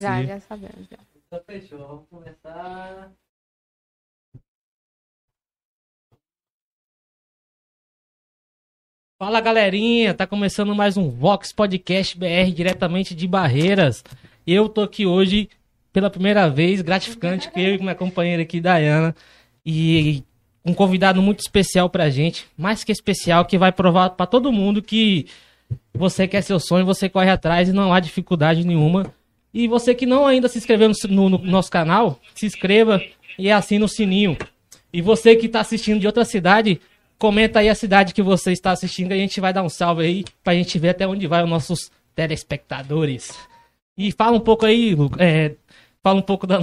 Já sabemos. Já. Então fechou, vamos começar. Fala galerinha, tá começando mais um Vox Podcast BR diretamente de Barreiras. Eu tô aqui hoje pela primeira vez, gratificante, que eu e minha companheira aqui, Dayana, e um convidado muito especial pra gente, mais que especial, que vai provar pra todo mundo que você quer seu sonho, você corre atrás e não há dificuldade nenhuma. E você que não ainda se inscreveu no nosso canal, se inscreva e assine o sininho. E você que tá assistindo de outra cidade, comenta aí a cidade que você está assistindo, a gente vai dar um salve aí pra gente ver até onde vai os nossos telespectadores. E fala um pouco aí, fala um pouco do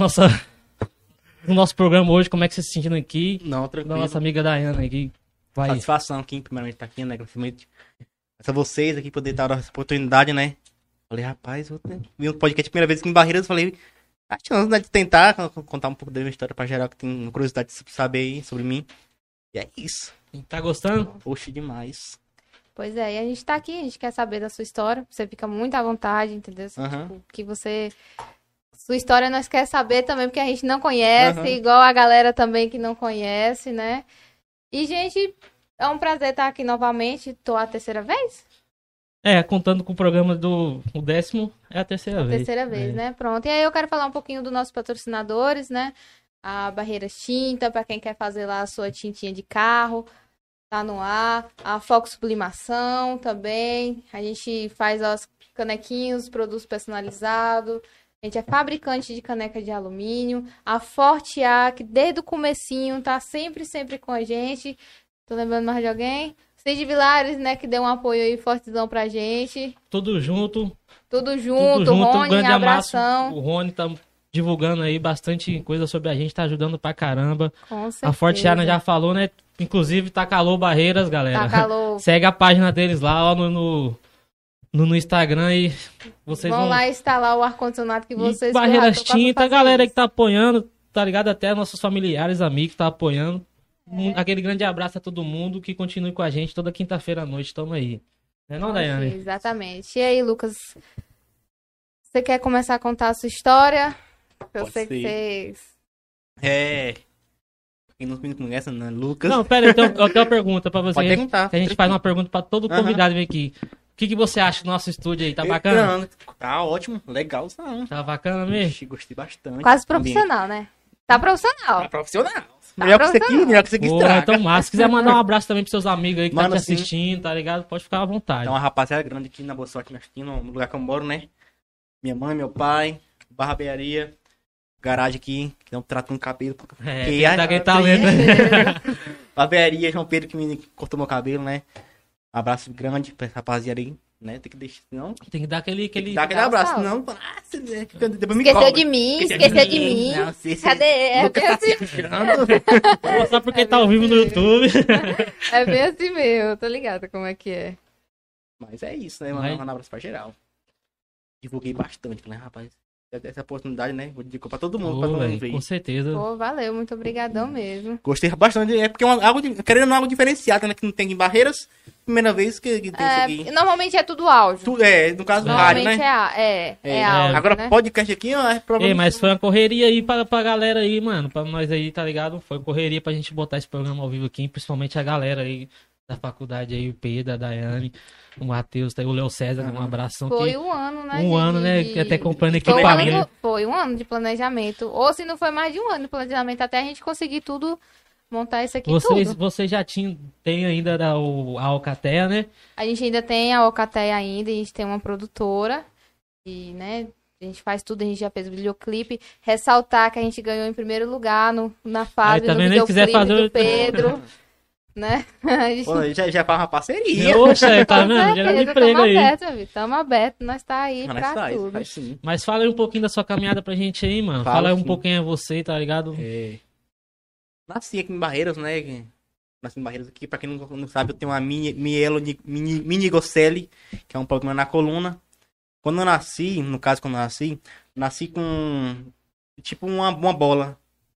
nosso programa hoje, como é que você se sentindo aqui. Não, Da tranquilo. nossa amiga Dayana aqui. Vai. Satisfação aqui, primeiramente, tá aqui, né? Agradecimento a vocês aqui, poder dar essa oportunidade, né? Falei, rapaz, eu vi um podcast a primeira vez aqui em Barreiras, falei, a chance, né, de tentar contar um pouco da minha história pra geral, que tem curiosidade de saber aí sobre mim. E é isso. Tá gostando? Poxa, demais. Pois é, e a gente tá aqui, a gente quer saber da sua história. Você fica muito à vontade, entendeu? Aham. Tipo, que você. Sua história nós quer saber também, porque a gente não conhece, Aham. igual a galera também que não conhece, né? E, gente, é um prazer estar aqui novamente. Tô a terceira vez? Contando com o programa do o 10º, é a terceira vez. Terceira vez, É. né? Pronto. E aí eu quero falar um pouquinho dos nossos patrocinadores, né? A Barreiras Tinta, para quem quer fazer lá a sua tintinha de carro, tá no ar. A Foco Sublimação também. A gente faz os canequinhos, produtos personalizados. A gente é fabricante de caneca de alumínio. A Forte A, que desde o comecinho tá sempre com a gente. Tô lembrando mais de alguém? Cid Vilares, né? Que deu um apoio aí fortezão pra gente. Tudo junto, Tudo tudo junto, junto. Um Rony, grande abraço. abração. O Rony tá divulgando aí bastante coisa sobre a gente, tá ajudando pra caramba. Com certeza. A Forte Ana já falou, né? Inclusive, tá calor Barreiras, galera. Tá calor. Segue a página deles lá ó, no Instagram e vocês Vão vão... lá instalar o ar-condicionado que vocês E Barreiras corraram pra Tinta, a fazer galera isso. que tá apoiando, tá ligado? Até nossos familiares, amigos que tá apoiando. Aquele grande abraço a todo mundo que continue com a gente toda quinta-feira à noite. Tamo aí. Não é não, Daiane? Exatamente. E aí, Lucas? Você quer começar a contar a sua história? Eu Pode sei que ser. vocês... Quem não me conhece, né? Lucas. Não, pera, eu tenho uma pergunta pra você. Pode perguntar. Que a gente faz uma pergunta pra todo Aham. convidado que vem aqui. O que você acha do nosso estúdio aí? Tá bacana? Não, tá ótimo, legal, não. Tá bacana mesmo? Gostei bastante. Quase Ambiente. profissional, né? Tá profissional. Tá profissional. Melhor que você que Pô, estraga. então massa. Se quiser mandar um abraço também pros seus amigos aí que Manda tá te sim. assistindo, tá ligado? Pode ficar à vontade. Tem uma rapaziada grande aqui na Boa Sorte, no lugar que eu moro, né? Minha mãe, meu pai, barbearia, garagem aqui, que não trata um cabelo. Tem que dar aquele talento. Barbearia, João Pedro que me cortou meu cabelo, né? Um abraço grande pra essa rapaziada aí, né? Tem que deixar, senão... Tem que dar aquele... Dá aquele Dá um abraço, salve. senão... Depois me Esqueceu cobra. de mim, esqueceu de mim. Não, Cadê? É Lucas bem tá se assim, achando. Só porque tá ao vivo no YouTube. é bem assim mesmo. Tô ligada como é que é. Mas é isso, né? Mas- Um abraço pra geral. Divulguei bastante, né, rapaz? Essa oportunidade, né? Vou dedicar pra todo mundo, Pô, pra todo velho, mundo ver. com certeza. Pô, valeu. Muito obrigadão mesmo. Gostei bastante, é porque é querendo algo diferenciado, né? Que não tem em Barreiras. Primeira vez que tem isso aqui. Normalmente é tudo áudio. No caso do rádio, Normalmente né? é áudio, Agora né? podcast aqui, ó, é Ei, provavelmente... mas foi uma correria aí pra galera aí, mano. Pra nós aí, tá ligado? Foi correria pra gente botar esse programa ao vivo aqui. Principalmente a galera aí da faculdade aí, o Pedro, a Daiane, o Matheus, tá aí o Léo César, um abração. Foi que... um ano, né? Um ano, né? Que até comprando Foi um equipamento. ano- Foi um ano de planejamento. Ou se não foi mais de um ano de planejamento, até a gente conseguir tudo, montar isso aqui tudo. Vocês já tem ainda a Alcatea, né? A gente ainda tem a Alcateia ainda, a gente tem uma produtora. E, né, a gente faz tudo, a gente já fez o videoclipe. Ressaltar que a gente ganhou em primeiro lugar na fase Aí, tá do vendo? Se quiser videoclipe fazer do o- Pedro. Né? A gente... Pô, já faz uma parceria. Oxa, tá Com vendo? Gera certeza, emprego tamo aí. aberto, meu filho. Tamo aberto, nós tá aí Mas pra faz, tudo. faz sim. Mas fala aí um pouquinho da sua caminhada pra gente aí, mano. Falo, Fala aí um sim. pouquinho a você, tá ligado? Nasci aqui em Barreiras, né? Nasci em Barreiras aqui. Pra quem não sabe, eu tenho uma minigocele, que é um problema na coluna. Quando eu nasci, nasci com tipo uma bola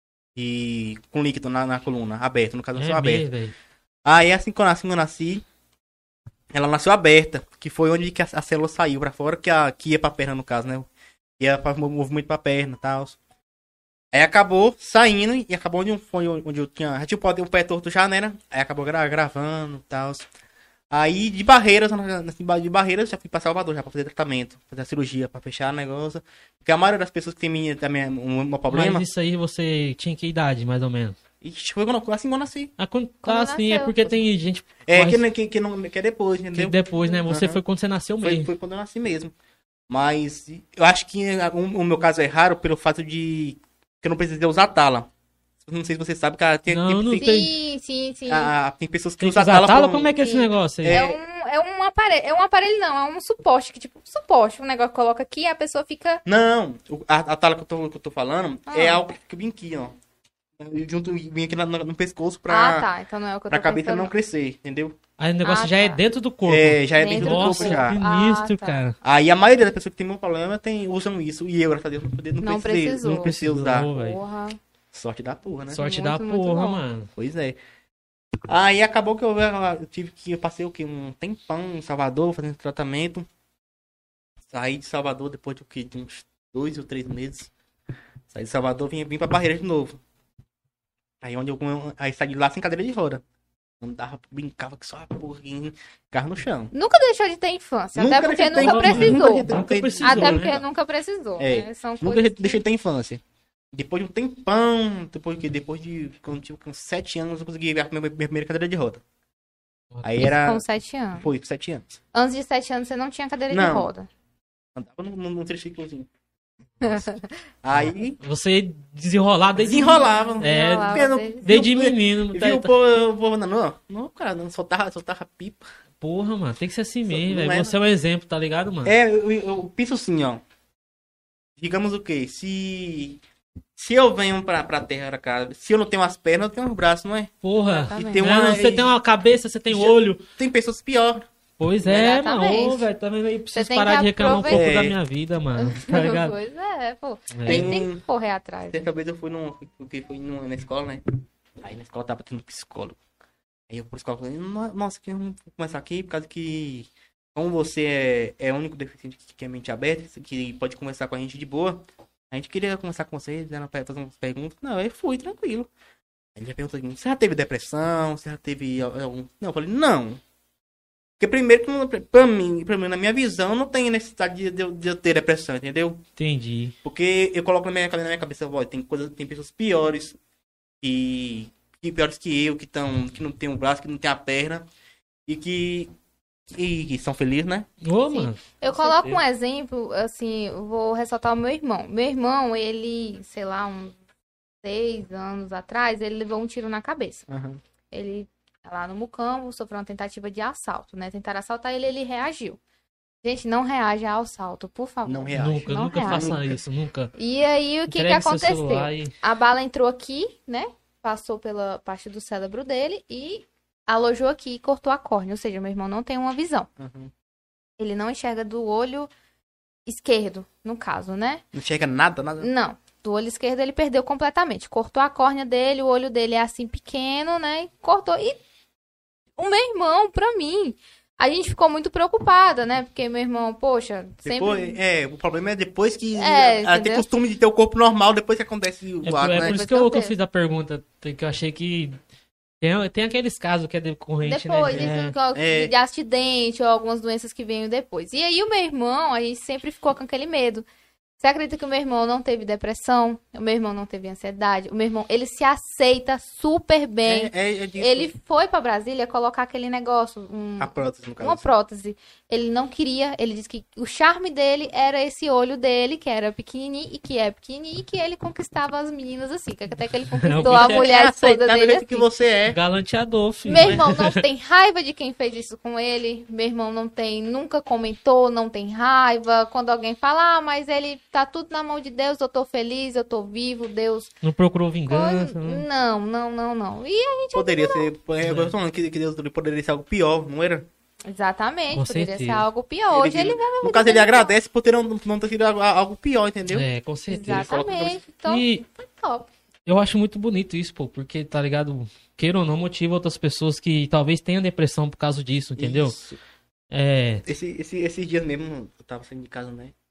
com líquido na coluna, aberto, no caso nasceu aberto. mesmo, velho. Aí assim que eu nasci, ela nasceu aberta, que foi onde que a célula saiu pra fora, que ia pra perna no caso, né? ia fazer movimento pra perna e tal. Aí acabou saindo e acabou onde eu tinha. Já tinha o pé torto já, né? Aí acabou gravando e tal. Aí de Barreiras, de Barreiras, já fui pra Salvador já pra fazer tratamento, fazer a cirurgia, pra fechar o negócio. Porque a maioria das pessoas que tem um problema. Mas isso aí você tinha que idade, mais ou menos? Ixi, foi assim quando eu nasci. Quando Quando assim, é nasceu. porque tem gente Que é depois, entendeu? que depois, né? Você Aham. foi quando você nasceu mesmo. Foi quando eu nasci mesmo. Mas eu acho que o meu caso é raro pelo fato de que eu não precisei usar tala. Não sei se você sabe, cara. Não Sim, sim, sim. Tem pessoas que Tem que usam usar tala? por- Como é que é esse Sim. negócio aí? É um aparelho não, é um suporte, que tipo, suporte, um negócio que coloca aqui e a pessoa fica... Não, a tala que eu tô falando é Ah. algo que fica bem aqui, ó. Junto, bem aqui no pescoço pra, Ah, tá, então não é o que eu tô pra cabeça pensando. não crescer, entendeu? Aí o negócio Ah, já é tá. dentro do corpo. É, já é dentro do Nossa, corpo já. que Ah, sinistro, tá. cara. Aí a maioria das pessoas que tem meu problema usam isso. E eu, graças a Deus, Não precisou. Não precisei usar. velho. Porra. Sorte da porra, né? Sorte Muito, da muito porra, bom. mano. Pois é. Aí acabou que eu passei o quê? Um tempão em Salvador fazendo tratamento. Saí de Salvador depois de o quê? De uns 2 ou 3 meses. Saí de Salvador, vim pra Barreiras de novo. Aí saí de lá sem cadeira de roda. Andava, brincava que só a porra, carro no chão. Nunca deixou de ter infância, até porque deixei de ter nunca infância, precisou. Nunca precisou, Até né? porque nunca precisou. É, Né? São Nunca coisas que- deixei de ter infância. Depois de um tempão, depois de quando eu tive com 7 anos, eu consegui ver a minha primeira cadeira de roda. Aí Isso era. com 7 anos. Foi, com 7 anos. Antes de 7 anos você não tinha cadeira de Não. roda. Andava num triciclozinho. Aí. Você desenrolar desde... Desenrolava. É, Desenrolava porque não- desde viu- menino. Viu o povo andando? Não, cara, não soltava pipa. Porra, mano, tem que ser assim Não mesmo, é, velho. Você é um exemplo, tá ligado, mano? É, eu penso assim, ó. Digamos o quê? Se eu venho pra terra, cara, se eu não tenho as pernas, eu tenho os braços, não é? Porra. Exatamente. E tem Né, uma, você tem uma cabeça, você tem Já- olho. Tem pessoas piores. Pois é, mano. Exatamente. Ô, velho, também aí preciso tem parar que de reclamar um pouco aproveitar. da minha vida, mano. Tá ligado? Pois é, pô. É. A gente tem que correr atrás. Certa vez eu fui na escola, né? Aí na escola tava tendo psicólogo. Aí eu por escola falei, nossa, que vamos começar aqui, por causa que como você é o único deficiente que tem a mente aberta, que pode conversar com a gente de boa, a gente queria conversar com você, fazer umas perguntas. Não, aí fui, tranquilo. Aí ele já perguntou assim, você já teve depressão? Você já teve algum... Não, eu falei, não. Porque primeiro, pra mim, na minha visão, não tem necessidade de eu ter depressão, entendeu? Entendi. Porque eu coloco na minha cabeça, ó, tem pessoas piores piores que eu, que não tem um braço, que não tem a perna e que são felizes, né? Ô, Sim. mano. Eu Com coloco certeza. um exemplo, assim, eu vou ressaltar o meu irmão. Meu irmão, ele, sei lá, uns 6 anos atrás, ele levou um tiro na cabeça. Ele, lá no Mucambo, sofreu uma tentativa de assalto, né? Tentaram assaltar ele, ele reagiu. Gente, não reaja ao assalto, por favor. Não reage. Nunca, Não nunca reage. faça isso, nunca. E aí, o que Entregue seu aconteceu? celular e- A bala entrou aqui, né? Passou pela parte do cérebro dele e alojou aqui e cortou a córnea. Ou seja, meu irmão não tem uma visão. Ele não enxerga do olho esquerdo, no caso, né? Não chega nada. Não. Do olho esquerdo ele perdeu completamente. Cortou a córnea dele, o olho dele é assim pequeno, né? E cortou. E o meu irmão, pra mim, a gente ficou muito preocupada, né? Porque meu irmão, poxa, Depois, sempre. o problema é depois que É, tem entendeu? costume de ter o corpo normal depois que acontece o ato, É né? por isso que eu fiz a pergunta, que eu achei que tem aqueles casos que é decorrente, Depois, né? isso, de acidente ou algumas doenças que vêm depois. E aí o meu irmão, a gente sempre ficou com aquele medo. Você acredita que o meu irmão não teve depressão? O meu irmão não teve ansiedade? O meu irmão, ele se aceita super bem. Disso. Ele foi pra Brasília colocar aquele negócio, A prótese, no caso. uma prótese. Ele não queria, ele disse que o charme dele era esse olho dele, que era pequenininho e que é pequenininho, e que ele conquistava as meninas assim, que até que ele conquistou a bicho é mulher esposa Aceitar do dele jeito que assim. você é. Galanteador, filho. Meu irmão não tem raiva de quem fez isso com ele. Meu irmão não tem, nunca comentou, não tem raiva. Quando alguém fala, mas ele tá tudo na mão de Deus, eu tô feliz, eu tô vivo, Deus. Não procurou vingança, né? Não. E a gente Poderia ser. Eu tô falando que Deus poderia ser algo pior, não era? exatamente, Com poderia certeza. ser algo pior. Hoje ele vai No caso, ele agradece por ter não ter sido algo pior, entendeu? É, com certeza. exatamente. Então, E foi top. eu acho muito bonito isso, pô, porque, tá ligado? Queira ou não, motiva outras pessoas que talvez tenham depressão por causa disso, entendeu? Isso. É, Esses dias mesmo, eu tava saindo de casa, né?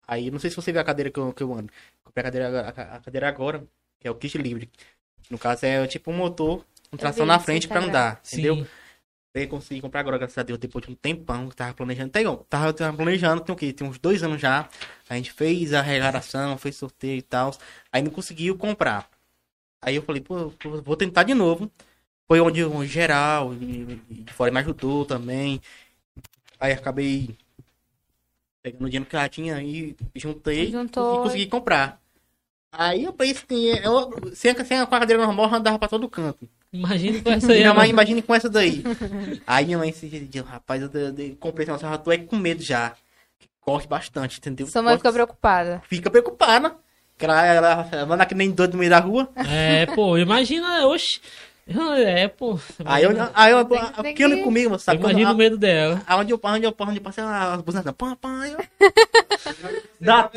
Aí, não sei se você viu a cadeira que eu ando. Comprei a cadeira agora, que é o kit livre. No caso, é tipo um motor, com tração vi na no frente pra Instagram. andar, entendeu? Sim. Eu consegui comprar agora, graças a Deus, depois de um tempão que tava planejando. Tava planejando, tem o quê? Tem uns 2 anos já. A gente fez a arrecadação, fez sorteio e tal. Aí não conseguiu comprar. Aí eu falei, pô, vou tentar de novo. Foi onde o geral e de fora me ajudou também. Aí acabei pegando o dinheiro que ela tinha e juntei Juntou. e consegui comprar. Aí eu pensei, sem a cadeira normal, eu andava pra todo canto. Imagina com essa aí. Minha mãe, agora. imagine com essa daí. Aí minha mãe se disse, rapaz, eu comprei essa, já tô aí com medo já. Corre bastante, entendeu? Sua mãe Corre- ficou preocupada. Fica preocupada. Que ela anda que nem doido no meio da rua. É, pô, imagina, oxe. É, pô. Aí eu, Tem que anda que- comigo, sabe? Imagina o medo dela. Aonde eu passei as buzinas, pá, eu... Dá...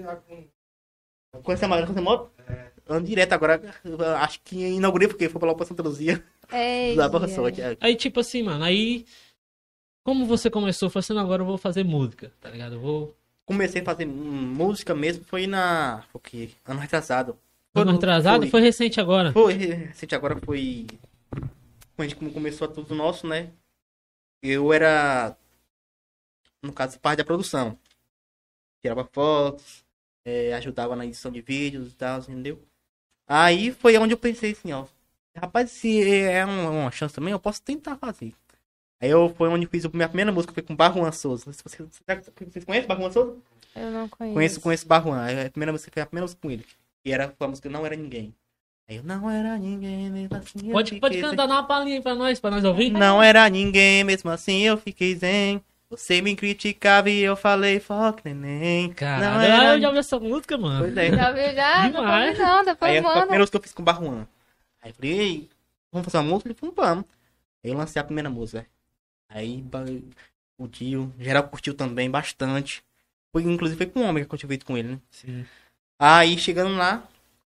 Com essa moto, ando direto agora, acho que inaugurei porque foi pela Santa Luzia, Ei, da Boa Sorte. Aí, tipo assim, mano, aí. Como você começou? Falei assim, não, agora eu vou fazer música, tá ligado? Eu vou. Comecei a fazer música mesmo, foi o quê? Ano retrasado. Ano atrasado? Foi recente agora. Foi, recente agora foi... Quando a gente começou a tudo nosso, né? Eu era, no caso, parte da produção. Tirava fotos, ajudava na edição de vídeos e tal, entendeu? Aí foi onde eu pensei assim, ó. Rapaz, se é uma chance também, eu posso tentar fazer. Aí foi onde eu fiz a minha primeira música, foi com Barruan Souza. Vocês conhecem Barruan Souza? Eu não conheço. Conheço Barruan. A primeira música foi a primeira música com ele. E foi a música Não Era Ninguém. Aí eu não era ninguém, mesmo assim eu Pode fiquei cantar, dá uma palhinha aí pra nós ouvir. Não era ninguém, mesmo assim eu fiquei zen. Você me criticava e eu falei, fuck, neném. Não Caralho, era... eu já ouvi essa música, mano. Pois é. Já viu já? Não Demais. pode não, Aí depois foi a manda. primeira música que eu fiz com o Barruan. Aí eu falei, ei, vamos fazer uma música? Ele falou, vamos. Aí eu lancei a primeira música. Aí curtiu, geral curtiu também bastante. Inclusive foi com um homem que eu tinha feito com ele, né? Sim. Aí chegando lá,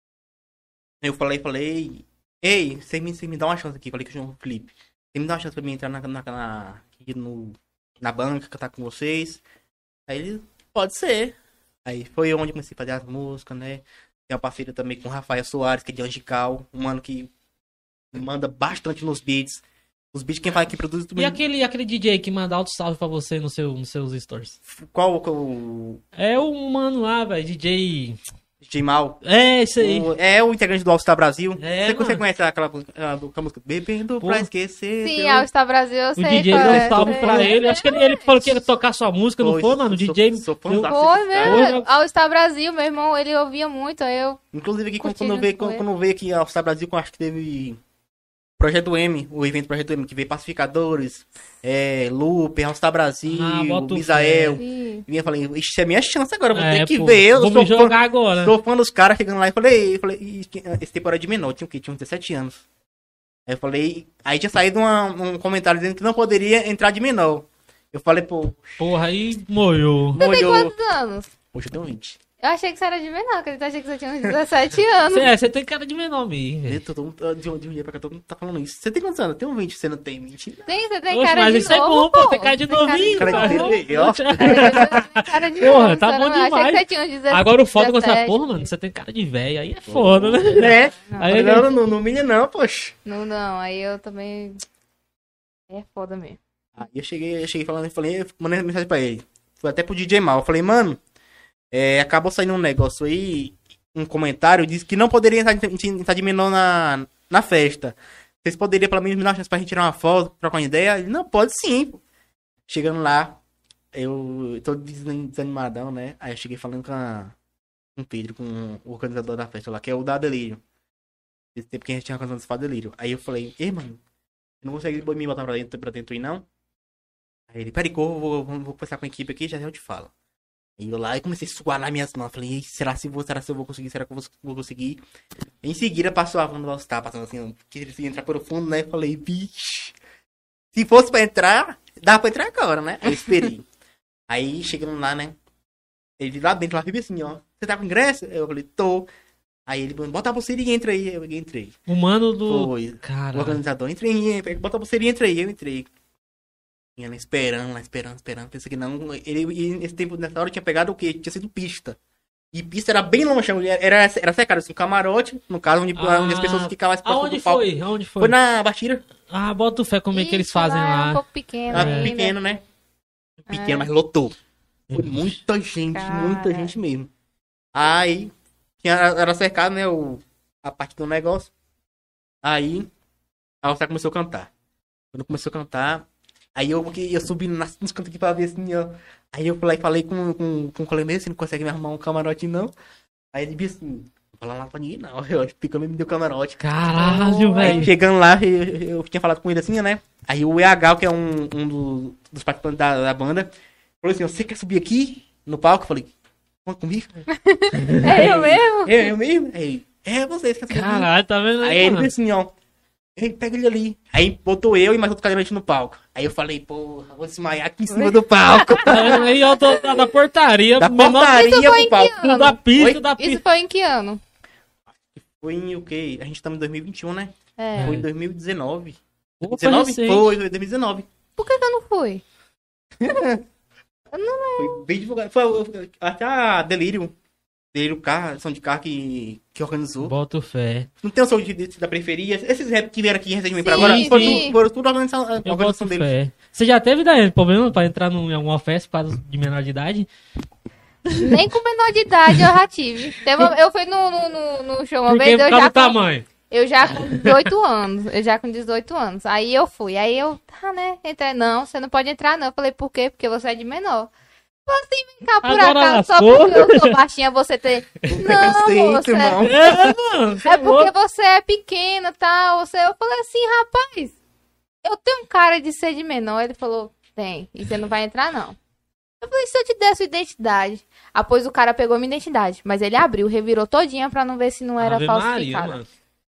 eu falei, ei, você me dá uma chance aqui, falei com o João Felipe. Você me dá uma chance pra mim entrar aqui na banca, cantar com vocês. Aí ele, pode ser. Aí foi onde eu comecei a fazer as músicas, né? Tem uma parceria também com o Rafael Soares, que é de Angical, um mano que manda bastante nos beats. Os beats quem faz, quem produz E também. aquele DJ que manda alto salve pra você nos seus stories? Qual o É o mano lá, velho, DJ... DJ Mal? É, isso aí. É o integrante do All Star Brasil. É, Você mano. conhece aquela música? Bebendo Pô. pra esquecer. Sim, teu- All Star Brasil, eu O sei DJ qual deu é. um salve sei. pra ele. Acho que ele falou que ia tocar sua música, não foi, mano? O DJ... Sou eu- fãzaço Foi desse cara. mesmo, Hoje- All Star Brasil, meu irmão, ele ouvia muito, aí eu... Inclusive aqui, Curtindo quando eu veio aqui ao Star Brasil, eu acho que teve Projeto M, o evento Projeto M, que veio Pacificadores, Lupe, All Star Brasil, boto Misael. Sim. E eu falei, isso é minha chance agora, eu vou ter É, que pô, ver. Eu vou me jogar agora. sou fã dos caras chegando lá e falei, esse tempo era de menor, tinha o quê? Tinha uns 17 anos. Aí eu falei, aí tinha saído um comentário dizendo que não poderia entrar de menor. Eu falei, pô, Porra, aí moiou. Você tem molhou. quantos anos? Poxa, eu tenho 20. Eu achei que você era de menor, acredito, achei que você tinha uns 17 anos. Você tem cara de menor mesmo, velho. De um dia pra cá, todo mundo tá falando isso. Você tem quantos anos? Eu tenho 20, você não tem 20. Sim, você tem Oxe, cara mas de isso é novo, bom, pô. Tem cara de Você tem novinho, cara de cara. bebê, ó. Cara de Porra, novo, tá você bom não- achei demais. que você tinha uns 17. Agora o foda com essa 17. porra, mano, você tem cara de velho, aí é foda, né? Né? Aí Não humilha não, poxa. Não, aí eu também... É foda mesmo. Aí eu cheguei falando, mandei mensagem pra ele. Foi até pro DJ Mal. Eu falei, mano, acabou saindo um negócio aí, um comentário, disse que não poderia entrar de menor na festa. Vocês poderiam pelo menos me dar uma chance pra gente tirar uma foto, trocar uma ideia? Ele, não, pode sim. Pô. Chegando lá, eu tô desanimadão, né? Aí eu cheguei falando com o Pedro, com o organizador da festa lá, que é o da Delírio. Esse tempo que a gente tinha cantando esse Delírio. Aí eu falei, ei, mano, você não consegue me botar pra dentro aí, não? Aí ele, peraí, que eu vou conversar com a equipe aqui, já eu te falo. Aí eu lá e comecei a suar nas minhas mãos. Falei, será se eu vou conseguir? Será que eu vou conseguir? Em seguida passou a Wanda All-Star, passando assim, queria entrar pelo fundo, né? Falei, vixe. Se fosse pra entrar, dava pra entrar agora, né? Aí eu esperei. Aí chegando lá, né? Ele lá dentro, lá fica assim, ó. Você tá com ingresso? Eu falei, tô. Aí ele falou, bota a pulseira e entra aí. Eu entrei. O mano do... Foi. O Cara, organizador, bota a pulseira e entra aí. Eu entrei. E ela esperando. Pensei que não. E nesse tempo, nessa hora, eu tinha pegado o quê? Tinha sido pista. E pista era bem longe, era cercado, assim, um camarote, no caso, onde as pessoas ficavam expostas do palco. Aonde foi? Foi na Bastira. Ah, bota o fé como é que eles Ixi, fazem lá. É um lá. pouco pequeno. Pequeno, né? Pequeno, mas lotou. Foi muita gente, Cara. muita gente mesmo. Aí, era cercado, né, a parte do negócio. Aí, a Alcé começou a cantar. Quando começou a cantar, aí eu subi nos cantos aqui pra ver assim, ó. Aí eu falei com o colega mesmo, você não consegue me arrumar um camarote, não. Aí ele disse assim, não fala lá pra ninguém, não. Eu ficou me deu camarote. Caralho, Aí velho. chegando lá, eu tinha falado com ele assim, né? Aí o EH, que é um dos participantes da banda, falou assim, você quer subir aqui no palco? Eu falei, conta comigo. É eu mesmo? Eu mesmo? Aí, você quer subir aqui? Caralho, tá vendo Aí aí, ele mano? disse assim, ó. Ei, pega ele ali. Aí botou eu e mais outro cadeirante no palco. Aí eu falei, porra, vou desmaiar aqui em cima do palco. Tá vendo aí, eu tô da portaria. Da menor portaria Isso foi pro palco. em que ano? da pista, Oi? da Isso pista. foi em que ano? Foi em o quê? A gente estamos em 2021, né? É. Foi em 2019. Pô, 2019? recente. Foi 2019. Por que eu não fui? Foi bem divulgado. Foi até a Delírio carro, som de carro que organizou. Bota o fé. Não tem o som da periferia. Esses rap que vieram aqui recentemente pra Sim, agora, sim. foram tudo organização Eu boto deles. fé. Você já teve, Daiane, problema pra entrar em alguma festa por causa de menor de idade? Nem com menor de idade eu já tive. Eu fui no show uma Porque vez, por causa do tamanho. eu já com 18 anos. Eu já com 18 anos. Aí eu fui. Aí eu, né? Entrei. Não, você não pode entrar, não. Eu falei, por quê? Porque você é de menor. Falei assim, vem cá, por Agora acaso, só lascou. porque eu sou baixinha, você tem. Não, Preconceito, moça. irmão. Mano, É porque você é pequena e tal. Eu falei assim, rapaz, eu tenho cara de ser de menor. Ele falou, tem. E você não vai entrar, não. Eu falei, se eu te der a sua identidade. Após o cara pegou minha identidade. Mas ele abriu, revirou todinha pra não ver se não era Ave Maria, falsificada. mano.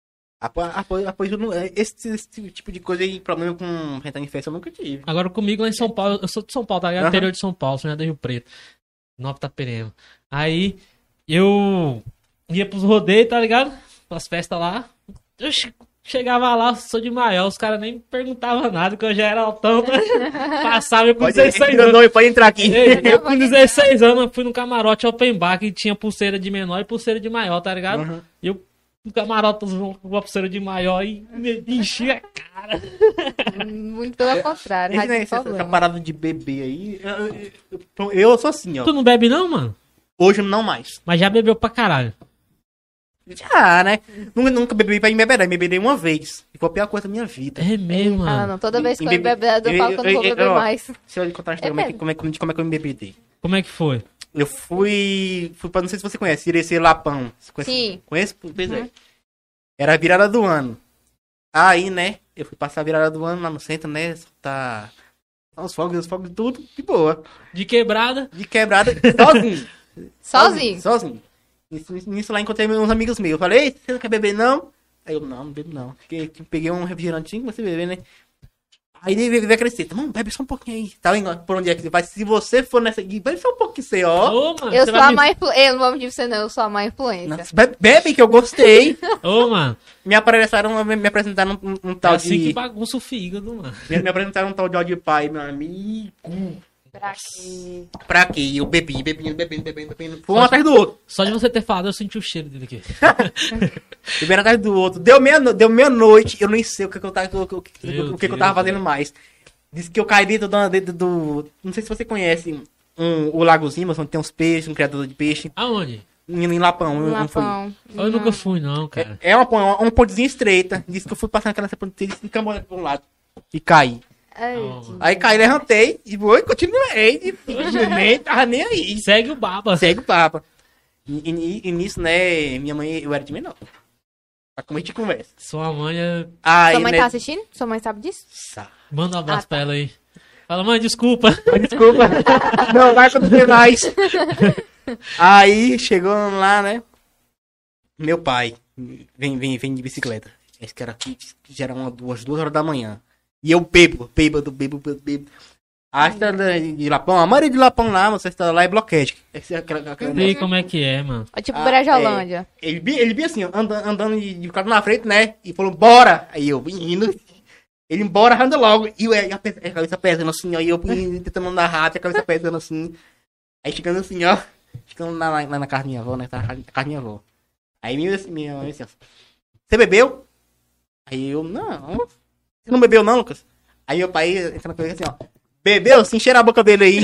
Após esse tipo de coisa aí, problema com entrar em festa, eu nunca tive. Agora comigo lá em São Paulo, eu sou de São Paulo, tá ligado? Aham. Interior de São Paulo, São José do Rio Preto. Nova Itaperema. Aí eu ia pros rodeios, tá ligado? Pras festas lá. Eu chegava lá, sou de maior, os caras nem perguntavam nada, que eu já era altão. Passava, eu com 16 anos. Pode entrar aqui. Ei, eu com 16 anos eu fui no camarote open bar que tinha pulseira de menor e pulseira de maior, tá ligado? Uhum. E eu no camarote com uma pulseira de maior e me enchi a cara. Muito pelo contrário. já tive Essa problema. parada de bebê aí, eu sou assim, ó. Tu não bebe não, mano? Hoje não mais. Mas já bebeu pra caralho. Já, né? Nunca bebi pra embebedar uma vez. E foi a pior coisa da minha vida. É mesmo, Ah, mano. não, toda vez que eu Embebe- embebedado, eu falo que eu não vou beber ó, mais. Se eu contar uma história, É como é que eu me embebedei. Como é que foi? Eu fui pra, não sei se você conhece, Irecê Lapão. Você conhece? Sim. Conhece? Pois é. Uhum. Era a virada do ano. Aí, né, eu fui passar a virada do ano lá no centro, né, tá... Os fogos, tudo, de boa. De quebrada? De quebrada, sozinho. Sozinho. Sozinho. Nisso lá encontrei uns amigos meus. Eu falei, ei, você não quer beber não? Aí eu, não bebo não. Peguei um refrigerantinho, comecei a beber, né. Aí ele veio crescer, mano, bebe só um pouquinho aí. Tá vendo por onde é que você vai? Se você for nessa aqui, bebe só um pouquinho, você, ó. Ô, mano. Eu você sou vai a me- má influência. Eu não vou mentir pra você, não. Eu sou a má influência. Nossa, bebe que eu gostei. Ô, mano. Me apresentaram um É tal assim que de... bagunça o fígado, mano. Me apresentaram um tal de ódio de pai, meu amigo. Pra quê? Pra quê? Eu bebendo. Foi um atrás do outro. Só de você ter falado, eu senti o cheiro dele aqui. Bebendo atrás do outro. Deu meia-noite, eu nem sei o que eu tava, o que eu Deus, tava fazendo mais. Disse que eu caí dentro do... Não sei se você conhece o Lago Zimas, onde tem uns peixes, um criador de peixe. Aonde? Em Lapão. eu não fui. Lapão. Eu nunca fui, não, cara. É uma pontezinha estreita. Disse que eu fui passando aquela pontezinha e cambalhando pra um lado. E caí. Ai, Aí caí, levantei e vou e continuei. Nem tava nem aí. Segue o baba. Segue o papo. E nisso, né, minha mãe, eu era de menor. Pra como a gente conversa. Sua mãe é... Aí, Sua mãe né, tá assistindo? Sua mãe sabe disso? Manda um abraço Ah, tá. pra ela aí. Fala, mãe, desculpa. Desculpa. Não vai acontecer mais. Aí, chegou lá, né, meu pai vem de bicicleta. Esse cara aqui, já era duas horas da manhã. E eu bêbado. A estrada de Lapão, a maioria de Lapão lá, você está lá é bloquete. Sei como é que é, mano. É tipo Brejolândia. Ele vi assim, ó, andando de carro na frente, né? E falou, bora! Aí eu vim indo. Ele embora, anda logo. E a cabeça pesando assim, ó. E eu tentando andar rápido, a cabeça pesando assim. Aí chegando assim, ó. Chegando na casa da minha avó, né? Tá na casa da minha avó. Aí minha mãe assim, ó. Você bebeu? Aí eu, não. Você não bebeu não, Lucas? Aí meu pai entra na coisa assim, ó. Bebeu? Sim, cheira a boca dele aí.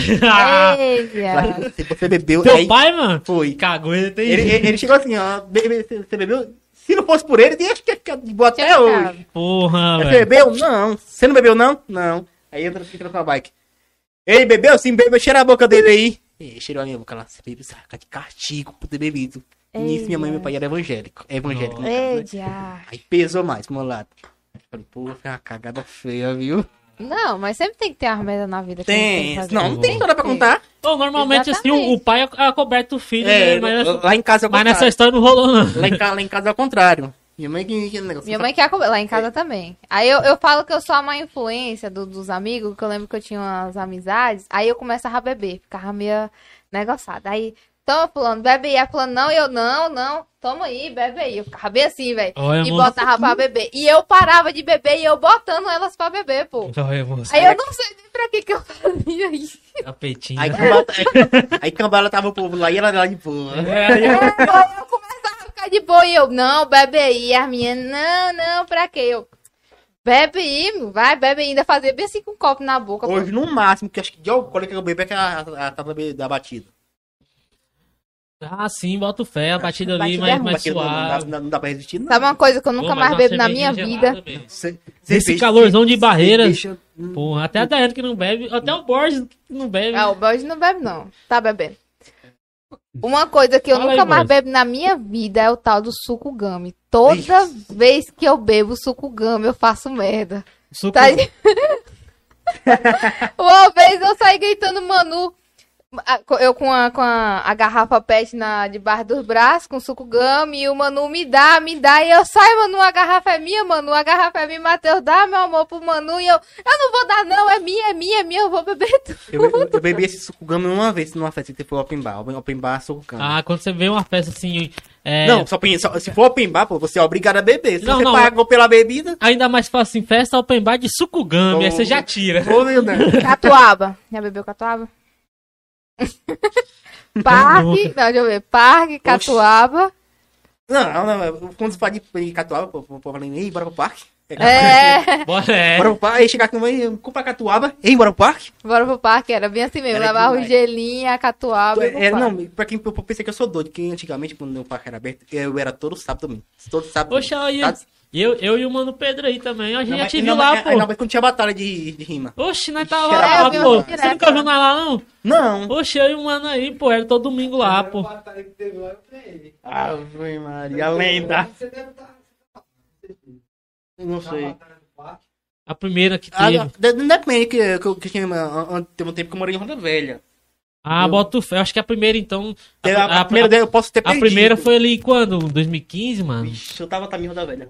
Eita. Se você bebeu. Teu aí, pai, mano? Foi. Cagou, ele tem. Ele chegou assim, ó. Você bebeu? Se não fosse por ele, acho que ia ficar de boa até hoje. Porra, Você velho. bebeu? Não. Você não bebeu, não? Não. Aí entra com a bike. Ele bebeu? Sim, bebeu. Cheira a boca dele aí. E cheirou a minha boca lá. Você bebeu, você vai de castigo por ter bebido. Nisso, minha mãe e meu pai eram evangélicos. É evangélico, né? Aí pesou mais pro meu lado. Falei, pô, foi uma cagada feia, viu? Não, mas sempre tem que ter uma merda na vida. Que a gente Tem. que fazer. Não tem história pra contar. Bom, normalmente, assim, Exatamente. o pai é coberto do filho, né? Mas, lá em casa é o mas nessa contrário. história não rolou, não. Lá em casa é o contrário. Minha mãe que negócio. Minha mãe quer comer, lá em casa também. Aí eu falo que eu sou a má influência dos amigos, que eu lembro que eu tinha umas amizades. Aí eu começava a beber, ficava meio negociada. Aí, toma, fulano, bebe aí. Aí fulano, não, eu não, toma aí, bebe aí. Eu ficava bem assim, velho. Olha, E moço. botava pra beber. E eu parava de beber e eu botando elas pra beber, pô. Olha, moço. Aí eu não sei nem pra que eu fazia isso. A peitinha. Aí Cambala tava o povo lá e ela lá de boa. É, Eu começava a ficar de boa e eu, não, bebe aí. As meninas, não, pra quê? Eu, bebe aí, vai, bebe aí. Ainda fazia bem assim com um copo na boca. Hoje, no máximo, que acho que de alcoólica que eu bebo é que a tábua da batida. Ah, sim, boto fé, a batida ali Batida é mais Batida suave. não dá pra resistir, não. Sabe uma coisa que eu Pô, nunca mas mais uma bebo na minha cervejinha vida? gelada, velho. Esse Esse calorzão de Barreiras. Porra, até a Daiane que não bebe, até o Borges que não bebe. Ah, o Borges não bebe, não. Tá bebendo. Uma coisa que eu Fala nunca aí, mais Borges. bebo na minha vida é o tal do suco gummy. Toda vez que eu bebo suco gummy, eu faço merda. Suco... Tá? Uma vez eu saí gritando Manu. Eu com a garrafa PET debaixo dos braços, com suco gummy, e o Manu me dá, e eu saio, Manu, a garrafa é minha, Manu, a garrafa é minha, Matheus, dá, meu amor, pro Manu, e eu não vou dar não, é minha, eu vou beber tudo. Eu bebi esse suco gama uma vez numa festa que foi open bar. Open bar, suco gama. Ah, quando você vê uma festa assim. Não, se for open bar, pô, você é obrigado a beber. Se Não, você não. pagou pela bebida... Ainda mais fácil assim, festa open bar de suco gummy, aí você já tira. Ô, meu Deus. Catuaba. Já bebeu catuaba? Parque, não, deixa eu ver. Parque, catuaba. Não. Quando você fala de catuaba, pô, falando, ei, bora pro parque. Bora, é. Bora pro parque. Aí chegar com a mãe, compra catuaba. Ei, bora pro parque. Bora pro parque, era bem assim mesmo. Era Levava o demais. gelinho, a catuaba. e pro parque. Não, pra quem eu pensei que eu sou doido, que antigamente, quando o parque era aberto, eu era todo sábado também. Todo sábado. Poxa, aí, eu e o Mano Pedro aí também, a gente já te viu Não, lá, mas- pô. Ainda mais quando tinha batalha de rima. Oxe, nós tava Cheira lá, eu vi pô. uma Você direto, nunca viu nós lá, não? Não. Oxe, eu e o Mano aí, pô, era todo domingo lá, pô. Ave Maria, lenda. Não sei. A primeira que teve. Depende que tinha teve um tempo que eu morei em Ronda Velha. Ah, boto fé. Acho que a primeira, então. A primeira dela eu posso ter a perdido. primeira foi ali quando? 2015, mano? Vixe, eu tava também em Ronda Velha.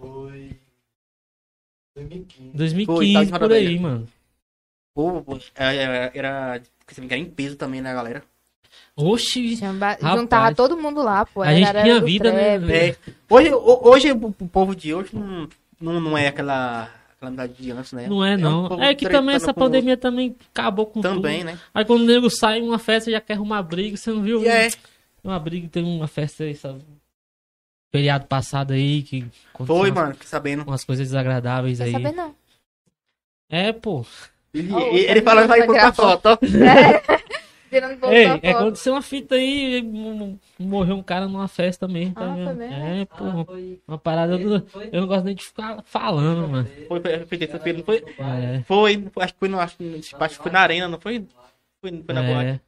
2015, Foi, tava em Roda por aí, Velha. mano. Pô, era se não me engano, em peso também, né, galera? Oxi. Juntava Rapaz. todo mundo lá, pô. A gente Era tinha do vida, né? trap. É, hoje o povo de hoje não é aquela amizade de antes, né? Não é, um não. povo É que também tretando essa com o outro. pandemia também acabou com Também, tudo. né? Aí quando o nego sai em uma festa, já quer arrumar briga, você não viu? E é, Uma briga, teve uma festa aí, sabe? Feriado passado aí, que aconteceu foi, umas- mano, fiquei sabendo. umas coisas desagradáveis Não aí. quer saber, não. É, pô. Ele fala, vai pôr pra foto, ó. Tirando foto Ei, da foto. aconteceu uma fita aí, morreu um cara numa festa mesmo, tá Ah, foi vendo? mesmo? É, pô, uma parada, eu não gosto nem de ficar falando, mano. Foi terça-feira, não foi? É, Acho que foi na arena, não foi? Foi na boate. é.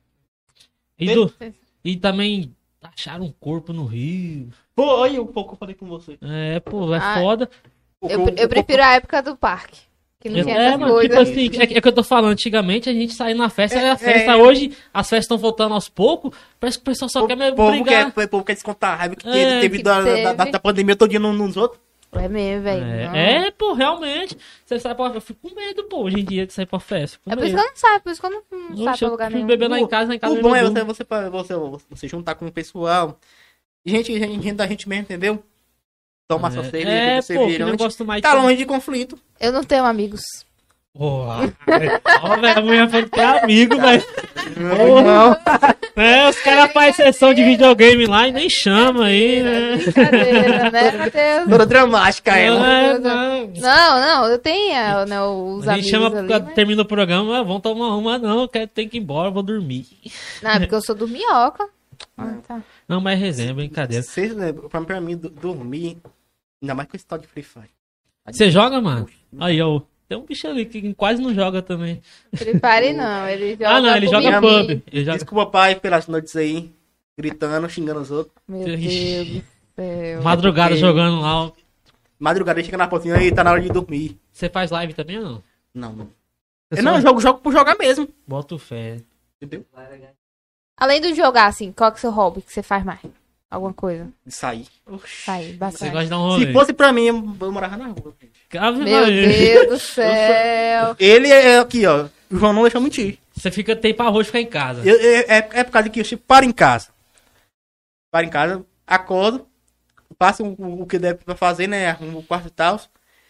E também acharam um corpo no Rio. Pô, olha o pouco que eu falei com você. É, pô, é Ah, foda. Eu prefiro a época do parque. Que não tinha essas Mano, tipo coisas. assim, é que eu tô falando, antigamente a gente saía na festa, era a festa. é. Hoje as festas estão voltando aos poucos, parece que o pessoal só quer me brigar. O povo quer descontar a raiva que É, teve que da teve. pandemia todinha nos outros. É mesmo, velho. Não. Pô, realmente. Você sai pra... Eu fico com medo, pô, hoje em dia de sair pra festa. É por isso que eu não saio, por isso que eu não saio Oxe, pra eu lugar fui nenhum. beber lá em casa O bom é eu durmo. você juntar com o pessoal. Gente da gente mesmo, entendeu? Toma sua cerveja, É, você pô, que vira. eu gosto mais Tá longe de conflito. Eu não tenho amigos. Porra. Ó, velho, a mulher falou que tem amigo, velho. Não. É, os caras fazem sessão de videogame lá e nem chama aí, né? Brincadeira, né, Matheus? Toda dramática ela. É, não. Não, eu tenho, né, os A gente amigos chama, ali, mas... termina o programa, vamos tomar uma, não, tem que ir embora, vou dormir. Não, é porque eu sou do minhoca. Ah, tá. Não, mas resenha, brincadeira. Vocês lembram, pra mim, dormir, ainda mais com esse tal de Free Fire. Você joga, mano? Aí, ó, tem um bicho ali que quase não joga também. Free Fire não, ele joga Ah, não, ele joga PUBG. pub. Ele joga... Desculpa, pai, pelas noites aí, gritando, xingando os outros. Meu Deus do céu. Madrugada porque- jogando lá. Madrugada, chega na portinha aí, tá na hora de dormir. Você faz live também ou não? Não. Você Eu não, só jogo por jogar mesmo. bota o fé. Entendeu? Além do jogar, assim, qual que é o seu hobby que você faz mais? Alguma coisa? De sair. Sair, Você bastante. gosta de dar um rolê. Se fosse pra mim, eu morava na rua. gente. Ave Meu Maria. Deus do céu. Ele é aqui, ó. O João não deixa mentir. Você tem pavor de ficar em casa. É por causa que eu tipo, paro em casa. Paro em casa, acordo, faço o que deve pra fazer, né? Arrumo o quarto e tal.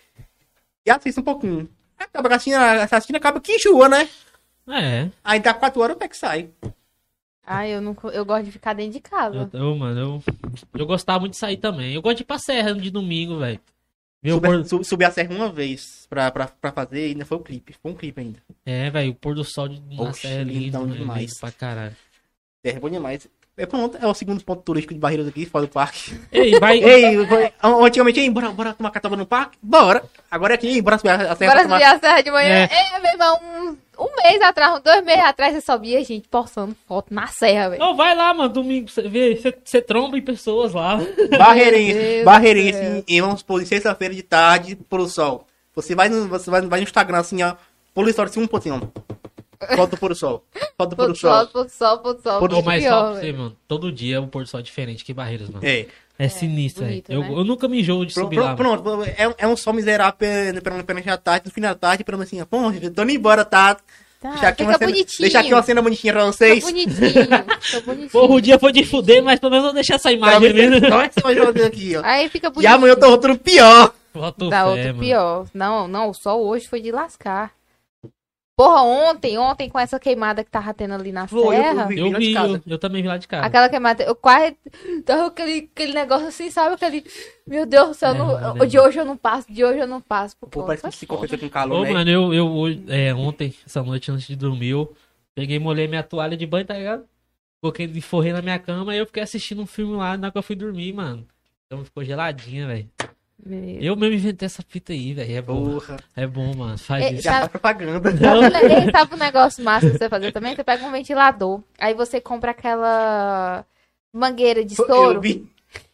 E assisto um pouquinho. Acaba assistindo, acaba que enjoa, né? É. Aí dá 4 horas, eu pego e sai. Ai, eu gosto de ficar dentro de casa. Mano, eu gostava muito de sair também. Eu gosto de ir pra serra de domingo, velho. Ver o pôr... Subi a serra uma vez pra fazer e ainda foi o clipe. Foi um clipe ainda. É, velho, o pôr do sol na Oxe, serra é lindo, lindão né? demais. Lindo pra caralho. É bom demais. É pronto, é o segundo ponto turístico de Barreiras aqui, fora do parque. Ei, vai... Antigamente, ei, bora tomar cataba no parque? Bora. Agora é aqui, ei, bora subir a serra Bora pra subir a serra de manhã. É. É, meu irmão, um mês atrás, 2 meses atrás, você só via gente postando foto na serra, velho. Não, vai lá, mano, domingo, você vê, você tromba em pessoas lá. Barreirense, Meu Deus e vamos supor, em sexta-feira de tarde, pôr sol. Você vai no Instagram assim, ó, pôr o story assim, um pontinho. Foto do pôr do sol. Foto do pôr do sol. Pôr do sol. Pôr do Pô, mas Pior, só pra você, velho. mano, todo dia é um pôr do sol diferente que Barreiras, mano. É. É sinistro, velho. bonito, né? Eu nunca me enjoo de subir lá, mano. Pronto, é um sol miserável perante a tarde, no final da tarde, pelo assim, pô, eu tô indo embora, tá? Tá, Deixar aqui fica uma cena- bonitinho. Deixar aqui uma cena bonitinha pra Fica vocês. bonitinho. Porra, o dia foi de fuder, mas pelo menos eu vou deixar essa imagem ali. né? Não é só fazer aqui, ó. Aí fica E bonitinho. amanhã eu tô outro pior. Bota o Dá fé, outro mano. pior. Não, o sol hoje foi de lascar. Porra, ontem com essa queimada que tava tendo ali na Foi, eu serra. vi. Eu lá vi, de casa. eu também vi lá de casa. Aquela queimada, eu quase. Tava aquele negócio assim, sabe? Aquele. Meu Deus do céu, de hoje eu não passo, Pô, Pô, parece foi que se foda. compensa com calor, Ô, né? mano, ontem, essa noite antes de dormir, eu peguei e molhei minha toalha de banho, tá ligado? Coloquei de forrei na minha cama e eu fiquei assistindo um filme lá na hora que eu fui dormir, mano. Então ficou geladinha, velho. Meu. Eu mesmo inventei essa fita aí, velho. É bom. Porra. É bom, mano. Faz É, isso. Já tá propaganda. Sabe um negócio massa que você fazer também? Você pega um ventilador, aí você compra aquela mangueira de Eu soro. vi.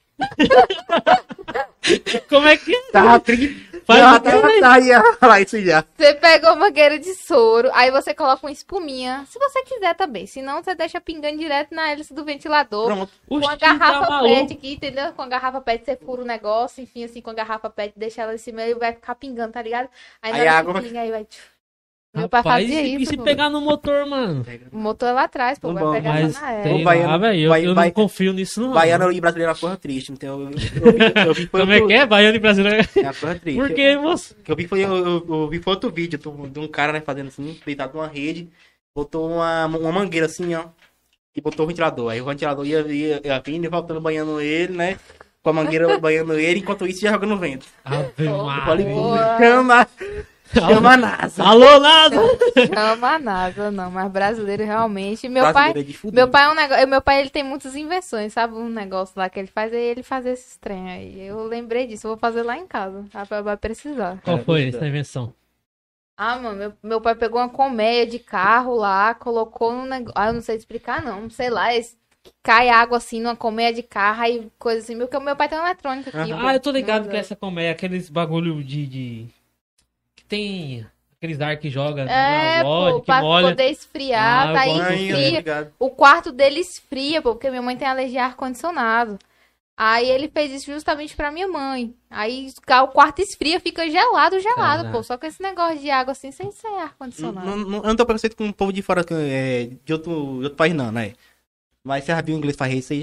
Como é que Tava triste. Faz Já o quê, tá aí, ó. Olha lá, isso já. Você pega uma mangueira de soro, aí você coloca uma espuminha, se você quiser também. Senão você deixa pingando direto na hélice do ventilador. Pronto. Com a Oxi, garrafa tá PET maluco. aqui, entendeu? Com a garrafa PET você fura o negócio, enfim, assim, com a garrafa PET, deixa ela em cima e vai ficar pingando, tá ligado? Aí na Aí hora a que água vai- pinga, aí vai... Meu pai Rapaz, fazia e isso, se pô. pegar no motor, mano? O motor é lá atrás, pô, vai Bom, pegar Mas só na tem hélice. O baiano- lá, velho. Eu vai- não confio nisso, não. Baiano e brasileiro é uma porra triste. Então eu vi foi Como é outro- que é? Baiano e brasileiro? É uma porra triste. Por que, moço? O que eu vi eu vi foi outro vídeo de um cara, né, fazendo assim, deitado numa rede, botou uma mangueira assim, ó, e botou o ventilador. Aí o ventilador ia vindo e voltando, banhando ele, né, com a mangueira banhando ele, enquanto isso ia jogando vento. Ave Eu falei, Maria. chama a NASA. Alô, nada! Chama nada, não, mas brasileiro realmente. Meu Brasileiro pai, é de fuder. meu pai é um negócio. Meu pai ele tem muitas invenções, sabe? Um negócio lá que ele faz, aí ele faz esses trem aí. Eu lembrei disso, eu vou fazer lá em casa. Rafael vai precisar. Qual foi essa invenção? Ah, mano, meu pai pegou uma colmeia de carro lá, colocou no negócio. Ah, eu não sei explicar, não. Sei lá, cai água assim numa colmeia de carro, aí coisa assim. Meu pai tem uma eletrônica aqui. pô. Ah, eu tô ligado Meu que essa colmeia, aqueles bagulho de... Que tem aqueles ar que joga É, na loja, pô, que pra molha. poder esfriar, Ah, tá eu aí gosto Banho, esfria. obrigado. O quarto dele esfria, pô, porque minha mãe tem alergia a ar-condicionado. Aí ele fez isso justamente pra minha mãe. Aí o quarto esfria, fica gelado, Caraca. pô. Só com esse negócio de água assim, sem ar-condicionado. Eu não tô preconceito com o povo de fora, de outro país não, né? Mas você já viu o inglês fazer isso aí já?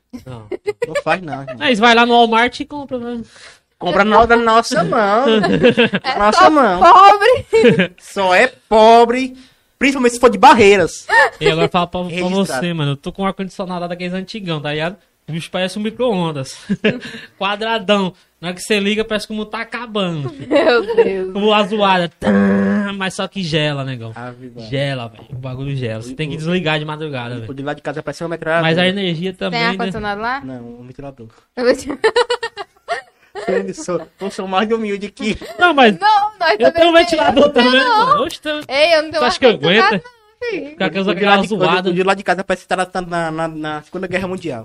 Não. Não faz não, irmão. Aí você vai lá no Walmart e compra, né? Compra da nossa mão. É Nossa, só mano. pobre. Só é pobre, principalmente se for de Barreiras. E agora fala pra Registrado. você, mano. Eu tô com um ar-condicionado daqueles antigão, tá ligado? O bicho parece um micro-ondas. Quadradão. Na hora que você liga, parece como tá acabando. Meu Deus. O azuada. Mas só que gela, negão. Gela, velho. O bagulho gela. Você tem que desligar de madrugada, O velho. de lá de casa parece uma metralhadora. Mas a energia Tem também, né? ar-condicionado lá? Não, um ventilador. Eu sou mais humilde aqui. Não, mas Não, nós eu tenho um também ventilador também, mano. Oxe, Ei, eu não tenho você acha que eu ar-condicionado, aguento? não, filho. Ficar com O de aquela lá de- zoada. o de lá de casa parece que tá na Segunda Guerra Mundial.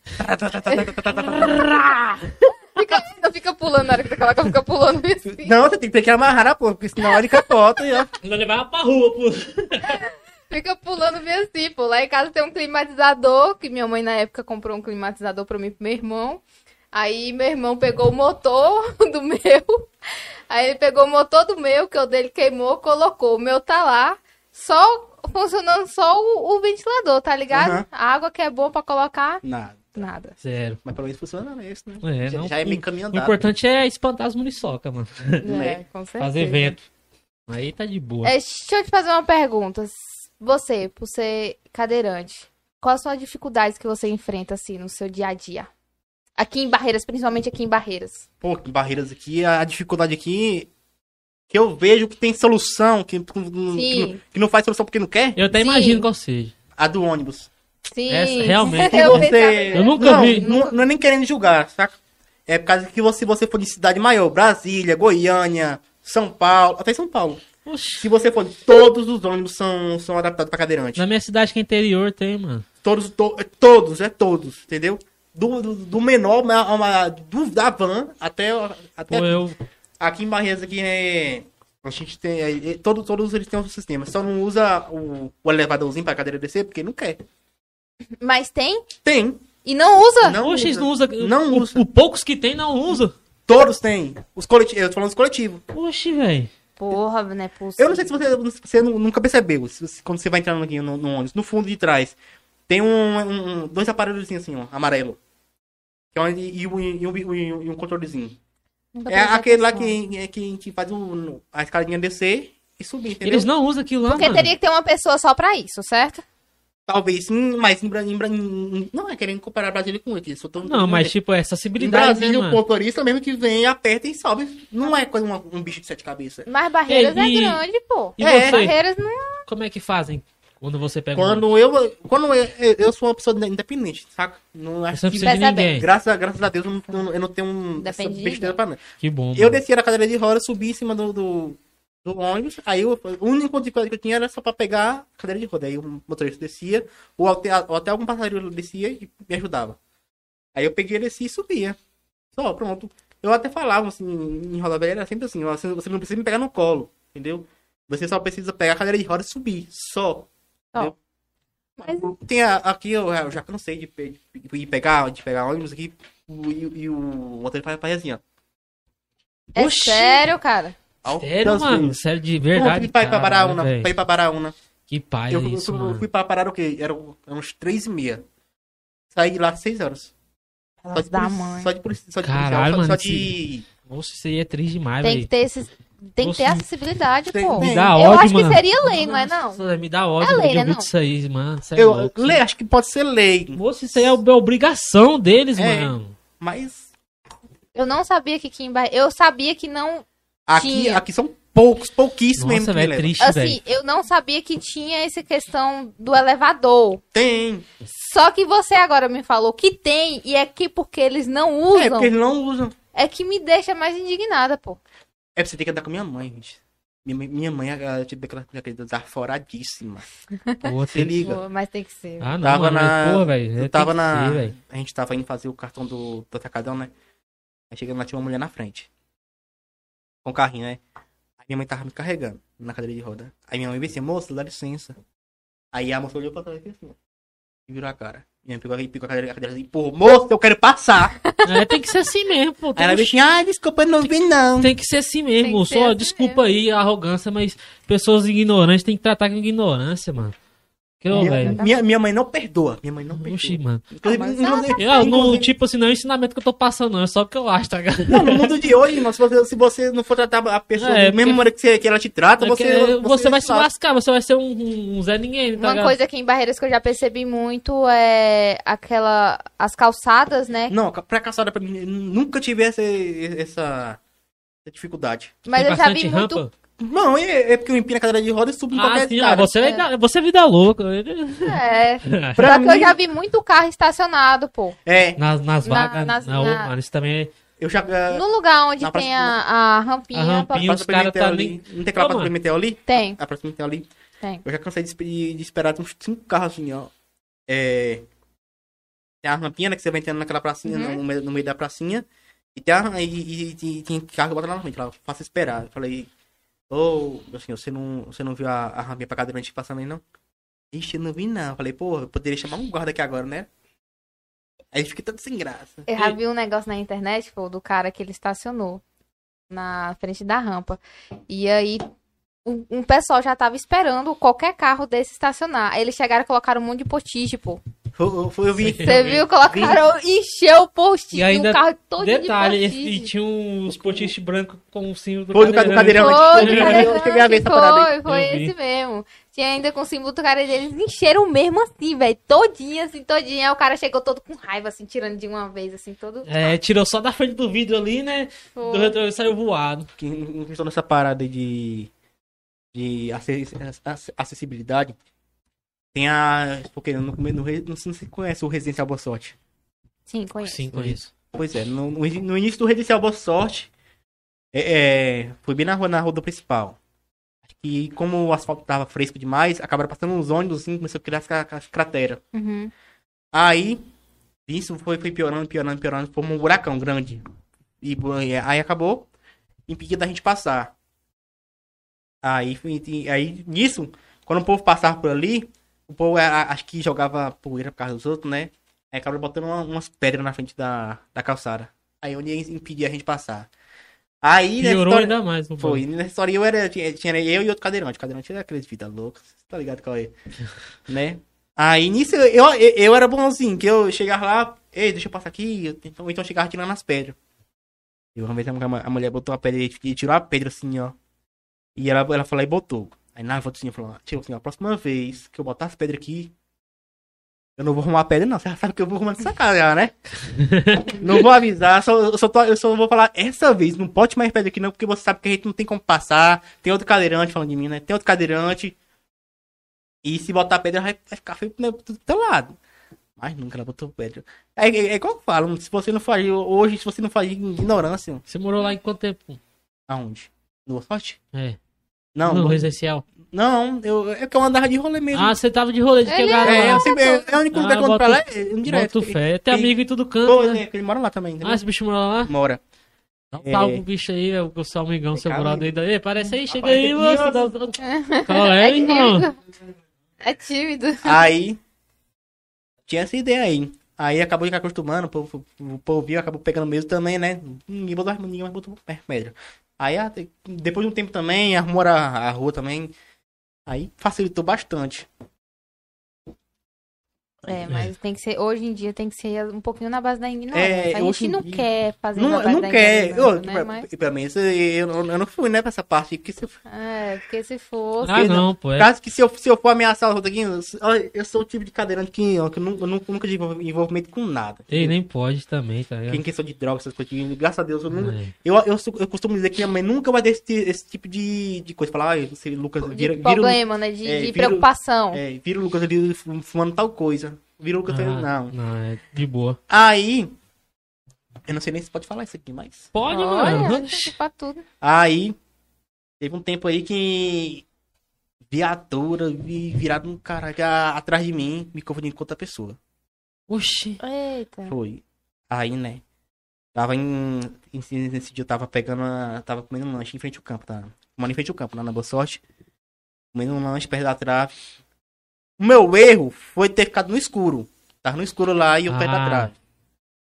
Fica pulando na hora que você coloca, fica pulando assim. Não, você tem que ter que amarrar a porra, porque senão ele capota e ó. Ainda levava pra rua, pô. Fica pulando bem assim, pô. Lá em casa tem um climatizador, que minha mãe na época comprou um climatizador pra mim e pro meu irmão. Aí meu irmão pegou o motor do meu. Aí ele pegou o motor do meu, que o dele queimou, colocou. O meu tá lá, só funcionando só o ventilador, tá ligado? Aham. A água que é boa pra colocar, Nada. nada. Zero. Mas pelo menos funciona isso, né? É, já, não, já é meio o caminho O andado. importante é espantar as muriçocas, mano. É, com certeza. Fazer vento. Aí tá de boa. Deixa eu te fazer uma pergunta. Você, por ser cadeirante, quais são as dificuldades que você enfrenta, assim, no seu dia a dia? Aqui em Barreiras, principalmente aqui em Barreiras. Pô, em Barreiras aqui, a dificuldade aqui que eu vejo que tem solução, Sim. que não faz solução porque não quer, Eu até Sim. imagino qual seja. a do ônibus. Sim. Essa, realmente. Eu Você... pensava- Eu nunca não, vi. Não é nem querendo julgar, saca? É por causa que se você for de cidade maior, Brasília, Goiânia, São Paulo, até São Paulo. Oxi. Se você for, todos os ônibus são adaptados pra cadeirante. Na minha cidade que é interior tem, mano. Todos, entendeu? Do menor, da van até Pô, eu. aqui em Barreiras aqui a gente tem todos eles têm um sistema. Só não usa o elevadorzinho pra cadeira descer porque não quer. Mas tem? Tem. E não usa? Não Oxi, usa. não usa. Não o, usa. o poucos que tem não usa. Todos têm. Os coletivos, eu tô falando dos coletivos. Oxi, velho. Porra, não é possível. Eu não sei se você nunca percebeu, quando você vai entrando aqui no ônibus, no fundo de trás, tem dois aparelhos assim, ó, amarelo. Que é um controlezinho. Nunca É prestei aquele lá atenção. que faz a escadinha descer e subir, entendeu? Eles não usam aquilo lá, Porque mano. teria que ter uma pessoa só pra isso, certo? Talvez sim, mas não é querendo comparar Brasília com aqui. Só tô, Não, mas tipo, é em acessibilidade, Brasília, né, o mano? motorista mesmo que vem, aperta e sobe. Não é coisa um bicho de 7 cabeças. Mas Barreiras E- é grande, pô. E É. você? Barreiras não... Como é que fazem quando você pega um... Quando eu sou uma pessoa independente, saca? Não acho Você não que, precisa de Percebe? ninguém. graças a Deus eu não tenho essa Depende de besteira pra nada. Que bom, Eu mano. descia na cadeira de roda, subi em cima do ônibus, aí o único dificuldade que eu tinha era só pra pegar a cadeira de roda. Aí o motorista descia, ou até algum passageiro descia e me ajudava. Aí eu peguei, descia e subia. Só, pronto. Eu até falava assim, em roda velha, era sempre assim, ó, você não precisa me pegar no colo, entendeu? Você só precisa pegar a cadeira de roda e subir, só. Só. Entendeu? Tem aqui, eu já cansei de pegar ônibus aqui, e o motorista faz assim, ó. É Oxi. sério, cara. Sério, Altas mano? vezes. Sério, de Como verdade. que vai pra Caralho, Baraúna? velho. Pra ir pra Baraúna. Que pai Eu é isso, fui mano. pra parar o quê? Eram uns 3h30. Saí de lá às 6 horas. Elas da mãe. Só de policial. Caralho, Só mano, de... Nossa, isso aí é triste demais, Tem que velho. ter esses... Tem que ter Nossa, acessibilidade, tem- pô. tem. Me dá Eu ódio, acho mano. que seria lei, não é não? Nossa, me dá ódio É lei, de né, ouvir não? disso aí, mano. Cê é louco. Acho que pode ser lei. Moça, isso aí é obrigação deles, É. mano. Mas Eu não sabia que aqui em Barreiras... Eu sabia que não... Tinha. aqui são pouquíssimos mesmo Nossa, que velho, é levam. triste, Assim, velho. eu não sabia que tinha essa questão do elevador. Tem. Só que você agora me falou que tem, e é que porque eles não É, usam, porque eles não usam. é que me deixa mais indignada, pô. É pra você ter que andar com minha mãe, gente. Minha mãe, ela tinha aquela desaforadíssima. Pô, Você tem- liga. Pô, mas tem que ser. Ah, não, Tava mano, na- mas, porra, velho. Eu tava tem que na. ser, velho. A gente tava indo fazer o cartão do atacadão, né? Aí chegando lá, tinha uma mulher na frente. Com o carrinho, né? Aí minha mãe tava me carregando na cadeira de roda. Aí minha mãe veio assim, moça, dá licença. Aí a moça olhou pra trás e fez assim, ó. E virou a cara. Minha mãe pegou a cadeira assim, pô, moça, eu quero passar. É, tem que ser assim mesmo, pô. Aí ela veio assim, ah, desculpa, eu não vi não. Tem que ser assim Tem mesmo. que ser Só assim desculpa aí a arrogância, mas pessoas ignorantes tem que tratar com ignorância, mano. Que eu, velho. Minha mãe não perdoa. Minha mãe não perdoa. Oxi, mano. Inclusive, mas Eu, no, tipo assim, não é o ensinamento que eu tô passando, não. É só o que eu acho, tá ligado? Não, no mundo de hoje, irmão, se você não for tratar a pessoa É, da mesma maneira que ela te trata, Você vai se sabe. lascar, você vai ser um Zé Ninguém, tá Uma ligado? coisa aqui em Barreiras que eu já percebi muito é as calçadas, né? Não, pra calçada pra mim, nunca tive essa dificuldade. Mas Tem eu já bastante vi muito. rampa? Não, é porque eu empino a cadeira de roda e subo em Ah, qualquer sim, escada. você é vida louca. É. Pra Só que eu mim- já vi muito carro estacionado, pô. É, Nas vagas, não, na- mano, isso também é... eu já... No lugar onde Na tem próxima- a rampinha. A rampinha. pra- E os caras tá ali. nem- Não tem aquela Ô, praça mano. do Pimentel ali? Tem, A praça do Pimentel ali. tem. Eu já cansei de esperar uns 5 carros assim, ó. Tem a rampinha, né, que você vai entrando naquela pracinha, Uhum. no meio da pracinha. E tem carro que bota lá na frente, lá, faça esperar. Eu falei, meu senhor, você não viu a rampinha pra cadeirante passando aí, não? Ixi, eu não vi, não. Eu falei, pô, eu poderia chamar um guarda aqui agora, né? Aí fica todo sem graça. Eu já vi um negócio na internet, pô, do cara que ele estacionou na frente da rampa. E aí, um pessoal já tava esperando qualquer carro desse estacionar. Aí eles chegaram e colocaram um monte de potigem, pô. Eu vi. Você viu? Colocaram, encheu o postinho, E ainda, o carro todo detalhe, de e postigem. tinha uns potistes brancos com o símbolo do Foi do cadeirante. Foi, Eu cheguei a ver essa parada aí. foi Eu vi. esse mesmo. Tinha ainda com o símbolo do cara deles, encheram mesmo assim, velho. Todinho, assim, todinho. Aí o cara chegou todo com raiva, assim, tirando de uma vez, assim, todo. É, tirou só da frente do vidro ali, né? Foi. Do retrovisor saiu voado. Que em questão dessa parada de acessibilidade, tem porque não sei se você conhece o Residencial Boa Sorte. Sim, conheço. Sim, conheço. Pois é, no início do Residencial Boa Sorte, foi bem na rua do principal. E como o asfalto tava fresco demais, acabaram passando uns ônibus assim, começou a criar as crateras. Uhum. Aí, isso foi piorando, formou um buracão grande. E aí acabou impedindo da gente passar. Aí, nisso, quando o povo passava por ali, o povo acho que jogava poeira por causa dos outros, né? Aí acabaram botando umas pedras na frente da calçada. Aí onde ia impedir a gente passar. Aí, nessa Piorou história, ainda mais. Não foi. Nessa história tinha eu e outro cadeirante. O cadeirante era aqueles vida louca. Você tá ligado qual é? Né? Aí nisso eu era bonzinho, que eu chegava lá, ei, deixa eu passar aqui. Então eu chegava tirando as pedras. E uma vez a mulher botou a pedra e tirou a pedra assim, ó. E ela falou e botou. Aí na volta assim, falou, tio, assim, a próxima vez que eu botar as pedras aqui, eu não vou arrumar pedra, não. Você já sabe que eu vou arrumar nessa casa já, né? Não vou avisar, eu só vou falar essa vez. Não pode mais pedra aqui, não, porque você sabe que a gente não tem como passar. Tem outro cadeirante falando de mim, né? Tem outro cadeirante. E se botar pedra, vai ficar feio do teu lado. Mas nunca ela botou pedra. É igual eu falo, se você não faz hoje, se você não faz ignorância. Você morou lá em quanto tempo? Aonde? No Boa Sorte? É. Não, No residencial. não, é que eu andava de rolê mesmo. Ah, você tava de rolê de Ele quebrada é- lá. É o único lugar que eu ando pra lá é direto. Boto fé. Tem amigo em todo canto, Pô, né? ele mora lá também, entendeu? Ah, esse bicho mora lá? Mora. Dá um salve pro bicho aí, é o seu amigão, seu calma brother aí. Ei, parece aí, chega Aparece aí, aqui, moço. Qual é, irmão? É tímido. Aí, tinha essa ideia aí. Aí acabou de ficar acostumando, o povo viu, acabou pegando mesmo também, né? Ninguém mais botou médio. Aí, depois de um tempo também, arrumou a rua também. Aí facilitou bastante. Mas tem que ser, hoje em dia tem que ser um pouquinho na base da ignorância. A hoje gente em não dia- quer fazer na base Não da quer. ignorância, né? Mas, Pra mim, eu não fui, né, pra essa parte. Porque porque se fosse... Ah, não, pô. É. caso que se eu for ameaçar os outros aqui, eu sou o tipo de cadeirante que eu nunca tive envolvimento com nada. Ei, nem pode também, tá Em ligado? questão de drogas, essas coisas. Graças a Deus, eu nunca. É. Eu costumo dizer que minha mãe nunca vai ter esse tipo de coisa. Falar, você, Lucas, De problema, né? De vira o- preocupação. vira o Lucas ali fumando tal coisa. Vira o Lucas ali, não. Não, é de boa. Aí, eu não sei nem se pode falar isso aqui, mas... Pode, Olha, mano. tem pra tudo. Aí, teve um tempo aí que viatura virado um cara atrás de mim, me confundindo com outra pessoa. Oxi. Eita. Foi. Aí, né? Nesse dia eu tava tava comendo um lanche em frente ao campo, tá? Comendo em frente ao campo, lá na Boa Sorte. Comendo um lanche perto da trave. O meu erro foi ter ficado no escuro. Tava no escuro lá e eu perto da trave.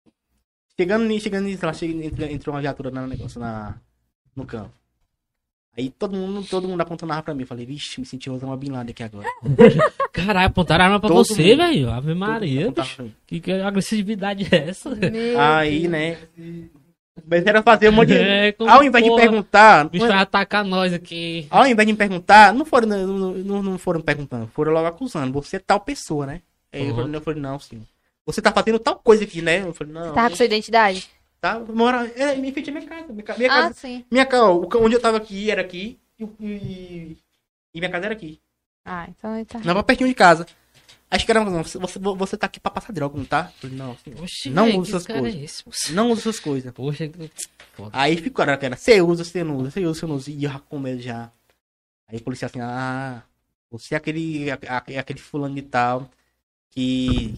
Chegando nisso, lá, entrou uma viatura no negócio no campo. Aí todo mundo apontando arma pra mim. Eu falei, vixe, me senti Osama Bin Laden aqui agora. Caralho, apontaram arma pra Todo você, mundo. velho. Ave Todo Maria, mundo apontava bicho. pra mim. Que agressividade é essa? Meu Aí, Deus. né? Mas era fazer um monte de... É, como Ao invés de porra, perguntar... O bicho vai atacar nós aqui. Ao invés de me perguntar, não foram perguntando, foram logo acusando. Você é tal pessoa, né? Aí Uhum. eu falei, não, sim. Você tá fazendo tal coisa aqui, né? Eu falei, não. Tá com sua identidade? Tá, em frente à minha casa. Minha Ah, casa, sim. onde eu tava aqui era aqui e minha casa era aqui. Ah, então ele tá. Não, pra pertinho de casa. Acho que era, não, você tá aqui pra passar droga, não tá? Eu falei, não, sim. Oxi, Não velho, usa que essas cara coisas. é esse, moço? Não usa essas coisas. Poxa, que foda. Aí ficou, era, você usa, você não usa, você usa, você não usa. E eu já com medo já. Aí o policial assim, você é aquele fulano de tal que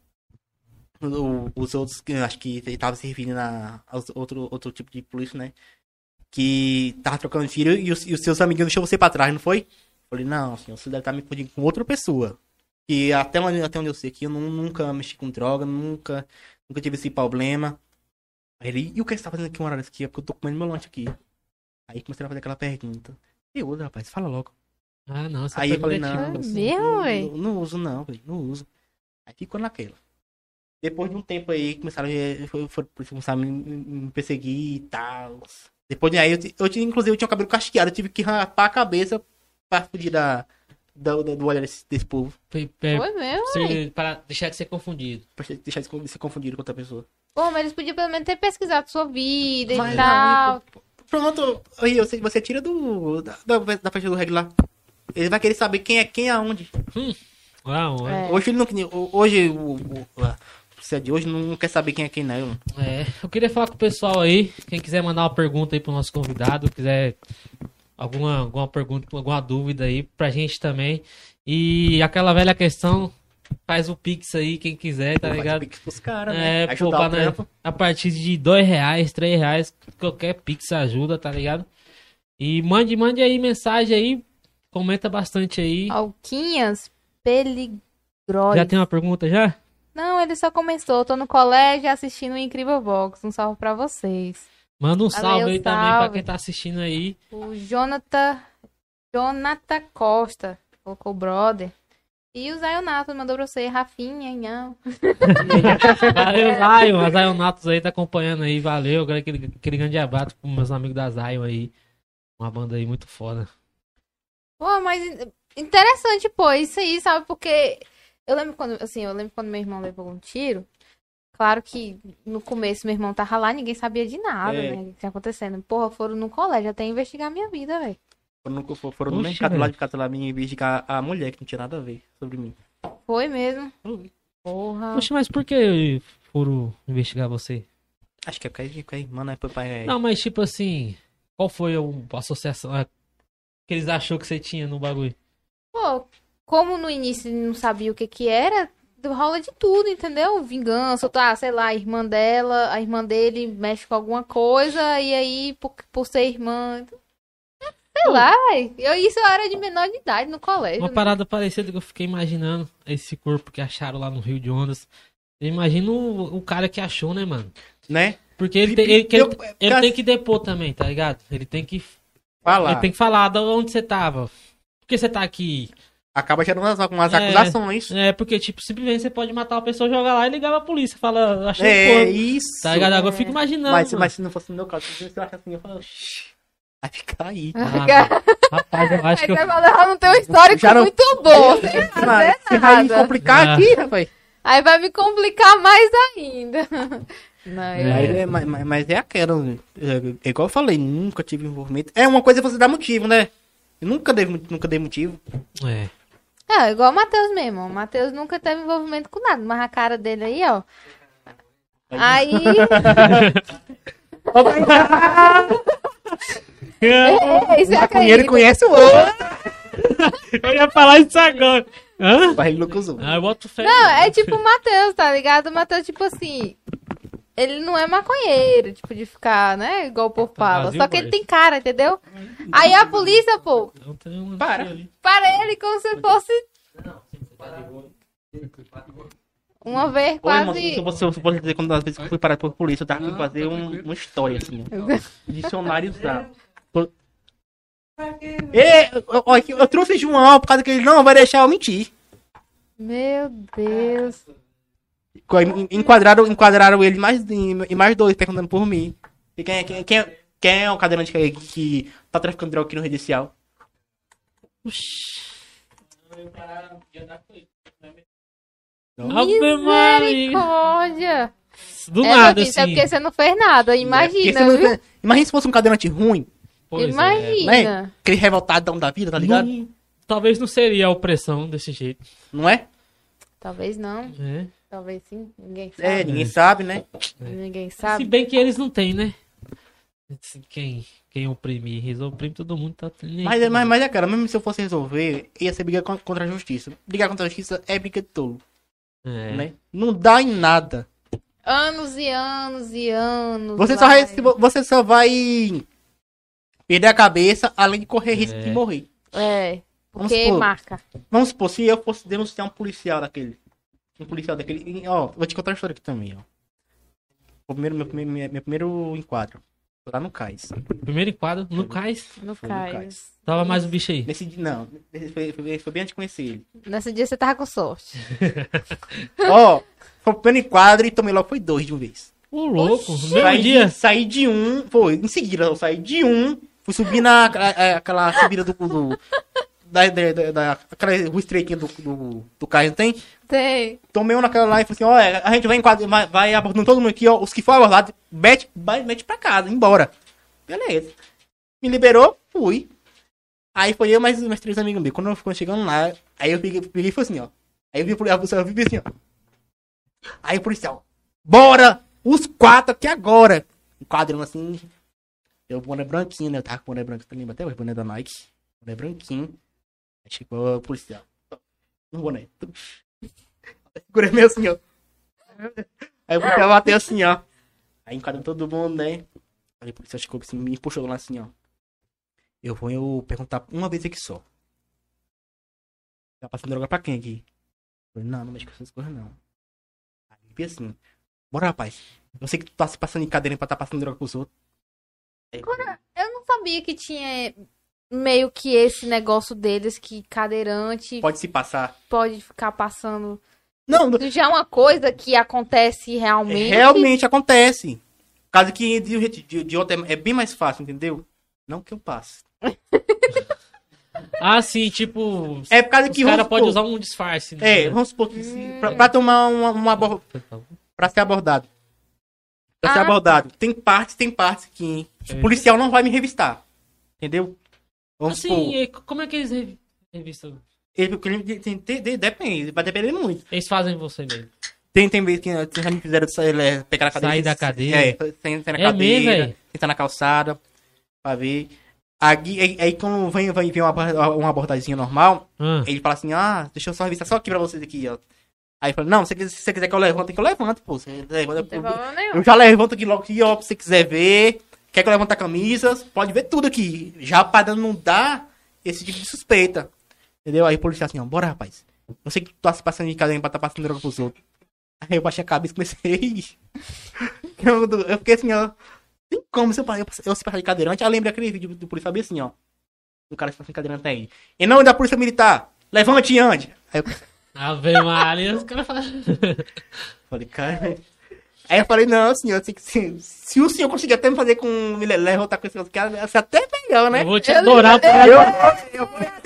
os outros, que eu acho que ele tava servindo outro tipo de polícia, né? Que tava trocando tiro e os seus amiguinhos deixou você pra trás, não foi? Eu falei, não, senhor, você deve estar me confundindo com outra pessoa. Que até onde eu sei aqui, eu nunca mexi com droga, nunca tive esse problema. Aí ele, e o que você tá fazendo aqui uma hora dessa aqui? É porque eu tô comendo meu lanche aqui. Aí comecei a fazer aquela pergunta. E usa, rapaz, fala logo. Ah, não, essa Aí eu falei, pergunta é não, tipo assim. Mesmo, velho? não uso não, velho, não uso. Aí ficou naquela. Depois de um tempo aí, começaram a me perseguir e tal. Depois de aí, inclusive, eu tinha o cabelo cacheado, eu tive que rapar a cabeça pra fugir do olhar desse povo. Foi Foi mesmo, velho. para deixar de ser confundido. Pra deixar de ser confundido com outra pessoa. Pô, mas eles podiam pelo menos ter pesquisado sua vida Mas e não, tal. Pronto, aí você tira da faixa do reggae lá. Ele vai querer saber quem é aonde. Uau, É. Hoje ele não. Hoje você de hoje não quer saber quem é quem não. eu queria falar com o pessoal aí, quem quiser mandar uma pergunta aí pro nosso convidado, quiser alguma pergunta, alguma dúvida aí pra gente também. E aquela velha questão, faz o Pix aí, quem quiser, tá ligado? Pix pros caras, né? Pô, Ajudar o né, trampo. a partir de R$2, R$3, qualquer Pix ajuda, tá ligado? E mande aí mensagem aí, comenta bastante aí. Alquinhas Peligrosa. Já tem uma pergunta já? Não, ele só começou. Tô no colégio assistindo o Incrível Box. Um salve pra vocês. Manda um Valeu, salve aí também pra salve. quem tá assistindo aí. O Jonathan Costa colocou brother. E o Zayonato mandou pra você, Rafinha, não. Valeu, Zion. A Zionatos aí tá acompanhando aí. Valeu. Aquele grande abraço pros meus amigos da Zion aí. Uma banda aí muito foda. Pô, mas interessante, pô, isso aí, sabe? Porque eu lembro quando meu irmão levou um tiro. Claro que no começo meu irmão tava lá, ninguém sabia de nada, É. né? O que tinha acontecendo. Porra, foram no colégio até investigar a minha vida, velho. Foram no Oxe, mercado velho. lá de casa lá me investigar a mulher que não tinha nada a ver sobre mim. Foi mesmo. Porra. Poxa, mas por que foram investigar você? Acho que é porque a irmã, né? Papai. Não, mas tipo assim, qual foi a associação que eles achou que você tinha no bagulho? Pô, como no início ele não sabia o que que era, rola de tudo, entendeu? Vingança, tá, sei lá, a irmã dele mexe com alguma coisa, e aí, por ser irmã. Sei lá, velho. Isso eu era de menor de idade no colégio. Uma né? parada parecida que eu fiquei imaginando, esse corpo que acharam lá no Rio de Ondas. Eu imagino o cara que achou, né, mano? Né? Porque ele tem que depor também, tá ligado? Ele tem que Falar. Ele tem que falar de onde você tava. Por que você tá aqui? Acaba gerando umas É. acusações. É, porque, tipo, simplesmente você pode matar uma pessoa, jogar lá e ligar pra polícia. Fala, achei o É, corpo. isso. Tá ligado? Agora eu fico imaginando. Mas mano. se não fosse no meu caso, se eu achasse assim, eu falo, "Shh, vai ficar aí. Rapaz, eu acho que eu... Aí vai falar, não tem um histórico Já não- muito bom. Você vai me nada. complicar Ah. aqui, rapaz. Aí vai me complicar mais ainda. Não, É. Mas é aquela. É igual eu falei, nunca tive envolvimento. É uma coisa você dar motivo, né? Eu nunca dei motivo. É. É, igual o Matheus mesmo. O Matheus nunca teve envolvimento com nada, mas a cara dele aí, ó. Aí. Ei, você Ele acredita? conhece o outro. Eu ia falar isso agora. Hã? Mas ele nunca usou. Ah, eu boto fé. Não, é tipo o Matheus, tá ligado? O Matheus, tipo assim. Ele não é maconheiro, tipo, de ficar, né? Igual o povo fala. Brasil, Só que ele boy. tem cara, entendeu? Aí a polícia, pô, Eu tenho uma Para. ali. para ele como se fosse. Uma vez Oi, quase. irmão, se eu posso dizer, quando às vezes que eu fui parado por polícia, eu tava aqui fazer uma história, assim. Ó. Dicionário da. Eu trouxe João por causa que ele não vai deixar eu mentir. Meu Deus. Enquadraram ele e mais dois perguntando por mim. E quem é o cadeirante que tá traficando droga aqui no residencial? Ave Maria. Misericórdia. Do nada, meu filho, é assim. porque você não fez nada. Imagina, viu? Imagina se fosse um cadeirante ruim, Pois é. Imagina. né? Aquele revoltadão da vida, tá ligado? Talvez não seria a opressão desse jeito. Não é? Talvez não. É. Talvez sim. Ninguém sabe. Ninguém sabe, né? Ninguém Se sabe. bem que eles não têm, né? Quem oprimir, eles oprimem todo mundo, tá nem aí. Mas cara, mesmo se eu fosse resolver, ia ser briga contra a justiça. Brigar contra a justiça é briga de tolo, É. né? Não dá em nada. Anos e anos e anos. Você só vai perder a cabeça, além de correr risco de morrer. É. Vamos Porque supor. marca. Vamos supor, se eu fosse denunciar um policial daquele. Ó, vou te contar uma história aqui também, ó. Meu primeiro enquadro. Foi lá no Cais. Primeiro enquadro, no cais. No Foi no cais. cais. Tava mais o bicho aí. Nesse dia, não. Foi bem antes de conhecer ele. Nesse dia você tava com sorte. Ó, foi o primeiro enquadro e tomei logo, foi 2 de uma vez. Ô, louco. No mesmo dia. Saí de um, foi, em seguida eu saí de um, fui subir aquela subida aquela rua estreitinha do Cais, não tem? Tem. Tomei um naquela lá e falei assim, ó, a gente vai abordando todo mundo aqui, ó, os que for abordado, mete pra casa, embora. Beleza. Me liberou, fui. Aí foi eu mais 3 amigos meus. Quando eu fui chegando lá, aí eu peguei e falei assim, ó. Aí eu vi assim, ó. Aí o policial, bora! Os 4 aqui agora! Um quadrão assim. Eu boné branquinho, né? Eu tava com boné branco, tu lembra até hoje, boné da Nike. Boné branquinho. Aí chegou o policial. Um boné. Segurei meio assim, ó. Aí o policial bateu assim, ó. Aí enquadrou todo mundo, né? Aí o policial chegou assim, me puxou lá assim, ó. Eu vou perguntar uma vez aqui só. Tá passando droga pra quem aqui? Eu falei, não mexe com essas coisas não. Aí eu vi assim, bora rapaz. Eu sei que tu tá se passando em cadeira pra tá passando droga pros outros. Aí, Eu não sabia que tinha meio que esse negócio deles que cadeirante pode se passar. pode ficar passando. Não, Isso já é uma coisa que acontece realmente. realmente acontece. Caso que de outra é bem mais fácil, entendeu? Não que eu passe. Ah, sim, tipo. É por causa que Os caras vamos podem supor- usar um disfarce. Né? vamos supor que pra tomar pra ser abordado. Pra ser Ah, abordado. Tem partes que o policial não vai me revistar. Entendeu? Vamos Assim, supor. e como é que eles revistam? Depende, vai depender muito. Eles fazem você mesmo. Tem vezes que já me fizeram pegar a cadeira. Sair da cadeira? Sentar na É mesmo, cadeira, velho? sentar na calçada, pra ver. Aí quando vem uma abordagemzinha normal, Ah, ele fala assim, deixa eu só revistar só aqui pra vocês aqui, ó. Aí fala, não, se você quiser que eu levante, que eu levanto, pô. Você levanta, Não tem problema nenhum. eu já levanto aqui logo aqui, ó, pra você quiser ver. Quer que eu levante a camisa, pode ver tudo aqui. Já pra não dar esse tipo de suspeita. Entendeu? Aí o policial assim, ó, bora rapaz. Eu sei que tu tá se passando de cadeira pra tá passando droga pros outros. Aí eu baixei a cabeça e comecei. Eu fiquei assim, ó. Tem como se eu se passar de cadeirante? Eu lembro daquele vídeo do policial bem assim, ó. O cara se passa de cadeirante aí. Em nome da polícia militar, levante e ande. Aí eu Ave Maria, os caras falam. falei, cara. Aí eu falei, não, senhor, se o senhor conseguir até me fazer com me levantar com esse outro cara, vai ser até melhor, né? Eu vou te adorar, Eu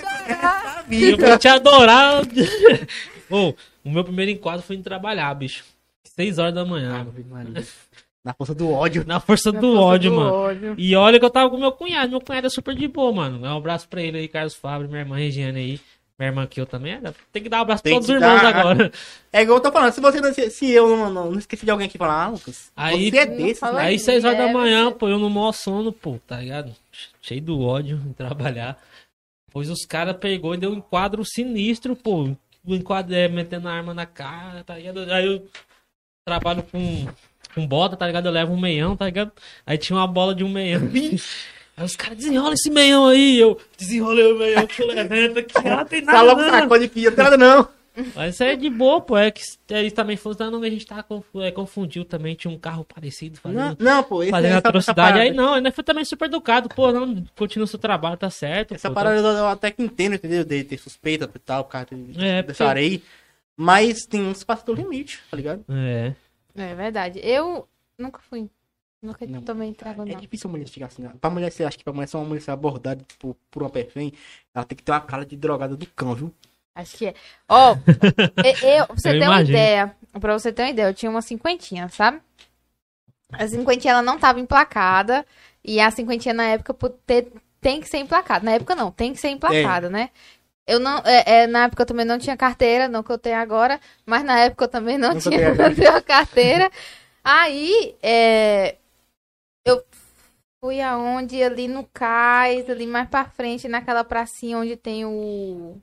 eu vou te adorar. Ô, o meu primeiro enquadro foi em trabalhar, bicho. 6 horas da manhã. Na força do ódio. Na força do ódio, mano. E olha que eu tava com meu cunhado. Meu cunhado é super de boa, mano. Um abraço pra ele aí, Carlos Fábio, minha irmã Regiane aí. Minha irmã que eu também. Tem que dar um abraço pra Tem todos que os irmãos dar. agora. É igual eu tô falando, se eu não esqueci de alguém aqui falar, Lucas, Aí- você é desse, Não fala né? Aí 6 horas da É, manhã, pô, eu no maior sono, pô, tá ligado? Cheio do ódio em trabalhar. Pois os caras pegou e deu um enquadro sinistro, pô. O enquadro metendo a arma na cara, tá ligado? Aí eu trabalho com bota, tá ligado? Eu levo um meião, tá ligado? Aí tinha uma bola de um meião. Aí os caras desenrolam esse meião aí. Eu desenrolei o meião, que levanta aqui. Ah, tem nada Fala logo não. essa coisa aqui, não tem nada não. Mas isso é de boa, pô. É que eles também foram, a gente confundiu também. Tinha um carro parecido Não, pô, fazendo atrocidade. Aí não, ainda foi também super educado. Pô, não, continua o seu trabalho, tá certo. Essa pô, parada eu até que entendo, entendeu? De ter suspeita e tal, por causa dessa porque- areia. Mas tem uns passos do limite, tá ligado? É. É verdade. Eu nunca fui. Nunca Não. tomei trago, É não. difícil a mulher chegar assim. Pra mulher, você acha que pra mulher ser uma mulher ser abordada por uma perfém, ela tem que ter uma cara de drogada do cão, viu? Acho que é. Ó, pra você Eu ter uma imagino. ideia. Pra você ter uma ideia, eu tinha uma cinquentinha, sabe? A cinquentinha, ela não tava emplacada. E a cinquentinha, na época, tem que ser emplacada. Na época, não. Tem que ser emplacada, né? Eu não... na época, eu também não tinha carteira. Não que eu tenho agora. Mas na época, eu também não Nunca tinha teve. não tinha carteira. Aí, eu fui aonde? Ali no cais, ali mais pra frente, naquela pracinha onde tem o...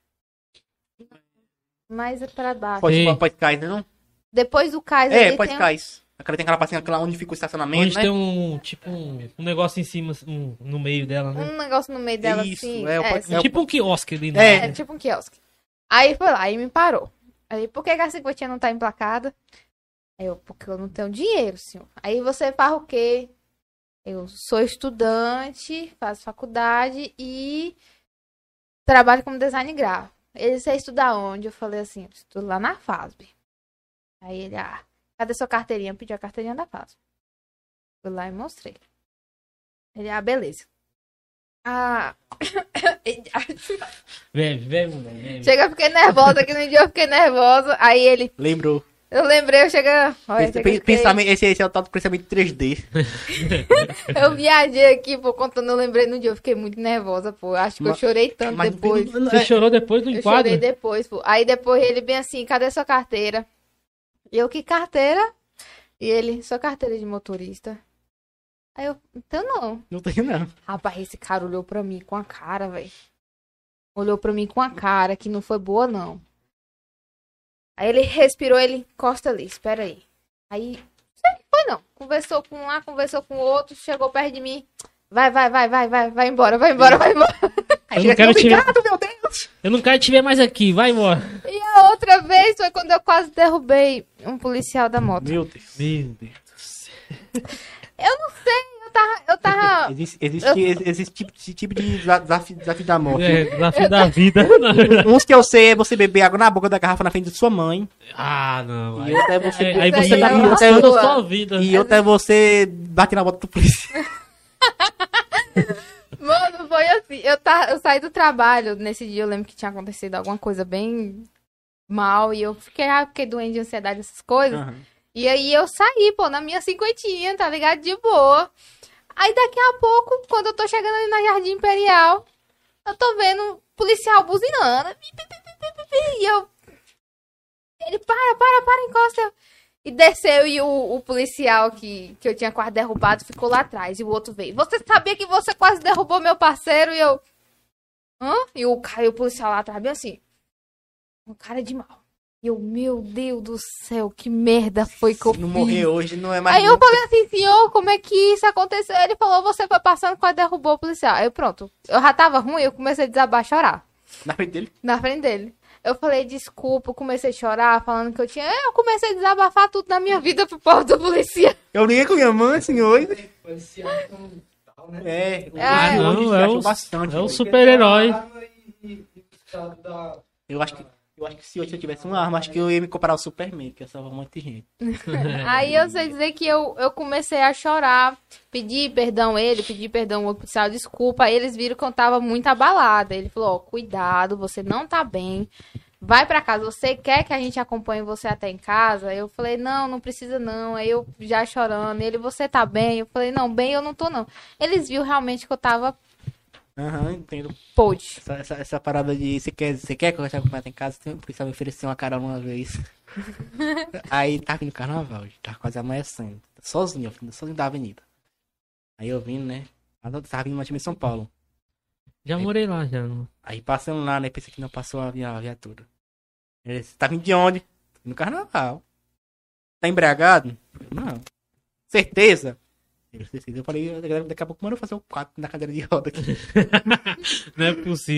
Mais pra baixo. Sim. Pode cair, né? Não? Depois do cais É, ali pode tem cair. Aquela tem aquela passinha aquela onde fica o estacionamento, Onde né? tem um negócio em cima, no meio dela, né? um negócio no meio dela Isso, assim. pode- Tipo um quiosque ali, né? É tipo um quiosque. Aí foi lá e me parou. Aí, por que que a cinquentinha não tá emplacada? Aí eu, porque eu não tenho dinheiro, senhor. Aí você faz o quê? Eu sou estudante, faço faculdade e trabalho como design gráfico. Ele, você estuda onde? Eu falei assim, eu estudo lá na FASB. Aí ele, cadê sua carteirinha? Pediu a carteirinha da FASB. Fui lá e mostrei. Ele, beleza. Velho. Chega, eu fiquei nervosa, que no dia eu fiquei nervosa. Aí ele, Lembrou. eu lembrei, eu chega. Olha, chega, eu fiquei- Pensamento, esse é o tal do pensamento 3D. eu viajei aqui, pô, contando, eu lembrei no dia, eu fiquei muito nervosa, pô. Acho que eu Mas- chorei tanto Mas depois. Você chorou depois do Eu enquadro? chorei depois, pô. Aí depois ele bem assim, cadê sua carteira? E eu, que carteira? E ele, sua carteira de motorista. Aí eu, então não. Não tenho, não. Rapaz, esse cara olhou pra mim com a cara, velho. Olhou pra mim com a cara que não foi boa, não. Aí ele respirou, ele encosta ali, espera aí. Aí, não sei o que foi, não. Conversou com um lá, conversou com o outro, chegou perto de mim. Vai embora. Eu não quero te ver. Obrigado, meu Deus! Eu não quero te ver mais aqui, vai embora. E a outra vez foi quando eu quase derrubei um policial da moto. Meu Deus. Meu Deus do céu. Eu não sei, eu tava... Existe esse tipo de desafio da morte. É, desafio da vida, na verdade. Uns que eu sei é você beber água na boca da garrafa na frente de sua mãe. Ah, não. E outra é você... Aí Isso você aí tá é uma começando sua. a sua vida. E outra é você bater na bota do policial. Mano, foi assim, eu saí do trabalho nesse dia, eu lembro que tinha acontecido alguma coisa bem mal, e eu fiquei doente de ansiedade, essas coisas. Aham. E aí eu saí, pô, na minha cinquentinha, tá ligado? De boa. Aí daqui a pouco, quando eu tô chegando ali na Jardim Imperial, eu tô vendo um policial buzinando. E eu... Ele, para, encosta. E desceu e o policial que eu tinha quase derrubado ficou lá atrás. E o outro veio. Você sabia que você quase derrubou meu parceiro? E eu... Hã? E o policial lá atrás, bem assim. Um cara de mal. E eu, meu Deus do céu, que merda foi que eu Se não fiz? morrer hoje, não é mais... Aí eu falei assim, senhor, como é que isso aconteceu? Ele falou, você foi passando, quase derrubou o policial. Aí pronto, eu já tava ruim, eu comecei a desabar, a chorar. Na frente dele? Na frente dele. Eu falei, desculpa, eu comecei a chorar, falando que eu tinha... Eu comecei a desabafar tudo na minha vida pro povo do policial. Eu liguei com minha mãe, senhor. É, Ah, não, hoje é achou o- bastante. É o super-herói. Eu acho que se hoje eu tivesse uma arma, acho que eu ia me comparar ao Superman, que eu salvo um monte de gente. Aí eu sei dizer que eu comecei a chorar, pedi perdão ao policial, desculpa. Aí eles viram que eu tava muito abalada. Ele falou, ó, cuidado, você não tá bem. Vai pra casa, você quer que a gente acompanhe você até em casa? Eu falei, não precisa não. Aí eu já chorando, ele, você tá bem? Eu falei, não, bem eu não tô não. Eles viram realmente que eu tava Aham, entendo. podre. Essa parada de você quer que eu acompanhe em casa? O policial me ofereceu uma carona uma vez. Aí tá vindo carnaval, tá quase amanhecendo. Sozinho da avenida. Aí eu vindo, né? Tava vindo em São Paulo. Já morei lá, já. Não. Aí passando lá, né? Pensei que não passou a viatura. Ele disse, tá vindo de onde? No carnaval. Tá embriagado? Não. Certeza? Eu falei, daqui a pouco, mano, eu vou fazer um 4 na cadeira de roda aqui. Não é possível.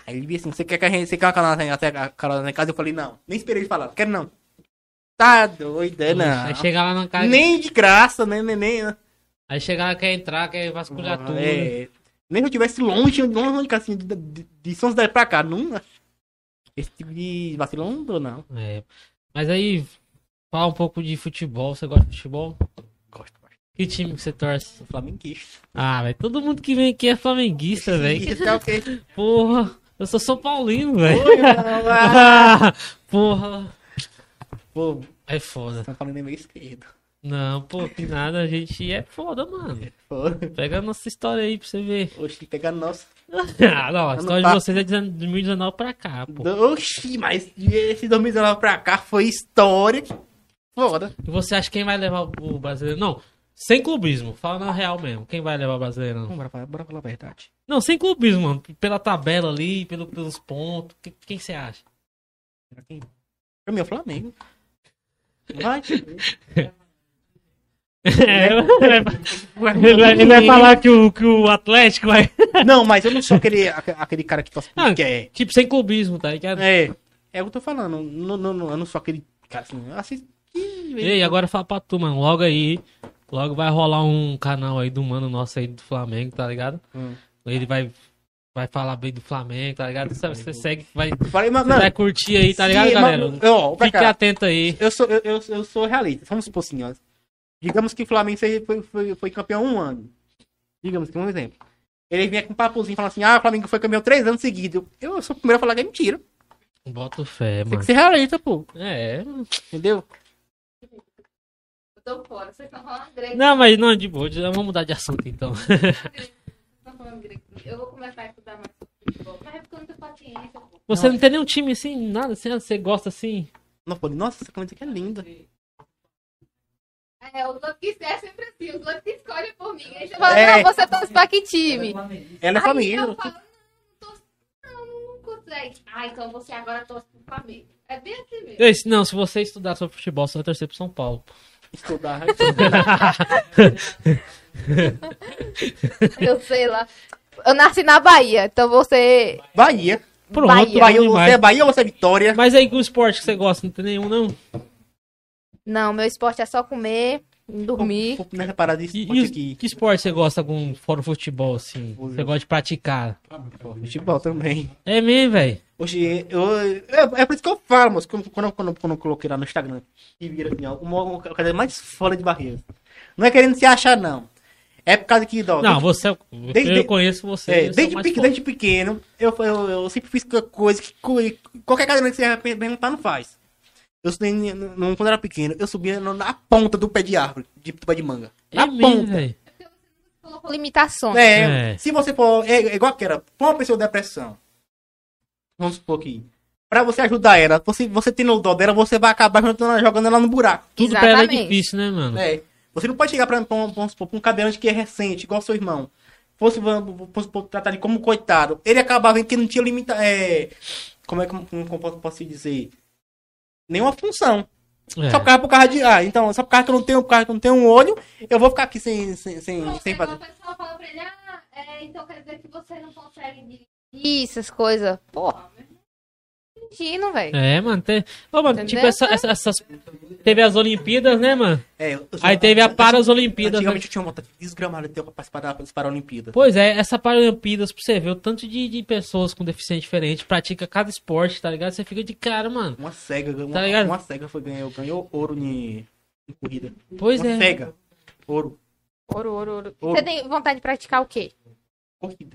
Aí ele disse assim, você quer uma carona na casa? Eu falei, não. Nem esperei ele falar, não quero não. Tá doido, não. Aí chegar lá na casa. Nem de graça, nem. Aí chegar lá, quer entrar, quer vasculhar tudo. Nem se eu estivesse longe de casa, assim, de São José pra cá, não. Esse tipo de vacilão não dou, não. É. Mas aí, fala um pouco de futebol. Você gosta de futebol? Gosto. Que time que você torce? Sou flamenguista. Ah, velho, todo mundo que vem aqui é flamenguista, velho. Isso é o quê? Porra, eu sou São Paulino, velho. Oi, mano. Porra. Pô, É foda. São Paulo é meio esquerdo. Não, pô, que nada, a gente é foda, mano. Pô. Pega a nossa história aí pra você ver. Oxi, pegar nossa. Ah, não, a história de vocês é de 2019 pra cá, pô. Oxi, mas esse 2019 pra cá foi história. Foda. E você acha quem vai levar o brasileiro? Não, sem clubismo, fala na real mesmo. Quem vai levar o brasileiro? Não, Bora falar a verdade. não sem clubismo, mano. Pela tabela ali, pelos pontos. Quem você acha? Pra mim é o Flamengo. Vai. Ele vai falar que o Atlético vai. Não, mas eu não sou aquele cara que torce porque quer. Tipo, sem clubismo, tá ligado? É o que eu tô falando. Eu não sou aquele cara assim. Eu assisto. Ei, agora fala pra tu, mano. Logo aí. Logo vai rolar um canal aí do mano nosso aí do Flamengo, tá ligado? Ele vai falar bem do Flamengo, tá ligado? Você segue, vai curtir aí, tá ligado, galera? Fique atento aí. Eu sou realista. Vamos supor assim, ó. Digamos que o Flamengo foi campeão um ano. Digamos que um exemplo. Ele vinha com um papozinho falando assim, o Flamengo foi campeão 3 anos seguidos. Eu sou o primeiro a falar que é mentira. Bota fé, Tem mano. que ser realista, pô. É. Entendeu? Eu tô fora, vocês estão falando grego. Não, mas não, de boa. Vamos mudar de assunto então. Vocês estão falando grego. Eu vou começar a estudar mais sobre futebol. Mas é porque eu não tenho paciência, pô. Você não tem nenhum time assim, nada assim, você gosta assim? Não, pô, nossa, essa camisa aqui é linda. É, os outros que é sempre assim, os outros que escolhem por mim. Aí você fala, não, você torce pra que time? Ela é Aí família. eu falo, não consegue. Então você agora torce pro Flamengo. É bem assim mesmo. Não, se você estudar sobre futebol, você vai torcer pro São Paulo. Estudar. Eu sei lá. Eu nasci na Bahia, então você... Bahia. Pronto, Bahia, bom demais. você é Bahia ou você é Vitória? Mas aí, o esporte que você gosta, não tem nenhum, não? Não, meu esporte é só comer, dormir. Nessa parada de E esporte aqui. que esporte você gosta algum fora o futebol, assim? Você gosta de praticar? Futebol também. É mesmo, velho? Hoje, é por isso que eu falo, moço. Quando eu coloquei lá no Instagram, e vira assim, ó, uma coisa mais foda de barreira. Não é querendo se achar, não. É por causa que, Não, eu conheço você. Desde pequeno, eu sempre fiz coisa que qualquer cadeira que você perguntar não faz. Quando eu era pequeno, eu subia na ponta do pé de árvore, de pé de manga. Na ponta. Véio. Colocou limitações. Se você for. É igual que era. Pra uma pessoa de depressão. Vamos supor que. Pra você ajudar ela, você tendo o dó dela, você vai acabar jogando ela no buraco. Tudo pra ela é Exatamente. difícil, né, mano? Você não pode chegar pra um cadeirante que é recente, igual seu irmão. Vamos tratar ele como coitado. Ele acabava vendo que não tinha limita. Como posso dizer? Nenhuma função. Só por causa de. Então, só por causa que eu não tenho um olho, eu vou ficar aqui sem fazer. A pessoa fala pra ele, então quer dizer que você não consegue dirigir essas coisas. Porra, mentindo, velho. Mano. Tipo, essas. Teve as Olimpíadas, né, mano? Aí teve a Paralimpíadas. Antigamente eu tinha vontade de desgramar de ter pra participar das Paralimpíadas. Pois é, essa Paralimpíadas, pra você ver o tanto de pessoas com deficiência diferente, pratica cada esporte, tá ligado? Você fica de cara, mano. Uma cega, ligado? uma cega ganhou ouro em corrida. Pois uma é. Cega. Ouro. Ouro. Você tem vontade de praticar o quê? Corrida.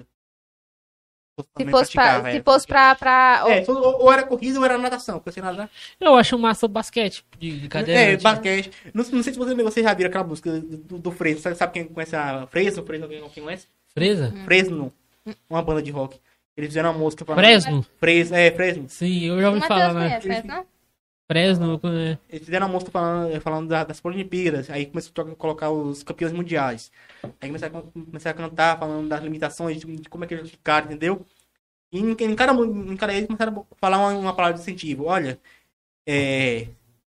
Se fosse pra... Ou era corrida ou era natação, porque eu sei nadar. Eu acho massa o basquete de cadeira. Basquete. Não sei se você já viu aquela música do Fresno. Sabe quem conhece a Fresno? Alguém conhece? Fresa? Fresno. Uma banda de rock. Eles fizeram uma música pra... Fresno? Fresno. Sim, eu já ouvi falar, né? Fresno. Eles fizeram uma música falando das Olimpíadas. Aí começou a colocar os campeões mundiais. Aí começaram a cantar, falando das limitações, de como é que eles ficaram, entendeu? E em cada eles começaram a falar uma palavra de incentivo. Olha, tem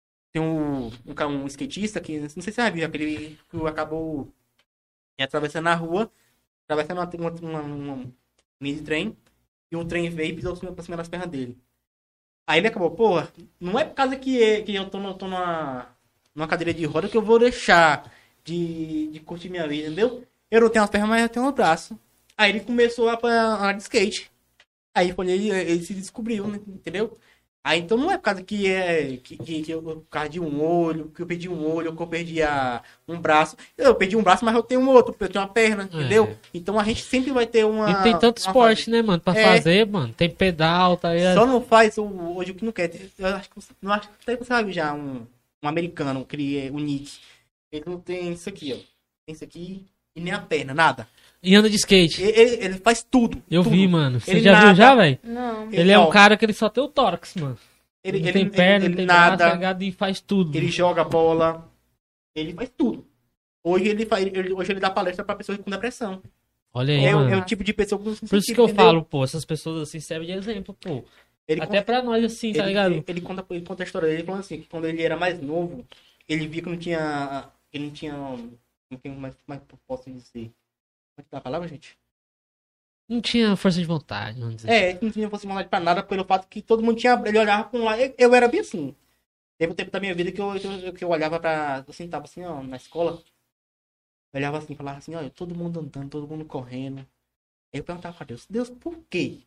um skatista que, não sei se você já viu, aquele que acabou atravessando a rua, atravessando uma linha de trem. E um trem veio e pisou por cima das pernas dele. Aí ele acabou, porra, não é por causa que eu tô numa cadeira de roda que eu vou deixar de curtir minha vida, entendeu? Eu não tenho as pernas, mas eu tenho os braços. Aí ele começou a andar de skate. Aí ele se descobriu, né, entendeu? Aí então não é por causa que eu por causa de um olho, que eu perdi um olho, que eu perdi um braço. Eu perdi um braço, mas eu tenho um outro, eu tenho uma perna, entendeu? Então a gente sempre vai ter uma. E tem tanto esporte, fase. né, mano, pra fazer, mano. Tem pedal, tá aí. Só não faz hoje o que não quer. Eu acho que não acho que você sabe já um americano, o Nick. Ele não tem isso aqui, ó. Tem isso aqui e nem a perna, nada. E anda de skate. Ele faz tudo. Eu tudo. vi, mano. Você Ele já nada. viu já, velho? Não. Ele é um cara que ele só tem o tórax, mano. Ele não tem perna, não tem nada. braço, ligado, e faz tudo. Ele joga bola. Ele faz tudo. Hoje ele dá palestra pra pessoas com depressão. Olha aí, mano. É o tipo de pessoa que não se Por isso que eu falo, pô, essas pessoas assim servem de exemplo, pô. Até pra nós assim, tá ligado? Ele conta a história dele falando assim, que quando ele era mais novo, ele via que não tinha. Ele não tinha. Não tem mais posso dizer. Como é que tá a palavra, gente? Não tinha força de vontade, vamos dizer. Não tinha força de vontade pra nada, pelo fato que todo mundo tinha. Ele olhava pra um lado. Eu era bem assim. Teve um tempo da minha vida que eu olhava pra. Eu sentava assim, ó, na escola. Eu olhava assim, falava assim, ó, todo mundo andando, todo mundo correndo. Aí eu perguntava pra Deus, por quê?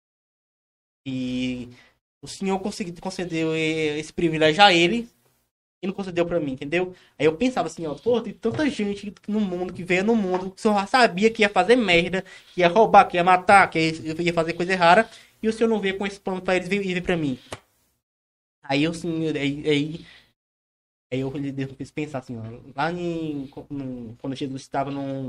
E o Senhor concedeu esse privilégio a ele e não concedeu pra mim, entendeu? Aí eu pensava assim, ó, pô, tem tanta gente no mundo que veio no mundo que o Senhor já sabia que ia fazer merda, que ia roubar, que ia matar, que ia fazer coisa errada, e o Senhor não veio com esse plano pra eles e veio pra mim. Aí eu assim, aí eu fiz pensar assim, ó, lá quando Jesus estava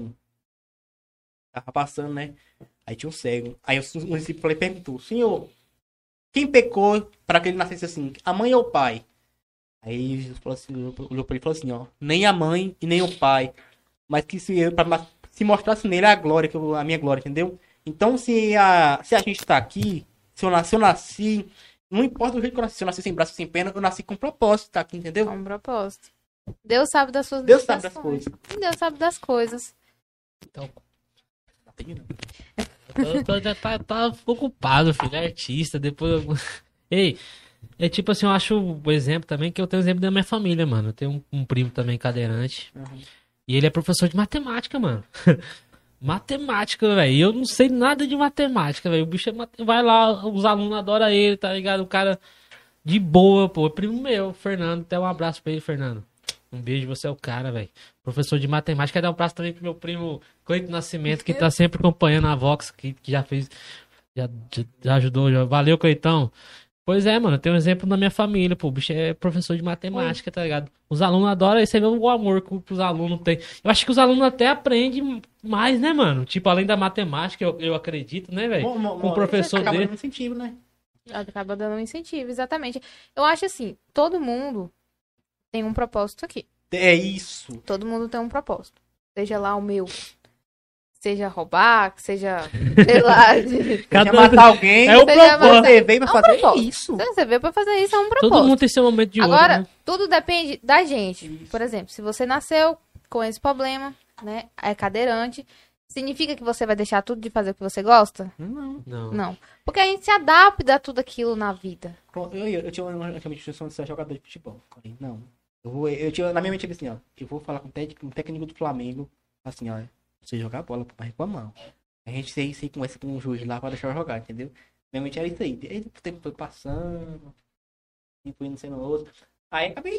tava passando, né? Aí tinha um cego. Aí o discípulo perguntou, Senhor, quem pecou para que ele nascesse assim? A mãe ou o pai? Aí Jesus falou assim, olhou pra ele e falou assim, ó, nem a mãe e nem o pai, mas que se mostrasse nele a glória, a minha glória, entendeu? Então se a gente tá aqui, se eu nasci, não importa o jeito que eu nasci, se eu nasci sem braço, sem perna, eu nasci com propósito, tá aqui, entendeu? Com propósito. Deus sabe das suas Deus sabe das limitações. coisas. Deus sabe das coisas. Então, já tá ocupado, filho, é artista, depois... Ei, é tipo assim, eu acho o exemplo também, que eu tenho o exemplo da minha família, mano. Eu tenho um primo também cadeirante, e ele é professor de matemática, mano. Matemática, velho, eu não sei nada de matemática, velho. O bicho vai lá, os alunos adoram ele, tá ligado? O cara de boa, pô, primo meu, Fernando, até um abraço pra ele, Fernando. Um beijo, você é o cara, velho. Professor de matemática. Quero dar um abraço também pro meu primo Cleiton Nascimento, que tá sempre acompanhando a Vox, que já fez, já ajudou. Valeu, Cleitão. Pois é, mano, tem um exemplo na minha família, pô. O bicho é professor de matemática, tá ligado? Os alunos adoram, aí você vê o amor que os alunos têm. Eu acho que os alunos até aprendem mais, né, mano? Tipo, além da matemática, eu acredito, né, velho? Com o professor acaba dele. dando incentivo, né? Acaba dando um incentivo, exatamente. Eu acho assim, todo mundo tem um propósito aqui. É isso. Todo mundo tem um propósito. Seja lá o meu. Seja roubar, seja, sei lá. Seja matar alguém. É o propósito. Você veio pra fazer propósito. isso. Você veio pra fazer isso, é um propósito. Todo mundo tem seu momento de ouro, Agora, né? tudo depende da gente. Por exemplo, se você nasceu com esse problema, né? É cadeirante. Significa que você vai deixar tudo de fazer o que você gosta? Não. Não. Porque a gente se adapta a tudo aquilo na vida. Eu tinha uma instituição de ser jogador de futebol. Falei, não. Eu tinha, na minha mente, assim, ó. Eu vou falar com o técnico do Flamengo. Assim, ó. Você jogar bola, vai reclamar. A gente se conversa com um juiz lá pra deixar eu jogar, entendeu? Minha mente era isso aí. Aí o tempo foi passando. E foi não sendo outro. Aí acabei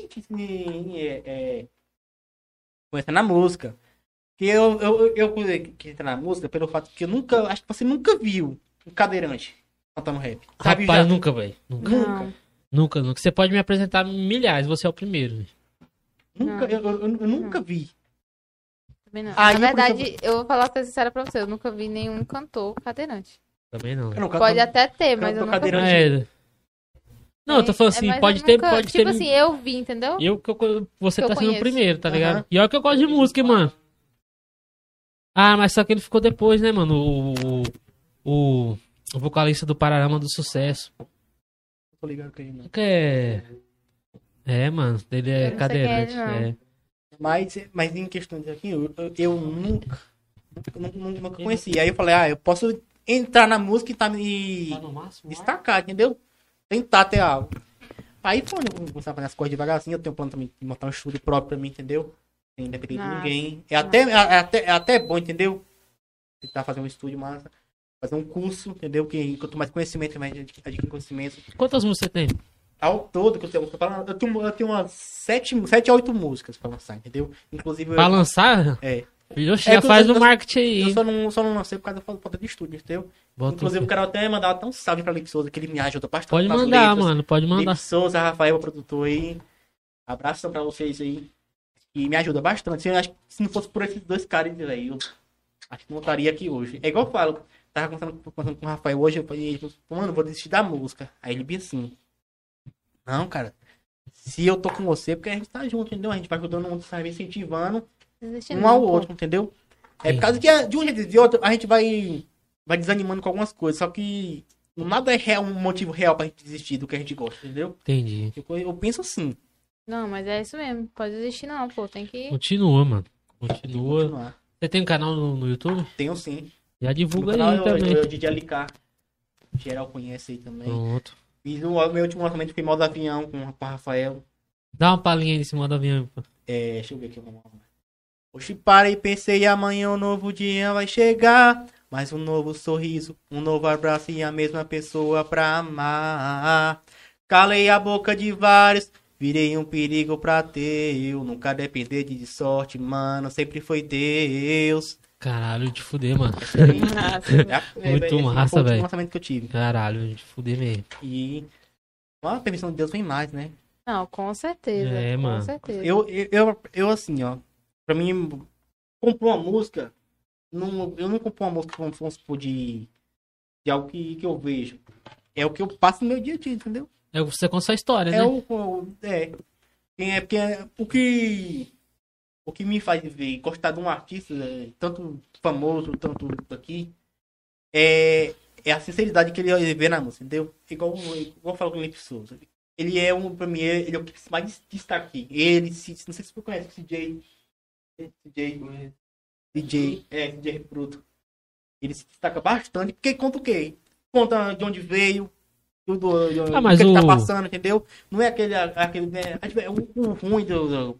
conhecendo a música. Que eu que entrar na música pelo fato que eu nunca. Acho que você nunca viu um cadeirante cantando rap. Sabe? Rapaz, nunca, velho. Nunca. Não. Nunca. Você pode me apresentar milhares, você é o primeiro. Véio. Nunca, eu nunca vi. Também não. Aí, Na por verdade, eu vou falar ser sincera pra você, eu nunca vi nenhum cantor cadeirante. Também não. Eu não canto- Pode até ter, mas cantor eu nunca vi. cadeirante. Não, eu tô falando assim, mas pode eu ter, nunca- pode tipo ter. assim, eu vi, entendeu? Você que eu tá sendo o conheço. primeiro, tá ligado? Aham. E olha que eu gosto de música, hein, mano. Ah, mas só que ele ficou depois, né, mano? O vocalista do Pararama do Sucesso. Tô ligado com ele, não. Que é, mano, ele é Eu não sei quem é cadeirante. ele, não. É. Mas em questão de aqui, eu nunca conheci. Aí eu falei, eu posso entrar na música e Tá no máximo, destacar, entendeu? Tentar ter algo. Aí foi, eu vou começar a fazer as coisas devagarzinho. Eu tenho um plano também de montar um estúdio próprio pra mim, entendeu? Sem depender de Nossa. ninguém. É até bom, entendeu? Tentar fazer um estúdio massa. Fazer um curso, entendeu? Que quanto mais conhecimento, mais adquirir conhecimento. Quantas músicas você tem? Ao todo, que eu tenho umas 7 a 8 músicas pra lançar, entendeu? Inclusive. Pra lançar? É. Oxe, já que faz eu- o marketing aí. Eu só não lancei por causa da falta de estúdio, entendeu? Bota Inclusive, o- eu quero até mandar até um salve pra Lipe Souza, que ele me ajuda bastante. Pode nas mandar, letras. mano. Pode mandar. Lipe Souza, Rafael, o produtor aí. Abração pra vocês aí. E me ajuda bastante. Eu acho que se não fosse por esses dois caras, velho, eu acho que não estaria aqui hoje. É igual eu falo. Tava conversando com o Rafael hoje, eu falei, mano, eu vou desistir da música. Aí ele bem assim. Não, cara. Se eu tô com você, porque a gente tá junto, entendeu? A gente vai ajudando um, sabe, incentivando Existe um não, ao pô. outro, entendeu? É por causa que de um jeito e de outro a gente vai desanimando com algumas coisas. Só que nada é real, um motivo real pra gente desistir do que a gente gosta, entendeu? Entendi. Eu penso assim. Não, mas é isso mesmo. Pode desistir não, pô. Tem que... Continua, mano. Tem que Continua. continuar. Você tem um canal no YouTube? Tenho sim. Já divulga No aí canal também. eu DJ LK. Geral conhece aí também. Pronto. Fiz o meu último lançamento foi modo avião com o Rafael. Dá uma palhinha aí desse modo avião. Pô. Deixa eu ver aqui. Hoje parei e pensei, amanhã um novo dia vai chegar. Mais um novo sorriso, um novo abraço e a mesma pessoa pra amar. Calei a boca de vários, virei um perigo pra teu. Nunca depender de sorte, mano, sempre foi Deus. Caralho, de fuder, mano. Massa. Massa, foi o último velho. lançamento que eu tive. Caralho, de fuder mesmo. E a permissão de Deus vem mais, né? Não, com certeza. É, com mano. certeza. Eu assim, ó. Pra mim, compor uma música. Eu não compor uma música, vamos supor, de algo que eu vejo. É o que eu passo no meu dia a dia, entendeu? É você com sua história, É né? O que me faz ver, gostar de um artista, tanto famoso, tanto aqui, é a sinceridade que ele vê na música, entendeu? Igual eu falo com o Lipe Souza. Ele é pra mim, ele é o que mais destaca aqui. Não sei se você conhece o DJ Repruto. Ele se destaca bastante, porque conta o quê? Conta de onde veio, Mas o que ele tá o- passando, entendeu? Não é aquele o ruim do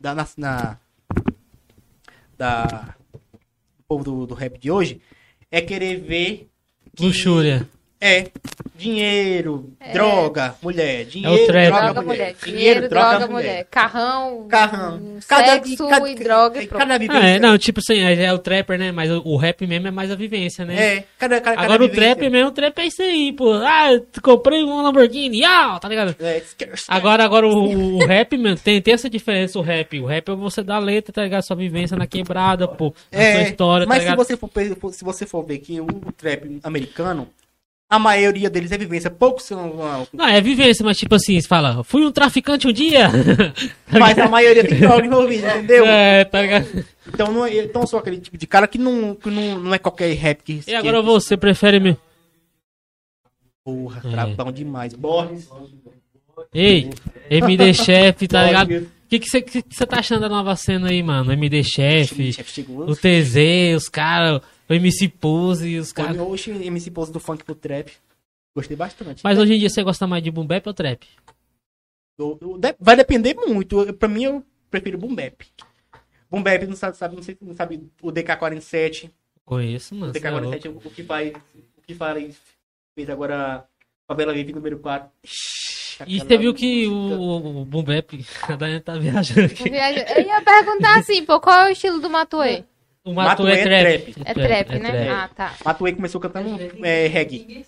povo do rap de hoje é querer ver Luxúria. dinheiro, É. droga, mulher, dinheiro, É o trap. Droga, mulher. Dinheiro, droga, mulher. Carrão, sexo e droga. e pronto. cada Ah, vivência. não, tipo assim, é o trapper, né? Mas o rap mesmo é mais a vivência, né? Cada Agora o vivência. trap mesmo, o trap é isso aí, pô. Ah, eu comprei um Lamborghini, tá ligado? Agora o rap, mano, tem essa diferença, o rap. O rap é você dar letra, tá ligado? Sua vivência na quebrada, pô. A sua história, mas tá ligado? se você for ver que o trap americano, a maioria deles é vivência. Poucos são. Não, é vivência, mas tipo assim, você fala, fui um traficante um dia. Mas a maioria tem droga envolvida, entendeu? É, tá ligado? Então eu sou aquele tipo de cara que não é qualquer rap que. E agora você prefere me. Porra, É. trapão demais. Borges. Ei, MD Chef, tá ligado? Borges. O que você tá achando da nova cena aí, mano? MD Chef, Chefe chegou. o TZ, os caras, o MC Pose, os caras. Hoje MC Pose do funk pro trap. Gostei bastante. Mas hoje em dia você gosta mais de boom bap ou trap? Vai depender muito. Pra mim, eu prefiro Boom Bap. Boom Bap não sabe o DK47. Conheço, O mano. cê é louco. DK47, o que fez agora Favela Vive número 4. E você viu que o boom bap, a Daiane tá viajando aqui. Eu ia perguntar assim, pô, qual é o estilo do Matuê? O Matuê é trap. É trap, né? Ah, tá. Matuê começou cantando reggae.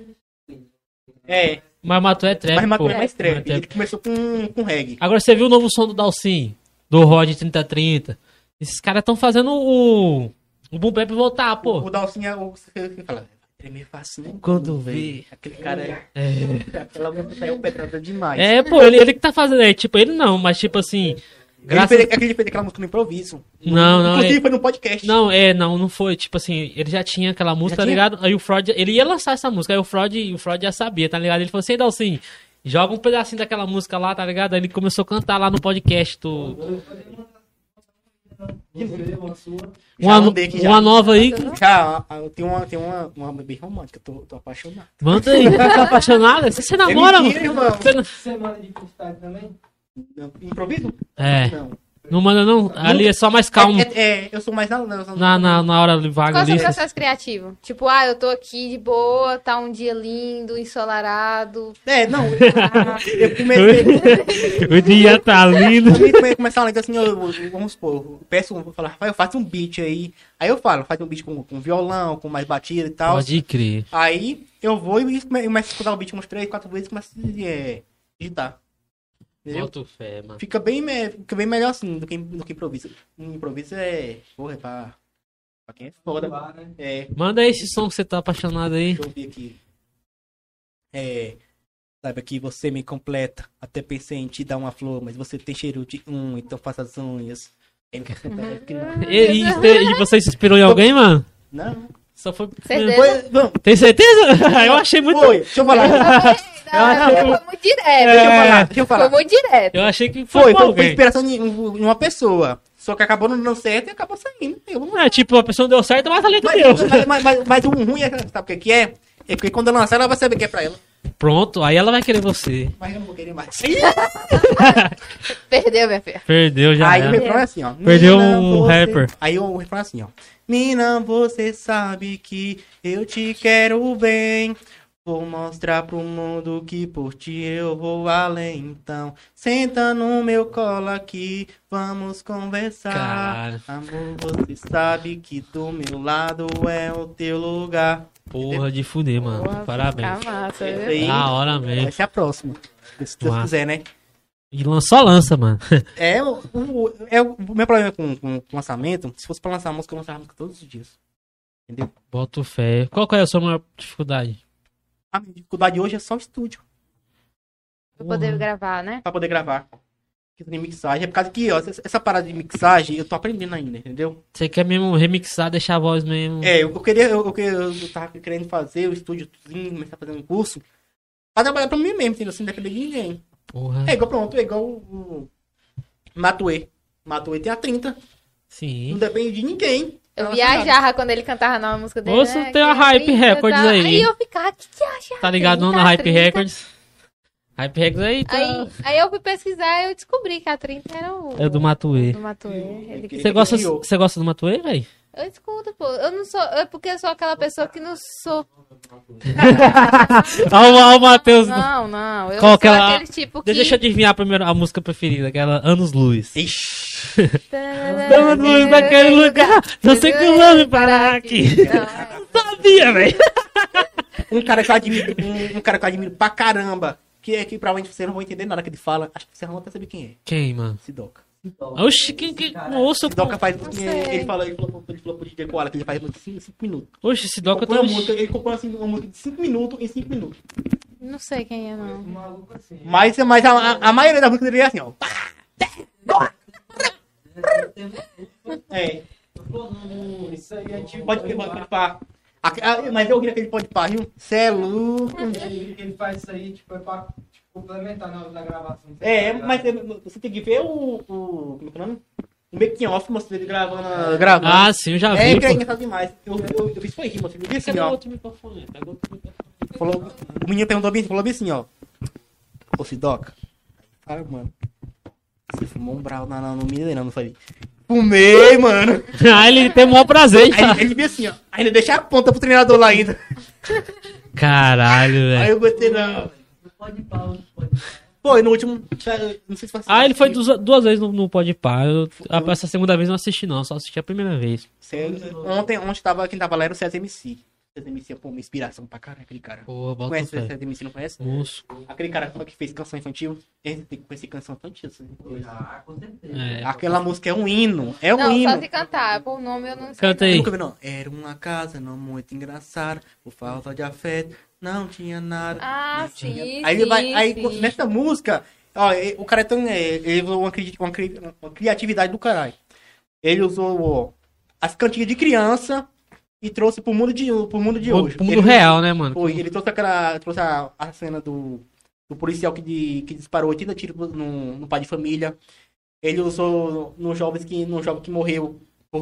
Mas Matuê é trap, Mas Matuê pô. é mais trap. Matuê é- Ele começou com reggae. Agora você viu o novo som do Dalcin, do Rod 3030. Esses caras estão fazendo o boom bap voltar, pô. O Dalcinha, você fala, tremer fácil, né? Quando vê. Aquele cara É. aquela música saiu pedrada demais. É, pô, ele que tá fazendo. É, tipo, ele não, mas tipo assim. Ele fez aquela música no improviso. Não, Inclusive foi no podcast. Não foi. Tipo assim, ele já tinha aquela música, tá tinha? ligado? Aí o Freud, ele ia lançar essa música, aí o Freud já sabia, tá ligado? Ele falou assim, Dalcin, joga um pedacinho daquela música lá, tá ligado? Aí ele começou a cantar lá no podcast do... Já mandei aqui, já. Uma nova aí. Já, tem uma bem romântica, tô apaixonado. Manda aí. Tá apaixonada? Você namora, mentira, mano? irmão. Você não- Semana de freestyle também? Não, improviso? É. Não. Não manda, não? Ali é só mais calmo. Eu sou mais na Na hora de vaga Qual é o seu ali. processo criativo? Tipo, eu tô aqui de boa, tá um dia lindo, ensolarado. Não. Eu comecei. O dia tá lindo. Começar uma letra assim, vamos supor, eu peço, vou falar, Rafael, faz um beat aí. Aí eu falo, faz um beat com violão, com mais batida e tal. Pode crer. Aí eu vou e começo a escutar o beat umas 3, 4 vezes e começo a digitar. Entendeu? Boto fé, mano. Fica bem melhor assim do que improviso. Improviso porra, é pra quem é foda. Né? Manda aí esse som que você tá apaixonado aí. Deixa eu ver aqui. Saiba que você me completa. Até pensei em te dar uma flor, mas você tem cheiro de então faça as unhas. Ele quer cantar, E você se inspirou em alguém, mano? Não. Só foi. Certeza? Vamos. Tem certeza? Eu achei muito. Foi, deixa eu falar. Não, foi muito direto. Deixa eu falar. Foi muito direto. Eu achei que Foi com alguém. inspiração de uma pessoa. Só que acabou não dando certo e acabou saindo. É, tipo, a pessoa não deu certo, mas a letra deu. Mas o ruim é, sabe o que é? É porque quando ela lançar, ela vai saber que é pra ela. Pronto, aí ela vai querer você. Mas eu não vou querer mais. Perdeu, minha filha. Perdeu já. Aí o era. refrão é assim, ó. Perdeu Mina, um você- rapper. Aí o refrão é assim, ó. Mina, você sabe que eu te quero bem. Vou mostrar pro mundo que por ti eu vou além. Então, senta no meu colo aqui, vamos conversar. Cara. Amor, você sabe que do meu lado é o teu lugar. Porra de fuder, mano. Porra, Parabéns. Tá massa, Esse viu? aí Da hora vai mesmo. ser a próxima. Se Deus Massa. quiser, né? E só lança, mano. O meu problema com lançamento, se fosse pra lançar música, eu lançava música todos os dias. Entendeu? Boto fé. Qual que é a sua maior dificuldade? A minha dificuldade hoje é só o estúdio. Pra poder gravar, né? Pra poder gravar. Questão de mixagem. É por causa que, ó, essa parada de mixagem, eu tô aprendendo ainda, entendeu? Você quer mesmo remixar, deixar a voz mesmo. Eu tava querendo fazer o estúdiozinho, começar a fazer um curso. Pra trabalhar pra mim mesmo, entendeu? Sem depender de ninguém. Porra. É igual o Matuê. Matuê tem a 30. Não Sim. depende de ninguém. Eu viajava quando ele cantava na música dele. Moço, né? tem a Que Hype 30 Records tal. aí. Aí eu ficava, que acha? Tá ligado não 30, na Hype 30? Records? Hype Records aí tá. Aí eu fui pesquisar e eu descobri que a 30 era o... É do Matuê. do Matuê. Ele que- Você gosta do Matuê, velho? Eu escuto, pô. Eu não sou... É porque eu sou aquela pessoa que não sou... Olha o Matheus. Não. Eu Qual sou que é a- aquele tipo que... Deixa eu adivinhar primeiro a música preferida, aquela Anos Luz. Ixi. Anos Luz naquele lugar, não sei que o nome parar aqui. Não, Sabia, velho. Um cara que eu admiro, um cara que eu admiro pra caramba. Que provavelmente você não vai entender nada que ele fala. Acho que você não vai até saber quem é. Quem, mano? Sidoca. Oxi, Nossa, Sidoca faz. Não sei. Ele falou pro DJ Koala que ele faz música em 5 minutos. Oxi, esse Doca Compõe tá... uma música, ele compõe assim, uma música de 5 minutos em 5 minutos. não sei quem é, não. Um maluco assim. Mas a maioria da música dele é assim, ó. É. Isso aí é tipo. Pode pá. Mas eu queria que ele pode pá, viu? Cê é louco. Ele faz isso aí, tipo, é pra complementar na hora da gravação. Mas você tem que ver como é que é o nome? O making off mostrando ele gravando. Ah, sim, eu já vi, que é pô. engraçado demais. Eu fiz foi rir, mostrei bem assim, Cadê o ó. outro microfone? Pega outro microfone. Falou, o menino perguntou bem, falou bem assim, ó. Ô, Sidoca. Cara, mano. Você fumou um brau no Mineirão, não falei. Fumei, mano. Ah, ele tem o maior prazer, Aí ele veio assim, ó. Ainda deixa a ponta pro treinador lá ainda. Caralho, Aí velho. eu gostei, não. Pô, e no último. Não sei se foi assim. Ah, ele foi duas vezes no Podpah. Essa segunda vez eu não assisti, não. Só assisti a primeira vez. Ontem quem tava lá era o César MC. César MC é, pô, uma inspiração pra caralho, aquele cara. Porra, bota Conhece o fé. César MC, não conhece? Moço. Aquele cara que fez canção infantil. Ele tem que conhecer canção infantil. Assim. Ah, com certeza. É. Aquela música é um hino. É um Não, hino. só se cantar. Por nome eu não sei. Canta aí. Nunca vi, não. Era uma casa não muito engraçada, por falta de afeto, não tinha nada. Ah, não tinha- sim, Aí ele vai, aí sim. nessa música, ó, o cara é tão, ele usou uma criatividade do caralho. Ele usou ó, as cantigas de criança e trouxe pro mundo de hoje. Pro mundo Ele- real, né, mano? Foi, ele trouxe a cena do policial que disparou 80 tiros no pai de família. Ele usou num jovem que morreu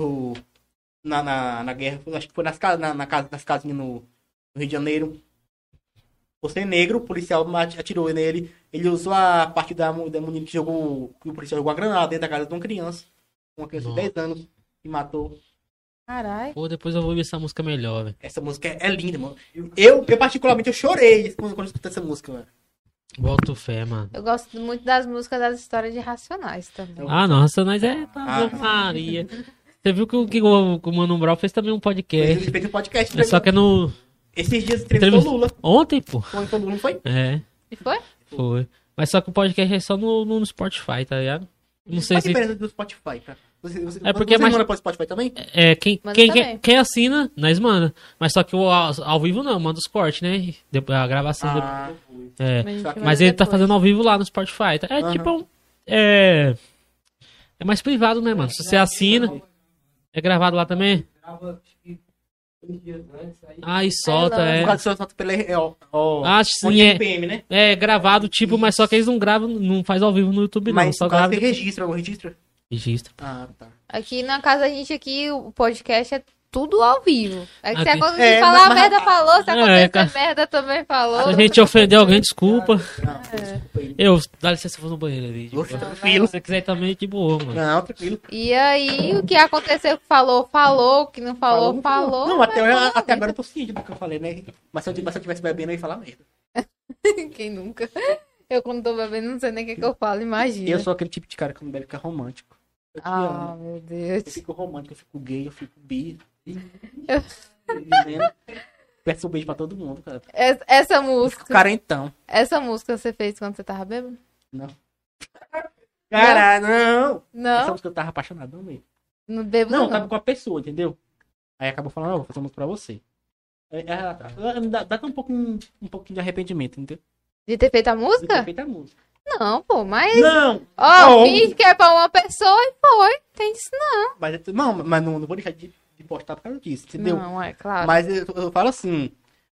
na guerra. Acho que foi nas casinhas no Rio de Janeiro. Por ser negro, o policial atirou nele. Ele usou a parte da menina que o policial jogou a granada dentro da casa de uma criança. Uma criança de 10 anos. E matou. Caralho. Pô, depois eu vou ouvir essa música melhor, velho. Essa música é linda, mano. Eu particularmente, eu chorei quando eu escutei essa música, mano. Boto fé, mano. Eu gosto muito das músicas das histórias de Racionais também. Ah, nossa, mas é Maria. Você viu que o Mano Brown fez também um podcast. Ele fez um podcast. É só que é no... Esses dias entrevistou o Lula. Ontem, pô. Então o Lula não foi? É, E foi? foi. Mas só que o podcast é só no Spotify, tá ligado? Não sei Qual a se... diferença do Spotify, cara? É porque você mais- manda pro Spotify também? É, Manda também. quem assina, nós manda. Mas só que o ao vivo não, manda os cortes, né? A gravação. Ah, É. Mas, a gente Mas manda Mas ele tá depois. fazendo ao vivo lá no Spotify. É Aham. tipo. É mais privado, né, mano? Se você assina. É gravado lá também? Grava, acho que 3 dias antes, aí Aí solta, não. é. por causa do seu solta pela Acho sim, fonte é. RPM, né? É gravado, tipo, mas só que eles não gravam, não faz ao vivo no YouTube, não. Mas Só no caso grava. você registra, não registra? Registro. Ah, tá. Aqui na casa da gente, aqui, o podcast é tudo ao vivo. É que se Aqui. acontecer falar mas- merda, falou. Se acontecer cara. merda, também falou. Se a gente ofender alguém, desculpa. Não, desculpa aí. Eu, dá licença, eu vou no banheiro ali. Tipo, Você, se tranquilo. você quiser ir também, de boa, mano. Não, tranquilo. E aí, o que aconteceu, que falou, o que não falou, falou. Não, mas até falou agora eu tô ciente do que eu falei, né? Mas se eu tivesse bebendo, eu ia falar merda. mesmo. Quem nunca? Eu, quando tô bebendo, não sei nem o que eu falo, imagina. Eu sou aquele tipo de cara que não bebe, que é romântico. Eu te Ah, amo. meu Eu Deus. fico romântico, eu fico gay, eu fico bi. Eu- Peço um beijo pra todo mundo, cara. Essa música. Carentão. Essa música você fez quando você tava bêbado? Não. Cara, não. Essa Não, música eu tava apaixonado mesmo. não bebo Não, não. eu tava com a pessoa, entendeu? Aí acabou falando, não, vou fazer uma música pra você. Dá até um pouquinho de arrependimento, entendeu? De ter feito a De ter música? feito a música. Não, pô, mas... Não! Ó, Não. finge que é pra uma pessoa e foi. Tem isso Mas não vou deixar de postar por causa disso, entendeu? não. Não, é claro. Mas eu falo assim,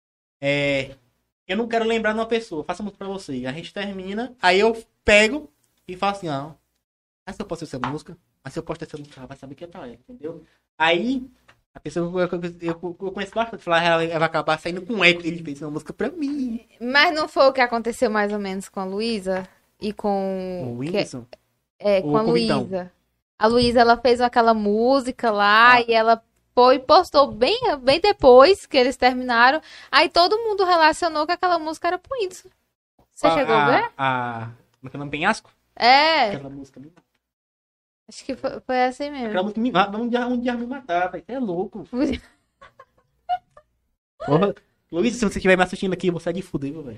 eu não quero lembrar de uma pessoa, faça música pra você. A gente termina, aí eu pego e falo assim, ó, mas se eu posto essa música, mas se eu posto essa música, ela vai saber que é pra ela, entendeu? Aí, a pessoa que eu conheço bastante, falar, ela vai acabar saindo com eco, ele fez uma música pra mim. Mas não foi o que aconteceu mais ou menos com a Luísa? E com... O Whindersson. com a com o Vitão. Luísa. A Luísa, ela fez aquela música lá e ela foi e postou bem depois que eles terminaram. Aí todo mundo relacionou que aquela música era pro Whindersson. Você chegou a ver? Como é que é o nome? Penhasco? É, Aquela música me mata. acho que foi assim Aquela mesmo. música me mata, um dia me matar, vai. Você é louco. Porra. Luiz, se você estiver me assistindo aqui, eu vou sair de fuder, velho.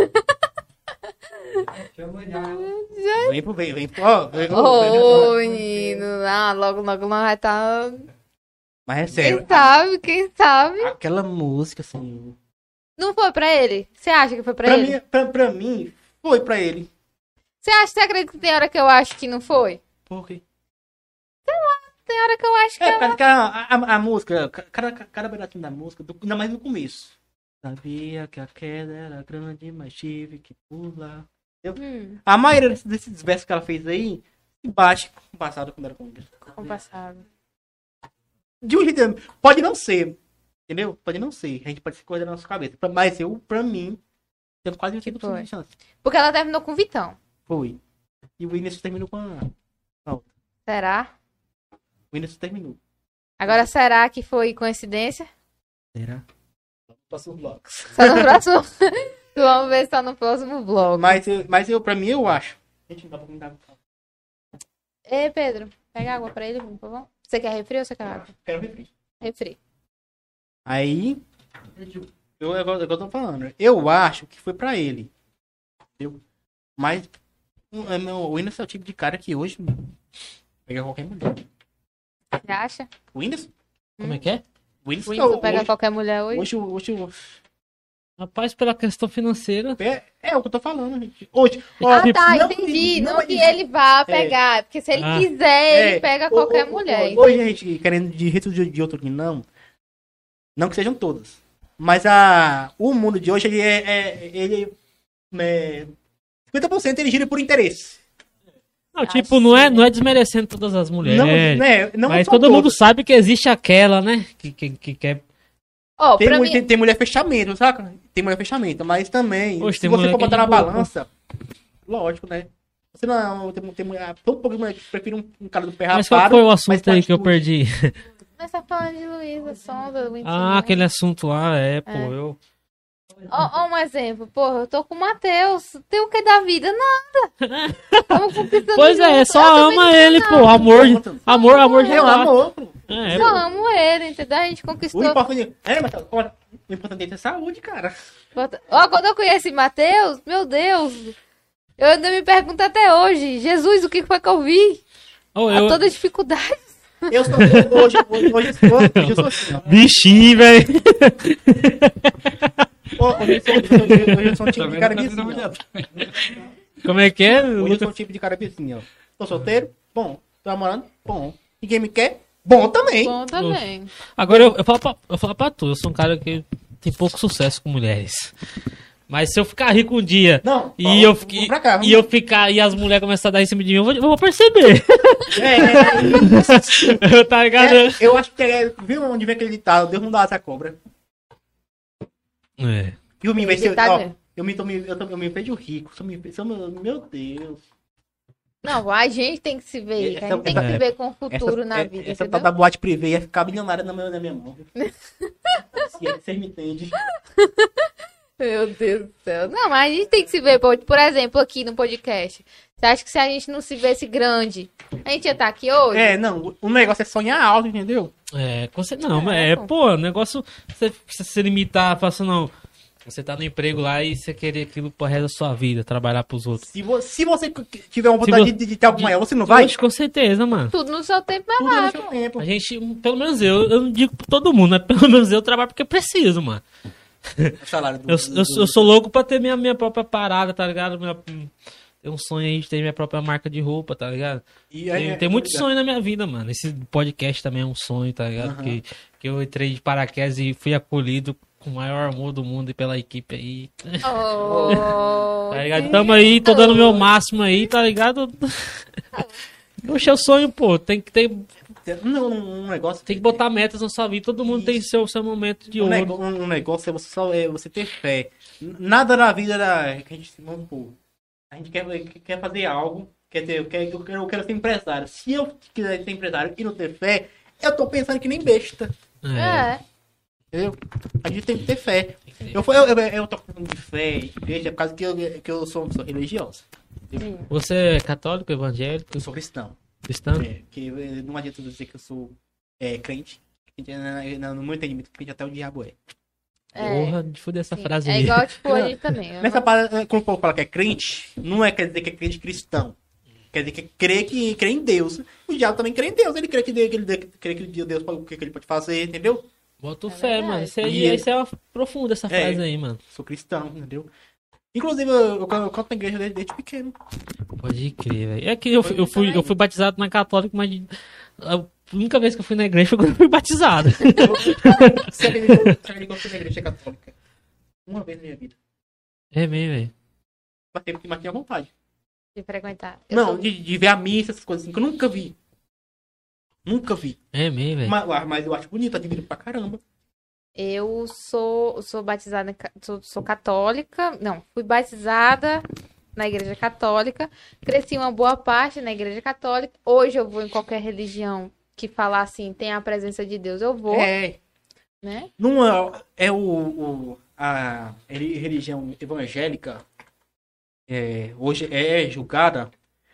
chama já. Vem, ó. Ô, menino. Ah, logo não vai estar... Mas é sério. Quem sabe? Aquela música, assim. Não foi pra ele? Você acha que foi pra Pra ele? mim, pra mim, foi pra ele. Você acredita que tem hora que eu acho que não foi? Por quê? Tem hora que eu acho que É, porque a música, cada pedacinho da música, ainda mais no começo. Sabia que a queda era grande, mas tive que pular. A maioria desses versos que ela fez aí, se bate com o passado quando era comigo. com o passado. De um jeito, pode não ser, entendeu? Pode não ser. A gente pode se coisa na nossa cabeça. Mas pra mim, tenho quase 80% foi? de chance. Porque ela terminou com o Vitão. Foi. E o Whindersson terminou com a... Será? O Whindersson terminou. Agora, será que foi coincidência? Será? Próximo bloco. Só no próximo... Vamos ver se tá no próximo vlog. Mas pra mim, eu acho. Gente, não dá pra me dar. Ei, Pedro, pega água pra ele, por favor. Você quer refri ou você quer água? Quero refri. Refri. Aí, eu tô falando. Eu acho que foi pra ele. Entendeu? Mas o Whindersson é o tipo de cara que hoje pega qualquer mulher. Você acha? O Whindersson? Como é que é? O Whindersson, O Whindersson pega qualquer mulher hoje? hoje Rapaz, pela questão financeira. é o que eu tô falando, gente. Hoje. Ah, tipo, tá, não- entendi. Não, não que é- ele vá pegar. Porque se ele Ah. quiser, ele pega qualquer mulher. Hoje, gente, querendo de jeito de outro que não. Não que sejam todas. Mas o mundo de hoje, ele 50% ele gira por interesse. Não, tipo, não é desmerecendo todas as mulheres. Não mas só todo mundo todas. sabe que existe aquela, né? Que quer. Ó, Tem, pra mu- mim, tem mulher fechamento, saca? Tem mulher fechamento, mas também, Poxa, se tem você mulher for que é botar de na boa, balança, lógico, né? Você não tem mulher, tão poucas mulheres que preferem um cara do pé Mas rapado. qual foi o mas assunto com aí que eu atitude. perdi? nós tá falando de Luísa Sonda, do Ah, aquele assunto lá, pô, eu. Ó, um exemplo, porra, eu tô com o Matheus. Tem o que da vida? Nada. Tamo conquistando Pois é, junto. só Eu também ama não ele, tenho pô. nada. Amor já É um tá. amor, pô. É, Só amo ele, entendeu? A gente conquistou. O importante o importante é saúde, cara. Ó, quando eu conheci Matheus, meu Deus, eu ainda me pergunto até hoje, Jesus, o que foi que eu vi? Ô, A toda dificuldade. Eu sou hoje eu sou assim, ó. Bichinho, velho. Hoje eu sou um tipo de cara assim, ó. Como é que é? Hoje eu sou um tipo de cara assim, ó. Tô solteiro? Bom. Tô namorando? Bom. Ninguém me quer? Bom também. Bom também. Agora eu falo pra tu, eu sou um cara que tem pouco sucesso com mulheres. Mas se eu ficar rico um dia Não, e vamos eu fiquei pra cá, vamos e eu ficar e as mulheres começarem a dar em cima de mim, eu vou perceber. Tá ligado? Eu acho que viu onde vem aquele ditado? Deus não dá asa à cobra. É. E o me Tem vai ser, ditado ó, mesmo. eu me vejo rico. Meu Deus. Não, a gente tem que se ver, a gente tem que se ver com o futuro na vida, Essa entendeu? tal da boate privê ia ficar bilionária na minha mão. Se vocês me entendem. Meu Deus do céu. Não, mas a gente tem que se ver, por exemplo, aqui no podcast. Você acha que se a gente não se vesse grande, a gente ia estar aqui hoje? Não, o negócio é sonhar alto, entendeu? Não, mas pô, o negócio você se limitar, falar assim, não. Você tá no emprego lá e você querer aquilo pro resto da sua vida, trabalhar pros outros. Se você tiver uma vontade de ter algo maior, você não vai? Poxa, com certeza, mano. Tudo no seu tempo é Tudo no rápido. seu tempo. A gente, pelo menos eu não digo pra todo mundo, mas pelo menos eu trabalho porque eu preciso, mano. O salário do, Eu sou louco pra ter minha própria parada, tá ligado? Ter um sonho aí de ter minha própria marca de roupa, tá ligado? Tem muito sonho na minha vida, mano. Esse podcast também é um sonho, tá ligado? Aham. Que eu entrei de paraquedas e fui acolhido com o maior amor do mundo e pela equipe aí. Oh, Tá ligado? Tamo aí, tô dando o meu máximo aí, tá ligado? Oxe, é o sonho, pô. Tem que Um negócio. tem que botar metas na sua vida. Todo mundo tem seu momento de ouro. Um negócio é você ter fé. Nada na vida que a gente se pô. A gente quer fazer algo. Eu quero ser empresário. Se eu quiser ser empresário e não ter fé, eu tô pensando que nem besta. é. Entendeu? A gente tem que ter fé. Eu tô falando de fé, igreja, por causa que eu sou uma pessoa religiosa. Sim. Você é católico, evangélico, Eu sou cristão. cristão? Que não adianta eu dizer que eu sou crente. No meu entendimento, crente até o diabo é. Porra, de foder essa Sim. frase É aí. igual, tipo, a gente também. Eu Nessa não- parada, quando o povo fala que é crente, não quer dizer que é crente cristão. Quer dizer que crê em Deus. O diabo também crê em Deus. Ele crê que Deus pode, o que ele pode fazer, entendeu? Bota É fé, verdade. mano. Isso E- é uma profunda essa frase aí, mano. Sou cristão, entendeu? Inclusive, eu canto na igreja desde pequeno. Pode crer, velho. É que eu fui batizado na católica, mas a única vez que eu fui na igreja foi quando eu fui batizado. Você acredita que eu fui na igreja católica? Uma vez na minha vida. É mesmo, velho. Mas tinha vontade. De frequentar. Eu Não, sou- de ver a missa, essas coisas assim, que eu nunca vi. Nunca vi. É mesmo, velho. Mas eu acho bonito, admiro pra caramba. Eu sou batizada, sou católica. Não, fui batizada na igreja católica. Cresci uma boa parte na igreja católica. Hoje eu vou em qualquer religião que falar assim, tem a presença de Deus, eu vou, né? Não é a religião evangélica hoje é julgada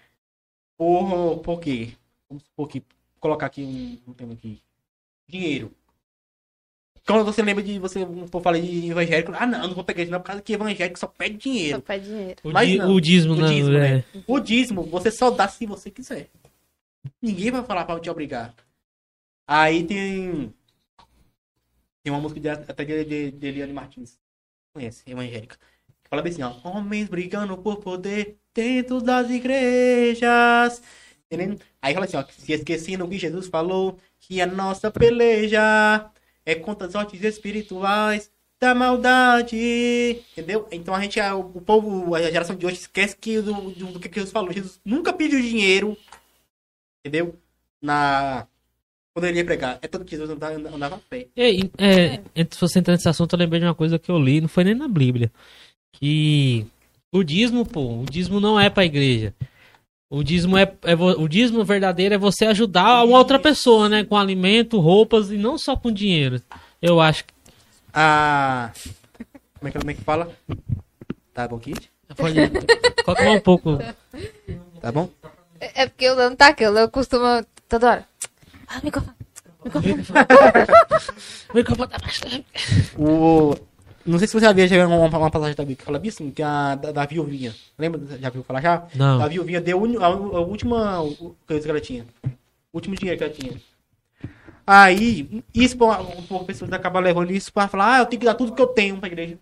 por quê? Vamos supor que colocar aqui um tema aqui. Dinheiro. Quando você lembra de você for falar de evangélico, não vou pegar isso não, por causa que evangélico só pede Só dinheiro. pede dinheiro. Mas não. O dízimo, O né? dízimo, É. né? O dízimo você só dá se você quiser. Ninguém vai falar pra te obrigar. Aí tem uma música até de Eliane Martins. Conhece, evangélica. Que fala bem assim, ó. Homens brigando por poder dentro das igrejas. Entendeu? Aí fala assim, ó. Se esquecendo o que Jesus falou, que a nossa peleja é contra as sortes espirituais. da maldade. Entendeu? Então a gente, o povo, a geração de hoje esquece do que Jesus falou. Jesus nunca pediu dinheiro. Entendeu? Quando ele ia pregar. É todo que Jesus andava a pé. Se você entrar nesse assunto, eu lembrei de uma coisa que eu li, não foi nem na Bíblia. Que o dízimo não é pra igreja. O dízimo verdadeiro é você ajudar uma outra pessoa, né? Com alimento, roupas e não só com dinheiro. Eu acho que. Como é que fala? Tá bom, Kit? Pode colocar um pouco. Tá bom? É porque o Léo não tá aqui. O Léo costuma toda hora. Microfone. Microfone tá baixo. Não sei se você já viu uma passagem da Bíblia que fala assim, que é da viuvinha. Lembra? Já viu falar já? Não. A viuvinha deu a última coisa que ela tinha. O último dinheiro que ela tinha. Aí, isso um pouco pessoas acabam levando isso pra falar, eu tenho que dar tudo que eu tenho pra igreja.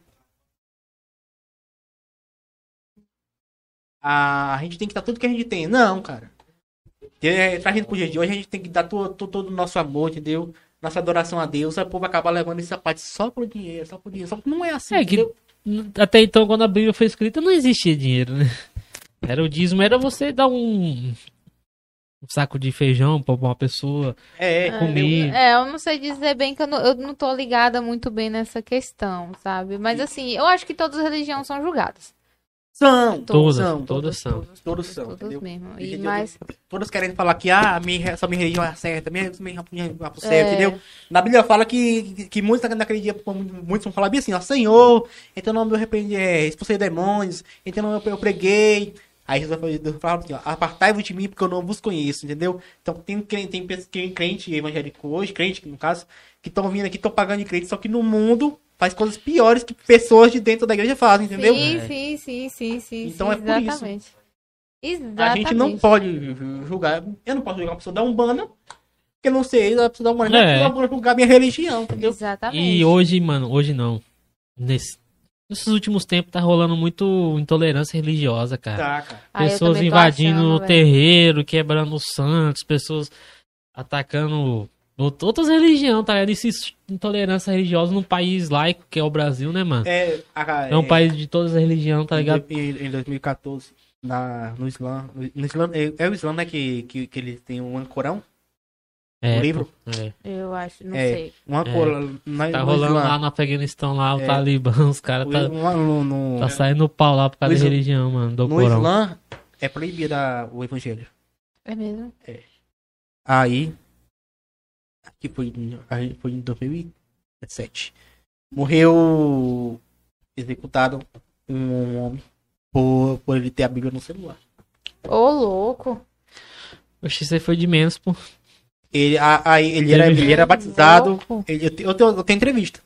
A gente tem que dar tudo que a gente tem. Não, cara. Trazendo pro dia de hoje, a gente tem que dar todo o nosso amor, entendeu? Nossa adoração a Deus. Aí o povo acaba levando essa parte só por dinheiro, só por dinheiro. Só que não é assim, que até então, quando a Bíblia foi escrita, não existia dinheiro, né? Era o dízimo, era você dar um saco de feijão pra uma pessoa comer. Eu não sei dizer bem que eu não tô ligada muito bem nessa questão, sabe? Mas assim, eu acho que todas as religiões são julgadas. Todas são. Todas são. Todas Entendeu? mesmo. Todas querendo falar que só minha religião é certa, minha religião é pro céu, entendeu? Na Bíblia fala que muitos naquele dia, muitos vão falar bem assim, ó, Senhor, então não eu repreendi, expulsei demônios, então eu preguei. Aí Jesus fala assim, ó, apartai-vos de mim porque eu não vos conheço, entendeu? Então tem crente evangélico hoje, crente no caso, que estão vindo aqui, estão pagando de crente, só que no mundo faz coisas piores que pessoas de dentro da igreja fazem, entendeu? Sim. Então é por exatamente. Exatamente. A gente não pode julgar. Eu não posso julgar uma pessoa da Umbanda, porque eu não sei, a pessoa da Umbanda não pode julgar minha religião, entendeu? Exatamente. E hoje, mano, hoje não. Nesses últimos tempos tá rolando muito intolerância religiosa, cara. Tá, cara. Pessoas invadindo o terreiro, quebrando os santos, pessoas atacando outras religiões, tá ligado? Isso, intolerância religiosa num país laico, que é o Brasil, né, mano? É um país de todas as religiões, tá ligado? Em 2014, no Islã, é o Islã, né, que eles têm um Ancorão? Um livro? Eu acho, não sei. Um Ancorão. Tá rolando lá no Afeganistão, lá, o Talibã, os caras tá saindo pau lá por causa da religião, mano, do no Corão. Islã, é proibido o evangelho. É mesmo? Aí, aqui foi em 2017. Morreu executado um homem por ele ter a Bíblia no celular. Ô, louco. Oxi, isso aí foi de menos, pô. Ele era batizado. Eu tenho entrevista.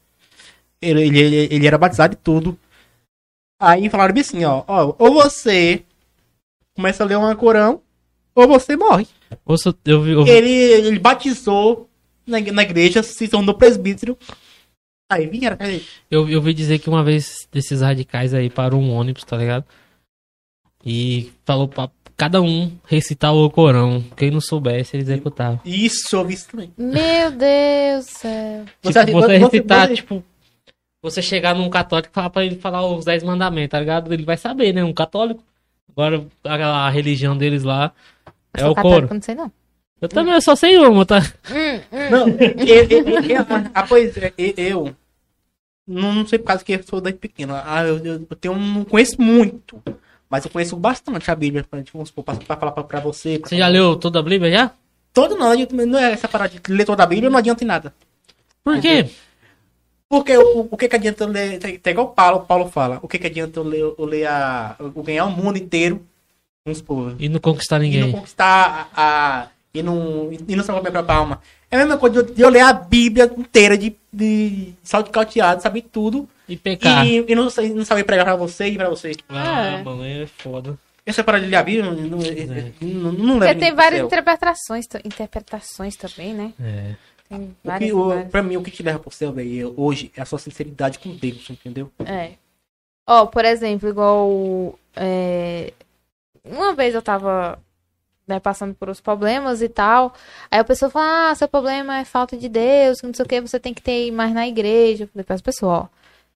Ele era batizado e tudo. Aí falaram bem assim, ó, ou você começa a ler um Corão, ou você morre. Ele batizou na igreja, se tornou presbítero. Aí vieram. Eu ouvi dizer que uma vez desses radicais aí parou um ônibus, tá ligado? E falou pra cada um recitar o Corão. Quem não soubesse, ele executava. Isso, eu vi isso também. Meu Deus do céu. Você recitar, tipo, você chegar num católico e falar pra ele falar os 10 mandamentos, tá ligado? Ele vai saber, né? Um católico. Agora, a religião deles lá é o Corão. Não sei não. Eu também, eu só sei uma, tá? Não, eu não sei por causa que eu sou desde pequeno. Eu não conheço muito, mas eu conheço bastante a Bíblia. Vamos supor, pra falar pra você. Você já leu toda a Bíblia já? Todo não, não é essa parada de ler toda a Bíblia, não adianta em nada. Por quê? Porque o que adianta eu ler, é igual o Paulo fala, o que adianta eu ganhar o mundo inteiro, vamos supor. E não conquistar ninguém. E não conquistar e não salvar minha própria alma. É a mesma coisa de eu ler a Bíblia inteira de salto calteado, saber tudo. E pecar. E não saber pregar pra você e pra você. Mano, é foda. Essa parada de ler a Bíblia não leva. Porque tem várias interpretações também, né? Tem várias. Pra mim, o que te leva pro céu, velho, hoje é a sua sinceridade com Deus, entendeu? Por exemplo, igual. Uma vez eu tava passando por uns problemas e tal. Aí a pessoa fala, seu problema é falta de Deus, que não sei o que, você tem que ter mais na igreja. Eu falei para as pessoas,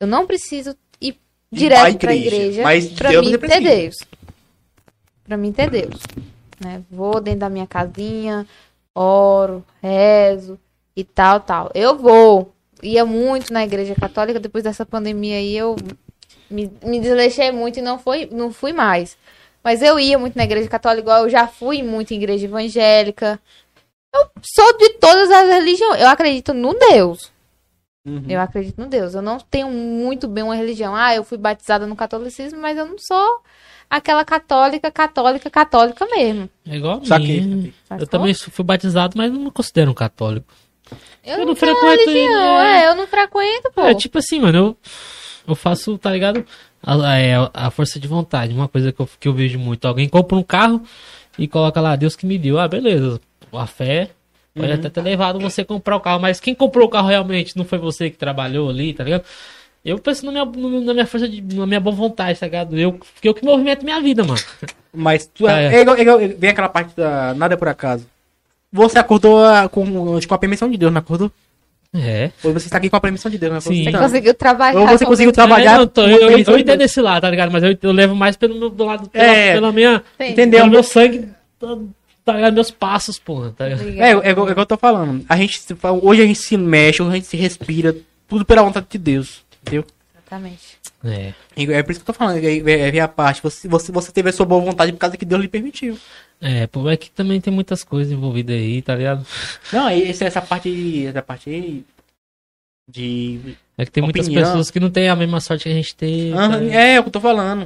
Eu não preciso ir direto pra igreja. Mas pra Deus mim você ter precisa. Deus. Pra mim ter Deus. Né? Vou dentro da minha casinha, oro, rezo e tal. Eu ia muito na igreja católica. Depois dessa pandemia aí, eu me desleixei muito e não fui mais. Mas eu ia muito na igreja católica, igual eu já fui muito em igreja evangélica. Eu sou de todas as religiões. Eu acredito no Deus. Uhum. Eu acredito no Deus. Eu não tenho muito bem uma religião. Eu fui batizada no catolicismo, mas eu não sou aquela católica mesmo. É igual a mim. Saquei. Sabe Eu como? também fui batizado, mas não me considero um católico. Eu não não tenho frequento religião. ele, Eu não frequento, pô. É, tipo assim, mano, eu faço, tá ligado? A força de vontade. Uma coisa que eu vejo muito. Alguém compra um carro e coloca lá, Deus que me deu. Ah, beleza. A fé pode até ter levado você a comprar o carro, mas quem comprou o carro realmente não foi você que trabalhou ali, tá ligado? Eu penso na minha força, na minha boa vontade, tá ligado? Eu que movimento minha vida, mano. Mas É. é igual, vem aquela parte da nada é por acaso. Você acordou com a permissão de Deus, não acordou? É. Ou você está aqui com a permissão de Deus, não acordou? Sim. Você Não. conseguiu trabalhar. Ou você conseguiu trabalhar. Eu com a permissão eu de entendo Deus. esse lado, tá ligado? Mas eu levo mais pelo meu do lado, É. pela minha. Sim. Entendeu? Pelo meu sangue, tá ligado? Meus passos, porra. Tá ligado? É igual eu tô falando. Hoje a gente se mexe, hoje a gente se respira, tudo pela vontade de Deus. Entendeu? Exatamente. É. É por isso que eu tô falando, é a parte. Você teve a sua boa vontade por causa que Deus lhe permitiu. É, pô, é que também tem muitas coisas envolvidas aí, tá ligado? Não, essa parte aí de. É que tem muitas Opinião. pessoas que não têm a mesma sorte que a gente tem. tá Aham, ligado? é o que eu tô falando.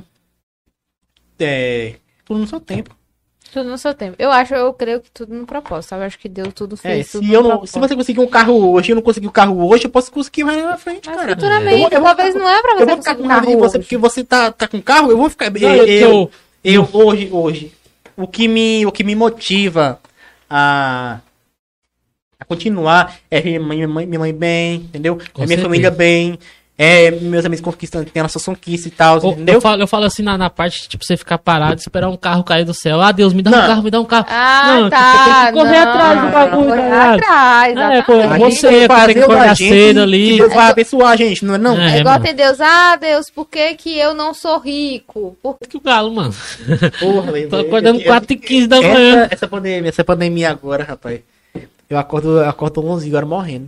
Tudo no seu tempo. Tudo no seu tempo. Eu creio que tudo no propósito, sabe? Eu acho que Deus tudo fez. tudo Se no propósito. você conseguir um carro hoje, eu não consegui o carro hoje, eu posso conseguir mais lá na frente, Mas cara. futuramente, Eu vou talvez ficar- não é pra Eu você vou ficar conseguir com um raiva de carro você hoje. porque você tá com carro, eu vou ficar. Não, Eu hoje, o que me motiva a continuar é ver minha mãe bem, entendeu? Com É minha certeza. família bem, meus amigos conquistando, tem a nossa conquista e tal, entendeu? Eu falo assim na parte de tipo, você ficar parado e esperar um carro cair do céu. Ah, Deus, me dá Não. um carro, me dá um carro. Ah, Não, tá. tipo, você tem que correr não, atrás do bagulho, tá correr ligado? atrás, É, pô, exatamente. você tem que acordar cedo ali. Que Deus vai abençoar a gente, não é não? É. É igual mano. tem Deus. Deus, por que que eu não sou rico? Por... Que o galo, mano. Porra, velho, Tô acordando eu- 4h15 da manhã. Essa pandemia agora, rapaz. Eu acordo 11 horas morrendo.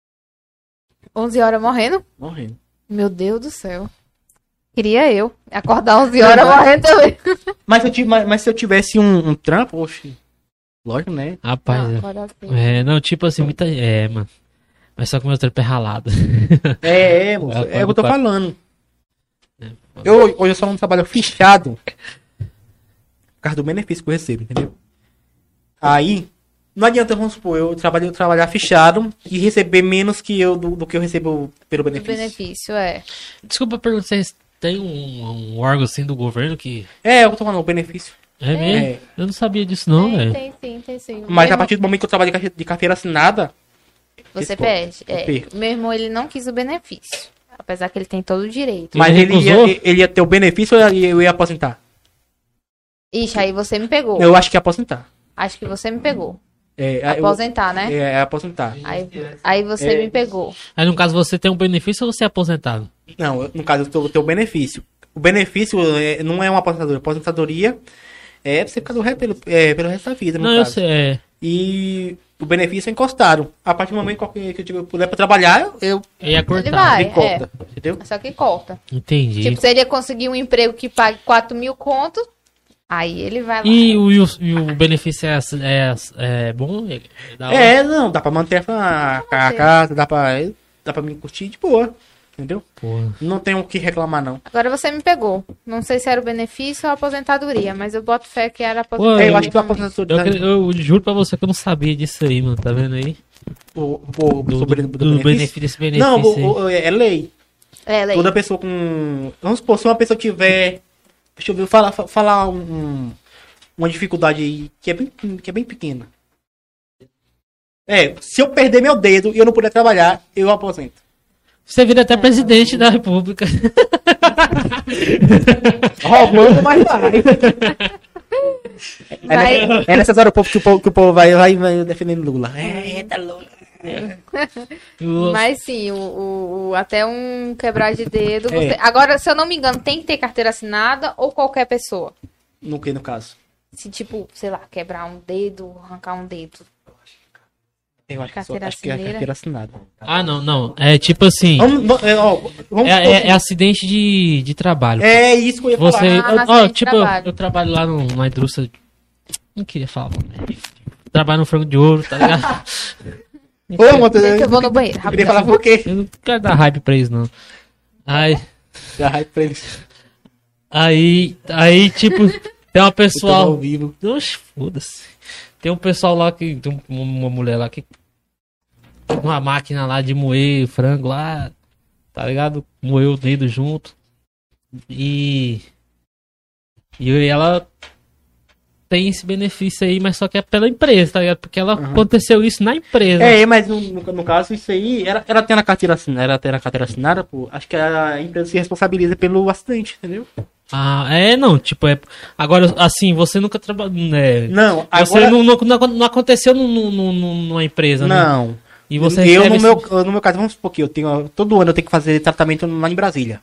11 horas morrendo? Morrendo. Meu Deus do céu. Queria eu acordar 11 horas morrendo também. Mas se eu tivesse um trampo, oxe. Lógico, né? Rapaz, Não, é. acordar assim. Não, tipo assim, muita. É, mano. Mas só que o meu trampo é ralado. Moço, Eu é o que eu tô acordo falando. Hoje eu só não trabalho fichado por causa do benefício que eu recebo, entendeu? Aí, não adianta, vamos supor, eu trabalhar fichado e receber menos que eu do que eu recebo pelo O benefício. benefício, é. Desculpa perguntar, vocês têm um órgão assim do governo que. É o que eu tô falando, o benefício. É mesmo? É. Eu não sabia disso, não, velho. Tem sim. Mas a Mesmo- partir do momento que eu trabalho de carteira assinada, Você Esse perde. eu perco. Meu irmão, ele não quis o benefício. Apesar que ele tem todo o direito. mas Ele recusou? ele ia ter o benefício ou eu ia aposentar? Ixi, aí você me pegou. Eu acho que ia aposentar. Acho que você me pegou. É, Aposentar, né? É aposentar. Aí você É. me pegou. Aí no caso você tem um benefício ou você é aposentado? Não, no caso eu tenho o benefício. O benefício não é uma aposentadoria. Aposentadoria é pra você ficar pelo resto da vida, no Não, eu caso. sei. É. E o benefício é encostado. A partir do momento que eu puder pra trabalhar, eu Eu ia Ele cortar. vai. me corta. Entendeu? Só que corta. Entendi. Tipo, se ele ia conseguir um emprego que pague 4 mil conto, aí ele vai lá. E o benefício é bom? É da hora? Não, dá pra manter a casa, dá pra me curtir de boa. Entendeu? Porra. Não tem o que reclamar, não. Agora você me pegou. Não sei se era o benefício ou a aposentadoria, mas eu boto fé que era a Pô, aposentadoria. Eu acho que a também. aposentadoria. Eu juro pra você que eu não sabia disso aí, mano. Tá vendo aí? Sobre Do benefício, desse benefício Não, aí. é lei. É, lei. Toda pessoa com. Vamos supor, se uma pessoa tiver. Deixa eu ver, falar uma dificuldade aí que é bem pequena. Se eu perder meu dedo e eu não puder trabalhar, eu aposento. Você vira até presidente da república. Roubando, mas vai. Vai. É nessas horas que o povo vai defendendo Lula. Eita, Lula. Mas sim, até um quebrar de dedo. Agora, se eu não me engano, tem que ter carteira assinada ou qualquer pessoa? No que, no caso? Se, tipo, sei lá, quebrar um dedo, arrancar um dedo. Eu acho Carteira que é assinada. carteira assinada. Ah, não. É tipo assim. Vamos É acidente de trabalho. É isso que eu ia Você. falar. Ó, Acidente de tipo, trabalho. eu trabalho lá numa indústria. Não queria falar. Trabalho no frango de ouro, tá ligado? Ô, Matheus, Gente, eu vou no banheiro. eu queria Rapidão. falar por quê? Eu não quero dar hype pra eles, não. Dá raiva pra eles. Aí, tipo, tem uma Eu tô ao pessoal. vivo. Oxe, foda-se. Tem um pessoal lá que. Tem uma mulher lá que. Uma máquina lá de moer frango lá. Tá ligado? Moeu o dedo junto. E ela tem esse benefício aí, mas só que é pela empresa, tá ligado? Porque ela aconteceu isso na empresa. Mas no caso, isso aí, ela tem a carteira assinada, pô, acho que a empresa se responsabiliza pelo acidente, entendeu? Ah, não, tipo, agora, assim, você nunca trabalhou, né? Não, Você agora... não aconteceu numa empresa, né? Não. E você eu, recebe no meu caso, vamos supor que todo ano eu tenho que fazer tratamento lá em Brasília.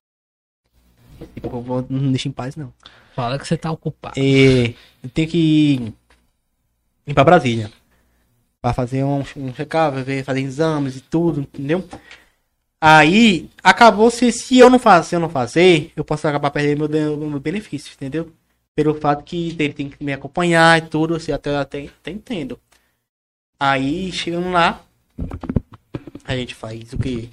Tipo, não deixa em paz, não. Fala que você tá ocupado. Eu tenho que ir pra Brasília. Pra fazer um check-up, fazer exames e tudo, entendeu? Aí, acabou se eu não fazer, eu posso acabar perdendo meu benefício, entendeu? Pelo fato que ele tem que me acompanhar e tudo, assim, até entendo. Aí, chegando lá, a gente faz o quê?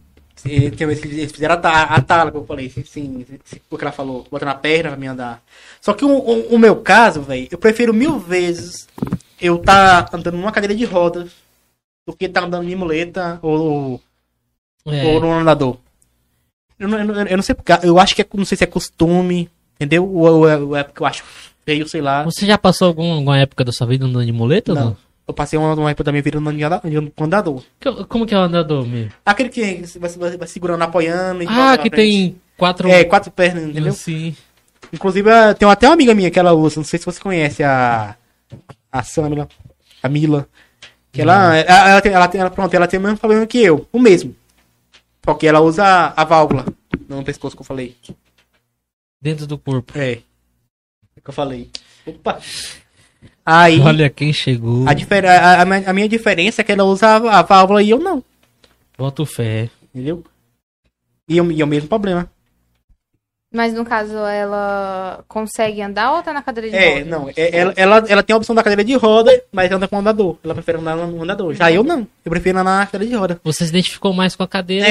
Eles fizeram a tala que eu falei, assim, o que ela falou, botar na perna pra me andar. Só que o meu caso, velho, eu prefiro 1000 vezes eu tá andando numa cadeira de rodas do que tá andando em muleta ou no andador. Eu não sei porque, eu acho que não sei se é costume, entendeu? Ou é porque eu acho feio, sei lá. Você já passou alguma época da sua vida andando de muleta ou não? Eu passei uma época da minha vida andando de andador. Como que é o andador mesmo? Aquele que vai segurando, apoiando. E Ah, volta que pra frente. tem 4... quatro pernas, entendeu? Sim. Inclusive, tem até uma amiga minha que ela usa, não sei se você conhece, a Samila, a Mila. Que ela tem o mesmo problema que eu, o mesmo. Só que ela usa a válvula no pescoço que eu falei. Dentro do corpo. É que eu falei. Opa! Aí, Olha quem chegou. a minha diferença é que ela usa a válvula e eu não. Boto fé. Entendeu? E o mesmo problema. Mas no caso, ela consegue andar ou tá na cadeira de rodas? Não. Ela tem a opção da cadeira de roda, mas anda com o andador. Ela prefere andar no andador. Já eu não. Eu prefiro andar na cadeira de roda. Você se identificou mais com a cadeira?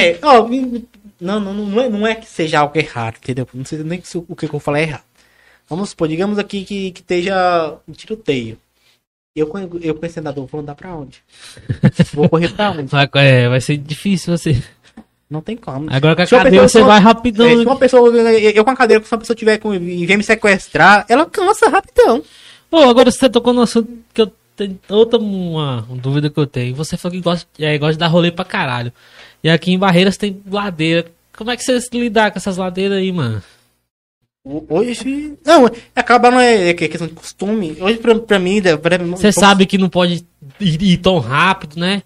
Não é que seja algo errado, entendeu? Não sei nem se o que eu falei é errado. Vamos supor, digamos aqui que esteja um tiroteio. Eu conhecendo andador, vou andar pra onde? Vou correr pra onde? Vai ser difícil você. Não tem como. Agora com a Se uma cadeira pessoa- você vai rapidão. Se uma pessoa, eu com a cadeira, se uma pessoa tiver e vem me sequestrar, ela cansa rapidão. Pô, agora você tocou no assunto que eu tenho outra uma dúvida que eu tenho. Você falou que gosta de dar rolê pra caralho. E aqui em Barreiras tem ladeira. Como é que você lidar com essas ladeiras aí, mano? Hoje. Não, acaba não é questão de costume. Hoje, pra mim. Você sabe que não pode ir tão rápido, né?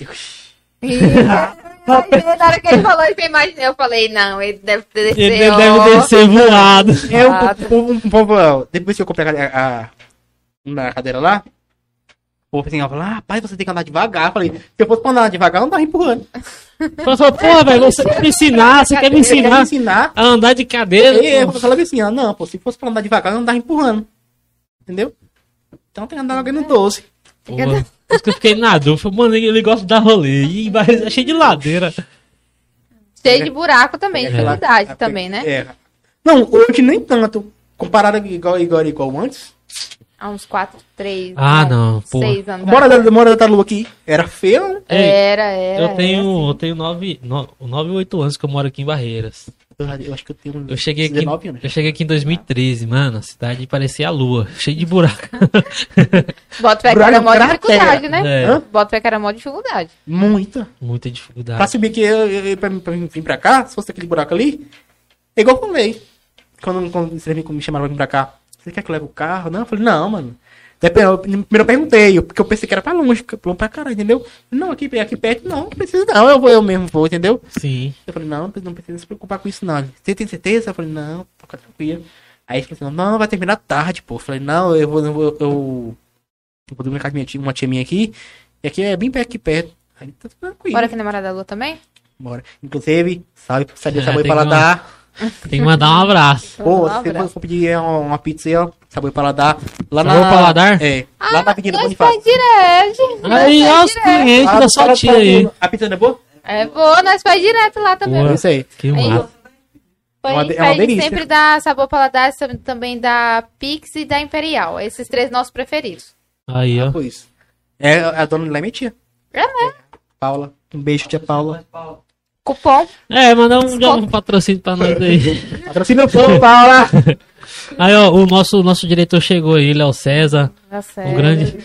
Na hora que ele falou isso, eu falei, não, ele deve descer. Ele deve descer voado. Depois que eu comprei na cadeira lá, o povo assim, falou, rapaz, você tem que andar devagar. Eu falei, se eu fosse pra andar devagar, eu andava empurrando. Falou, porra, velho, você quer me ensinar, você quer me Você quer me ensinar ensinar? a andar de cadeira? Eu pô. falava assim, não, pô, se fosse pra andar devagar, eu andava empurrando. Entendeu? Então tem que andar no 12. Pô, por isso que eu fiquei na dúvida. Falei, mano, ele gosta de dar rolê. E Barreiras é cheio de ladeira. Cheio de buraco também, dificuldade também, né? Não, hoje nem tanto. Comparado igual antes. Há uns 4, 3, Ah, não, pô. 6 anos. Mora da Lua aqui. Era feio. Era. Eu tenho 9 ou 8 anos que eu moro aqui em Barreiras. Eu acho que eu tenho uns Eu cheguei 19 anos. aqui em 2013, mano. A cidade parecia a lua, cheio de buraco. Bota fé que era mó Buraco, dificuldade, né? É, Bota fé que era mó dificuldade. Muita. muita Pra dificuldade. subir aqui, pra vir pra cá, se fosse aquele buraco ali, é igual eu falei. Quando me chamaram pra vir pra cá, você quer que eu leve o carro? Não, eu falei, não, mano. Primeiro eu perguntei, porque eu pensei que era pra longe, pra caralho, entendeu? Não, aqui perto, não precisa não, eu mesmo vou, entendeu? Sim. Eu falei, não precisa se preocupar com isso não. Você tem certeza? Eu falei, não, fica tranquilo. Aí ele falou assim, não, vai terminar tarde, pô. Eu falei, não, eu vou dormir na casa de uma tia minha aqui, e aqui é bem perto, aqui perto. Aí tá tranquilo. Bora aqui na Morada da Lua também? Bora. Inclusive, salve É, sabor tem e paladar. Tem que mandar um abraço. Pô, Um se abraço. for pedir uma pizza aí, ó, sabor e paladar. Lá Sabor e paladar? É, lá na Avenida Nós Bonifácio. faz direto. Aí, ó, os clientes da sua tia aí. A pizza não é boa? É boa, nós faz direto lá também. Boa. É isso aí. Que Aí, massa. a É gente uma pede delícia. sempre da Sabor Paladar, também da Pix e da Imperial. Esses 3 nossos preferidos. Aí, ó. Pois. É, a dona lá é minha tia. É mesmo? Paula. Um beijo, tia Paula. Cupom. É, mandar um patrocínio pra nós aí. Patrocina o povo, Paula. Aí, ó, o nosso diretor chegou aí, Léo César. Tá O certo. grande.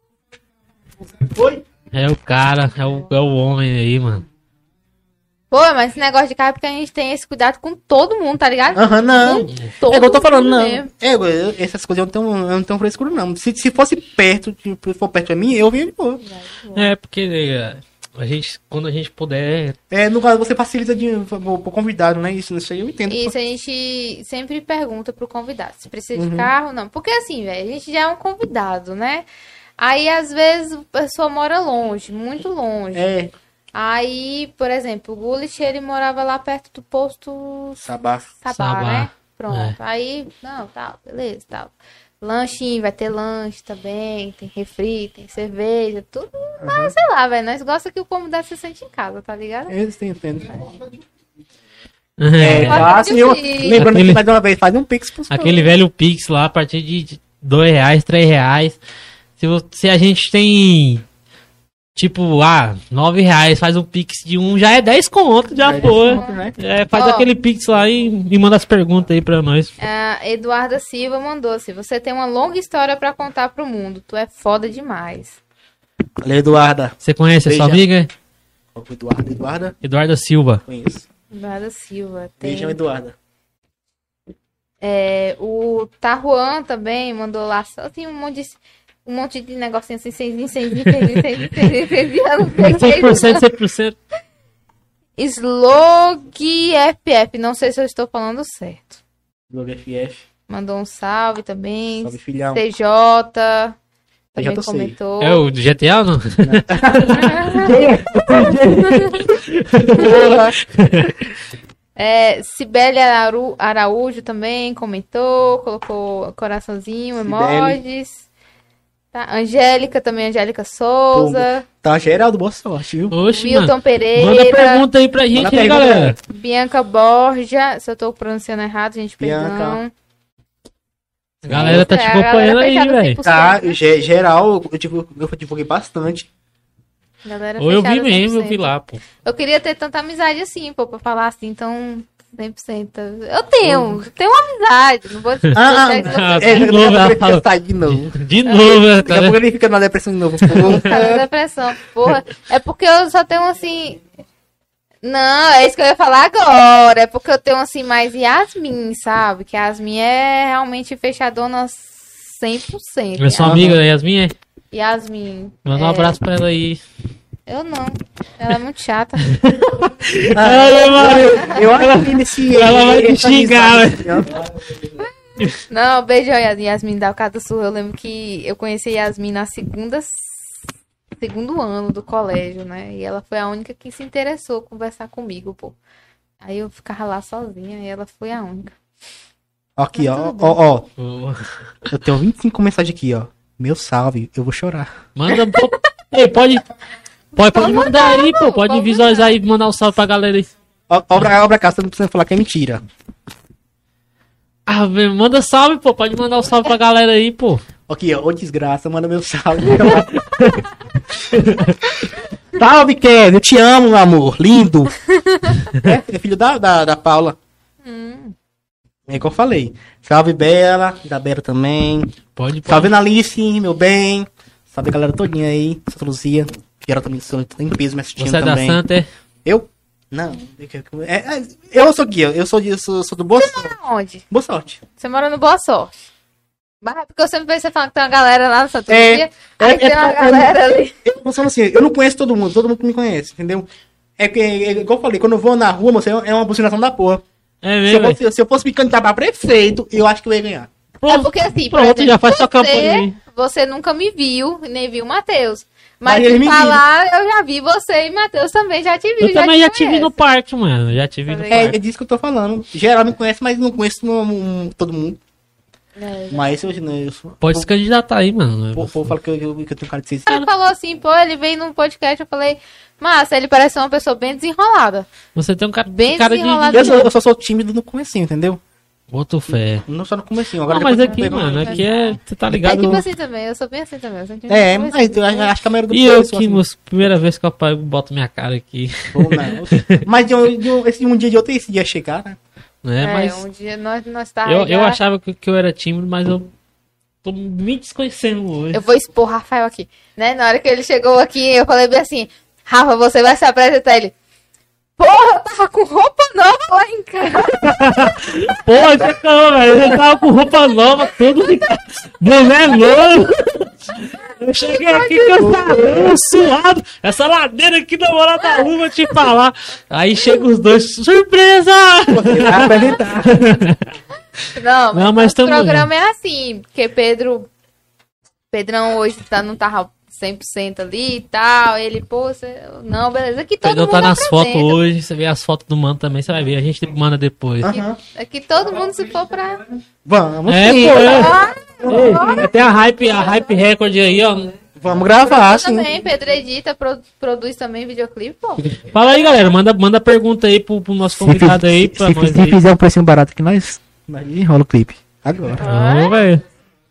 Foi? É o cara, é o homem aí, mano. Pô, mas esse negócio de carro é porque a gente tem esse cuidado com todo mundo, tá ligado? Aham, não. Com todo É igual eu tô falando, mundo não. mesmo. Essas coisas eu não tenho frescura, não. Se fosse perto, se for perto de mim, eu vinha de boa. É, porque quando a gente puder. É, no caso, você facilita pro convidado, né? Isso aí eu entendo. Isso a gente sempre pergunta pro convidado se precisa de carro, não. Porque assim, velho, a gente já é um convidado, né? Aí, às vezes, a pessoa mora longe, muito longe. É, Aí, por exemplo, o Gullit, ele morava lá perto do posto Sabá. Sabá, né? Pronto. É. Aí, não, tal, beleza, tal. Lanchinho, vai ter lanche também, tem refri, tem cerveja, tudo. Mas, sei lá, velho, nós gostamos que o convidado se sente em casa, tá ligado? Eles entendem. É, Fácil. Eu, Aquele- lembrando que mais uma vez, faz um pix pros aquele velho Pix lá, a partir de R$2, R$3. Se a gente tem. Tipo, R$9, faz um Pix de um, já é 10 conto, já foi. né? É, faz Ó. aquele Pix lá e manda as perguntas aí pra nós. A Eduarda Silva mandou assim: você tem uma longa história pra contar pro mundo, tu é foda demais. Valeu, Eduarda. Você conhece a sua Beijão. amiga? Eduarda. Eduarda Silva. Conheço. Eduarda Silva. Tem, Beijão, Eduarda. o Taruan também mandou lá, só tem um monte de negocinho assim, 100%. Slog FF, não sei se eu estou falando certo. Logo FF. Mandou um salve também. Salve, filhão. TJ também eu sei. comentou. É o do GTA ou não? Cibele Araújo também comentou, colocou coraçãozinho, emojis. Tá, Angélica também, Angélica Souza. Tá, Geraldo, boa sorte, viu? Oxe, Milton mano. Pereira. Manda pergunta aí pra gente, Manda hein, pergunta, galera. Bianca Borja, se eu tô pronunciando errado, gente, Bianca. perdão. A galera tá te A galera acompanhando aí, fechada velho. 100%, Tá, né? geral, eu divulguei bastante. Galera Ou eu vi fechada mesmo, eu 100%. vi lá, pô. Eu queria ter tanta amizade assim, pô, pra falar assim, tão 100%. Eu tenho uma amizade, não vou dizer que de novo, ela daqui a pouco falou. ele sai de novo. De novo, né, Daqui a cara? pouco ele fica na depressão de novo. Pô. tá na depressão, porra. É porque eu só tenho assim. Não, é isso que eu ia falar agora. É porque eu tenho assim mais Yasmin, sabe? Que a Yasmin é realmente fechadona 100%. É sua amiga da Yasmin, é? Yasmin. Manda um abraço pra ela aí. Eu não. Ela é muito chata. Ai, mano. Eu acho que nesse. Ela vai te essa xingar, amizade, ó. Não, beijo, Yasmin da Alcada do Sul. Eu lembro que eu conheci Yasmin na segundo ano do colégio, né? E ela foi a única que se interessou em conversar comigo, pô. Aí eu ficava lá sozinha e ela foi a única. Aqui, Mas ó, tudo ó. Ô, Eu tenho 25 mensagens aqui, ó. Meu salve, eu vou chorar. Manda. Ei, pode mandar aí, pô. Pode visualizar aí, mandar um salve pra galera aí. Obra cá, você não precisa falar que é mentira. Ah, velho, manda salve, pô. Pode mandar um salve pra galera aí, pô. Aqui, ó, ô desgraça, manda meu salve. Salve, Kevin, eu te amo, meu amor, lindo. É filho da Paula. É que eu falei. Salve, Bela, da Bela também. Pode. Salve, Analice, meu bem. Salve, a galera todinha aí. Santa Luzia. Geral também tem peso me assistindo Você é da também. Santa, é? Eu? Não. Eu sou guia. Eu sou do Boa Sorte. Onde? Boa Sorte. Você mora no Boa Sorte. Mas é porque eu sempre vejo você falando que tem uma galera lá no Santo É, Dia. Aí tem uma galera ali. Eu falo assim, eu não conheço todo mundo me conhece, entendeu? Igual eu falei, quando eu vou na rua, moço, é uma bucinação da porra. É mesmo. Se eu fosse me candidatar pra prefeito, eu acho que eu ia ganhar. É porque assim, por Pronto, exemplo, já faz sua campanha aí. você nunca me viu, nem viu o Matheus. Mas Mas ele de me falar, eu já vi você e Matheus também já te viu. Eu também já te te vi no conhece. parque, mano. Já te vi no É parque. disso que eu tô falando. Geral me conhece, mas não conheço todo mundo. É. Mas eu sou. Pode se candidatar aí, mano. O povo fala que eu tenho cara de ser. Ele falou assim, pô, ele veio num podcast, eu falei, massa, ele parece uma pessoa bem desenrolada. Você tem um cara, Bem cara de desenrolado. Eu só sou tímido no comecinho, entendeu? Boto fé. Não só no comecinho. Agora Não, mas depois aqui, eu pego- mano, aqui é. Você tá É ligado? tipo assim também, eu sou bem assim também. Eu sou tipo É, assim. mas eu acho que a maioria do E eu pessoal que, assim. moço, primeira vez que eu boto minha cara aqui. Ou não. Mas esse um dia de outro esse dia chegar, né? Né? É, Mas um dia nós tá eu já- achava que eu era tímido, mas eu tô me desconhecendo hoje. Eu vou expor o Rafael aqui, né? Na hora que ele chegou aqui, eu falei bem assim, Rafa, você vai se apresentar. Ele, porra, eu tava com roupa nova lá em casa. Pô, não, velho. Eu tava com roupa nova, tudo. Boné novo. Eu cheguei aqui cansadão, suado. Essa ladeira aqui na moral da rua, vou te falar. Aí chegam os dois, surpresa! Vai apresentar. Não, Não, mas o tamo programa é assim, porque Pedrão hoje não tava 100% ali e tal. Ele, pô, você... Não, beleza. Aqui todo Pedro mundo tá nas apresenta. fotos hoje, você vê as fotos do mano também, você vai ver. A gente manda depois. Aham. Aqui todo mundo se for pra... Vamos É, sim. pô, é. Ah, Ei, tem a Hype Record aí, ó. Vamos gravar, eu sim. também, Pedro edita, produz também videoclipe, pô. Fala aí, galera. Manda pergunta aí pro nosso convidado aí, pra nós aí. fizer um precinho barato que nós enrola o clipe. Agora. Ô, velho.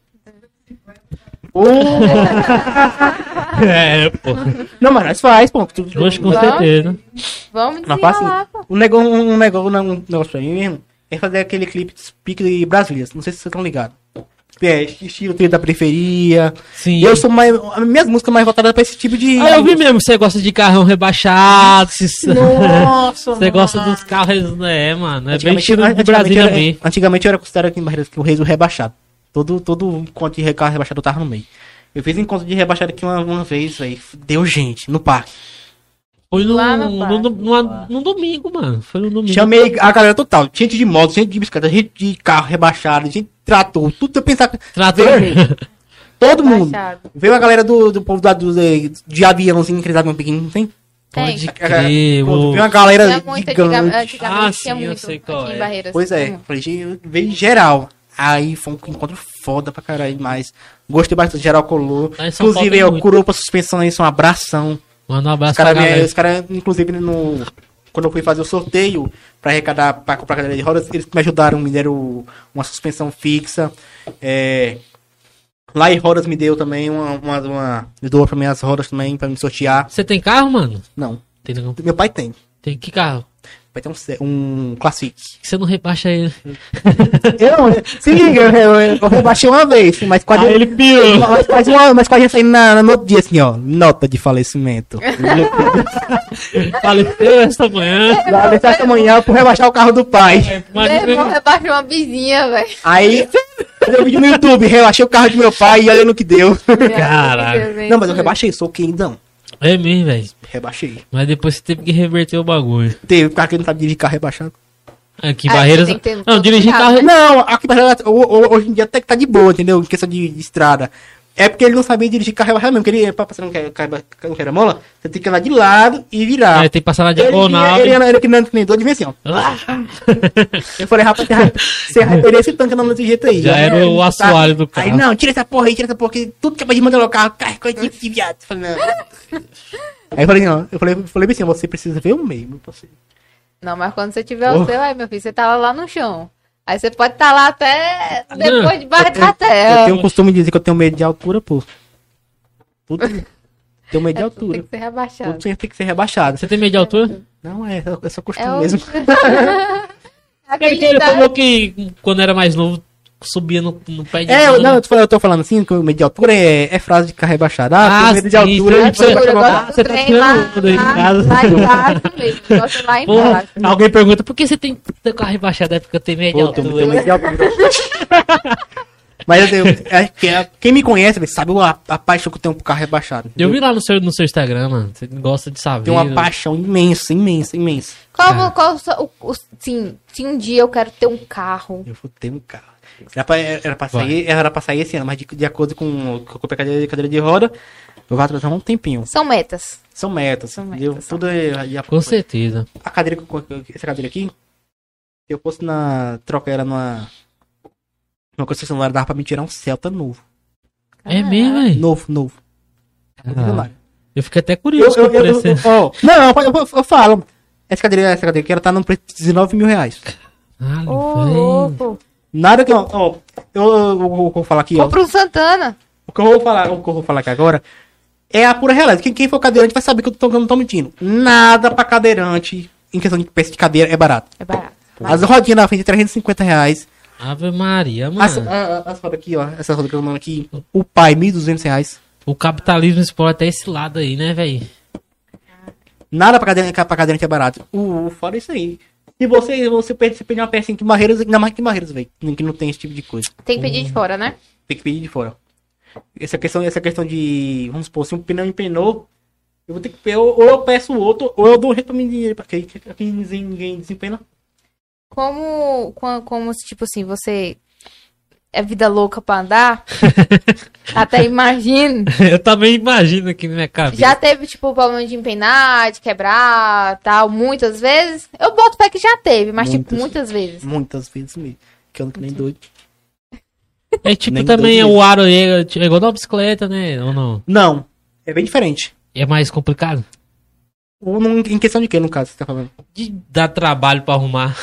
É, pô. Não, mas nós faz, pô. Hoje com Vamos. certeza. Vamos Nós faz desenrolar, assim. pô. Um negócio aí mesmo é fazer aquele clipe de pique brasileiro. Não sei se vocês estão ligados. É, estilo trilha da periferia. Sim. Eu sou mais. As minhas músicas mais voltadas pra esse tipo de. Ah, eu vi mesmo, você gosta de carrão rebaixado, Nossa, você gosta dos carros, né, mano? É bem Antigamente, estilo do Brasil também. antigamente eu era considerado aqui em Barreiras que o rei do rebaixado. Todo encontro de carro rebaixado eu tava no meio. Eu fiz encontro de rebaixado aqui uma vez, velho. Deu gente no parque. Foi Lá no no domingo, mano. Foi no domingo. Chamei a galera total. Gente de moto, gente de bicicleta, gente de carro rebaixado, gente de trator. Tudo eu pensava. Trator. Todo mundo. Rebaixado. Veio a galera do povo de aviãozinho, aqueles aviões pequeninos, não tem? Pode Tem. crer, Pô, ô. veio uma galera Tinha muito gigante. antigamente Ah, tinha sim, eu muito sei qual aqui é. em Barreiras. Pois é, falei, gente, veio geral. Aí foi um encontro foda pra caralho, mas gostei bastante, geral colou. Lá em São Paulo Inclusive, tem eu muito. curou pra suspensões, um abração. Manda um abraço Os pra galera. caras, inclusive, quando eu fui fazer o sorteio pra arrecadar, pra comprar cadeira de rodas, eles me ajudaram, me deram uma suspensão fixa. Lá em rodas me deu também me doou pra mim as rodas também, pra me sortear. Você tem carro, mano? Não, Tem, não. meu pai tem. Tem que carro? Vai ter um Classic. Você não rebaixa ele. Se liga, eu rebaixei uma vez, mas quase. Aí ele pirou. Mas quase ia sair no outro dia assim, ó. Nota de falecimento. Faleceu esta manhã. Lá dessa manhã pra rebaixar o carro do pai. Meu irmão rebaixou uma vizinha, velho. Aí, eu vídeo no YouTube, rebaixei o carro do meu pai e olha no que deu. Caralho. Não, mas eu rebaixei, sou queridão. É mesmo, velho. Rebaixei. Mas depois você teve que reverter o bagulho. Teve o cara que não sabe dirigir carro rebaixado. Aqui em Ah, Barreiras. tem que ter Não, todo dirigir cuidado, carro. Não, aqui hoje em dia até que tá de boa, entendeu? Em questão de estrada. É porque ele não sabia dirigir carro rebaixado mesmo. Porque ele, pra passar no quebra-mola, você tem que andar de lado e virar. Aí tem que passar na Ele diagonal. era que não nem doido, assim, ó. Eu falei, rapaz, você arreperia esse tanque andando desse jeito aí. Já era Aí, o assoalho do carro. Aí, não, tira essa porra aí, que tudo que é pra desmantelar o carro, cai, coisa de viado. Eu falei, não. Aí eu falei, não, eu falei assim, você precisa ver o meio, meu parceiro. Não, mas quando você tiver o seu, aí, meu filho, você tá lá no chão. Aí você pode estar lá até depois debaixo da Eu terra. tenho o costume de dizer que eu tenho medo de altura, pô. Tudo. Tenho medo de Tem altura. que ser rebaixado. Tudo tem que ser rebaixado. Você tem medo de altura? Não, é só costume É o... mesmo. Ele falou que quando era mais novo subia no pé de É, mão. não, eu tô falando assim, que o medo de altura é frase de carro rebaixado. Ah, tenho medo de sim, altura. sim, depois sim. vai Eu chamar- gosto do você tá trem tirando lá, tudo aí de casa. lá embaixo mesmo. Eu gosto lá Porra, embaixo. alguém pergunta, por que você tem carro rebaixado? É porque eu tenho medo de Pô, tenho altura. medo de altura. Mas quem me conhece, véio, sabe a paixão que eu tenho pro carro rebaixado. Eu entendeu? vi lá no seu Instagram, mano. Você gosta de saber. Tenho uma paixão imensa, imensa, imensa. Se um dia eu quero ter um carro. Eu vou ter um carro. Era pra sair esse ano, mas de acordo com o que eu comprei cadeira de roda, eu vou atrasar um tempinho. São metas. São metas. Entendeu? Tudo Com certeza. A cadeira, essa cadeira aqui, se eu fosse trocar ela numa concessionária, dava pra me tirar um Celta novo. É mesmo, velho? Novo. Eu fiquei até curioso com o preço. Eu falo. Essa cadeira aqui, ela tá num preço de R$19.000. Ô, louco. Nada que, ó, eu vou falar aqui, ó. Compra um Santana. O que eu vou falar aqui agora é a pura realidade. Quem for cadeirante vai saber que eu não tô mentindo. Nada pra cadeirante, em questão de preço de cadeira, é barato. É barato. As rodinhas na frente, R$350. Ave Maria, mano. As rodas aqui, ó. Essa roda que eu mando aqui. O pai, R$1.200. O capitalismo explora até esse lado aí, né, velho? Nada pra cadeirante é barato. Fora isso aí. Se você pedir uma peça em Barreiras, ainda mais que Barreiras, velho. Que não tem esse tipo de coisa. Tem que pedir de fora, né? Tem que pedir de fora. Essa questão de, vamos supor, se um pneu empenou, eu vou ter que, ou eu peço outro, ou eu dou um jeito pra mim dinheiro, porque aqui ninguém desempena. Como se, tipo assim, você é vida louca pra andar, até imagino. Eu também imagino aqui na minha cabeça. Já teve, tipo, problema de empenar, de quebrar, tal, muitas vezes? Eu boto fé que já teve, mas, tipo, muitas vezes. Muitas vezes mesmo. Que eu não tô nem doido. É tipo Nem também doido o aro é igual da bicicleta, né? Ou não? Não. É bem diferente. É mais complicado? Em questão de quê, no caso, você tá falando? De dar trabalho pra arrumar.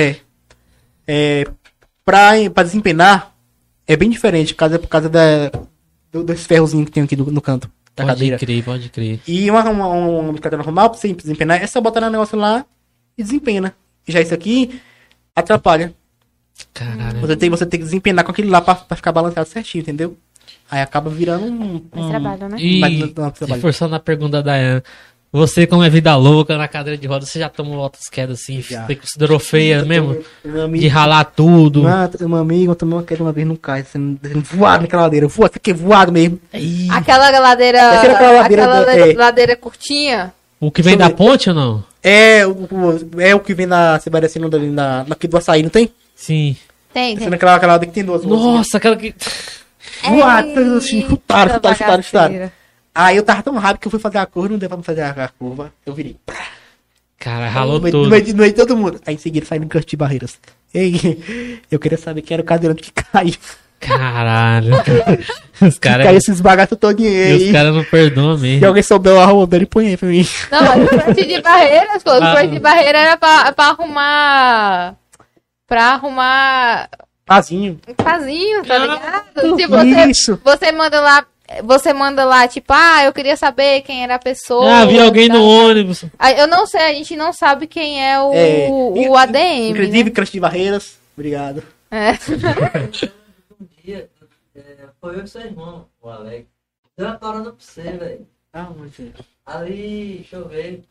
Pra desempenar, é bem diferente, por causa dos ferrozinhos que tem aqui no canto da cadeira. Pode crer. E uma bicicleta normal, pra você desempenar, é só botar no negócio lá e desempena. Já isso aqui atrapalha. Caralho. Você tem que desempenar com aquele lá pra ficar balanceado certinho, entendeu? Aí acaba virando Mais trabalho, né? E, trabalho. forçando a pergunta da Dayana, você como é vida louca na cadeira de rodas, você já tomou altas quedas assim? Já. Você considerou feia mesmo? Meu De amigo, ralar tudo? meu amigo, eu tomei uma queda uma vez no cais, sendo voado naquela ladeira. Fiquei voado mesmo. Aquela ladeira, ladeira curtinha. O que vem da ponte ou não? É o que vem na Sebastião ali naquele do açaí, não tem? Sim. Tem. Naquela ladeira que tem duas ruas. Nossa, aquela que... Voado, assim, chutaram. Bagaceira. Aí eu tava tão rápido que eu fui fazer a curva, não deu pra me fazer a curva. Eu virei. Cara, ralou No tudo. meio de todo mundo. Aí em seguida saí no canto de Barreiras. Ei, eu queria saber quem era o cadeirante que caiu. Caralho. Os Caiu caras... esses bagaços todinhos E os aí. caras não perdoam Se mesmo. alguém souber o arroba dele, põe aí pra mim. Não, mas o corte de barreiras, pô. O corte de barreira era pra arrumar... Pra arrumar... Pazinho. Um casinho, tá ligado? Tipo, Isso. você manda lá, tipo, eu queria saber quem era a pessoa. Ah, vi alguém tá? no ônibus. Eu não sei, a gente não sabe quem é o ADM. Inclusive, Né? crush de Barreiras. Obrigado. É. Um dia, foi eu e seu irmão, o Alex. Deu uma corona pra você, velho. Ali, deixa eu ver.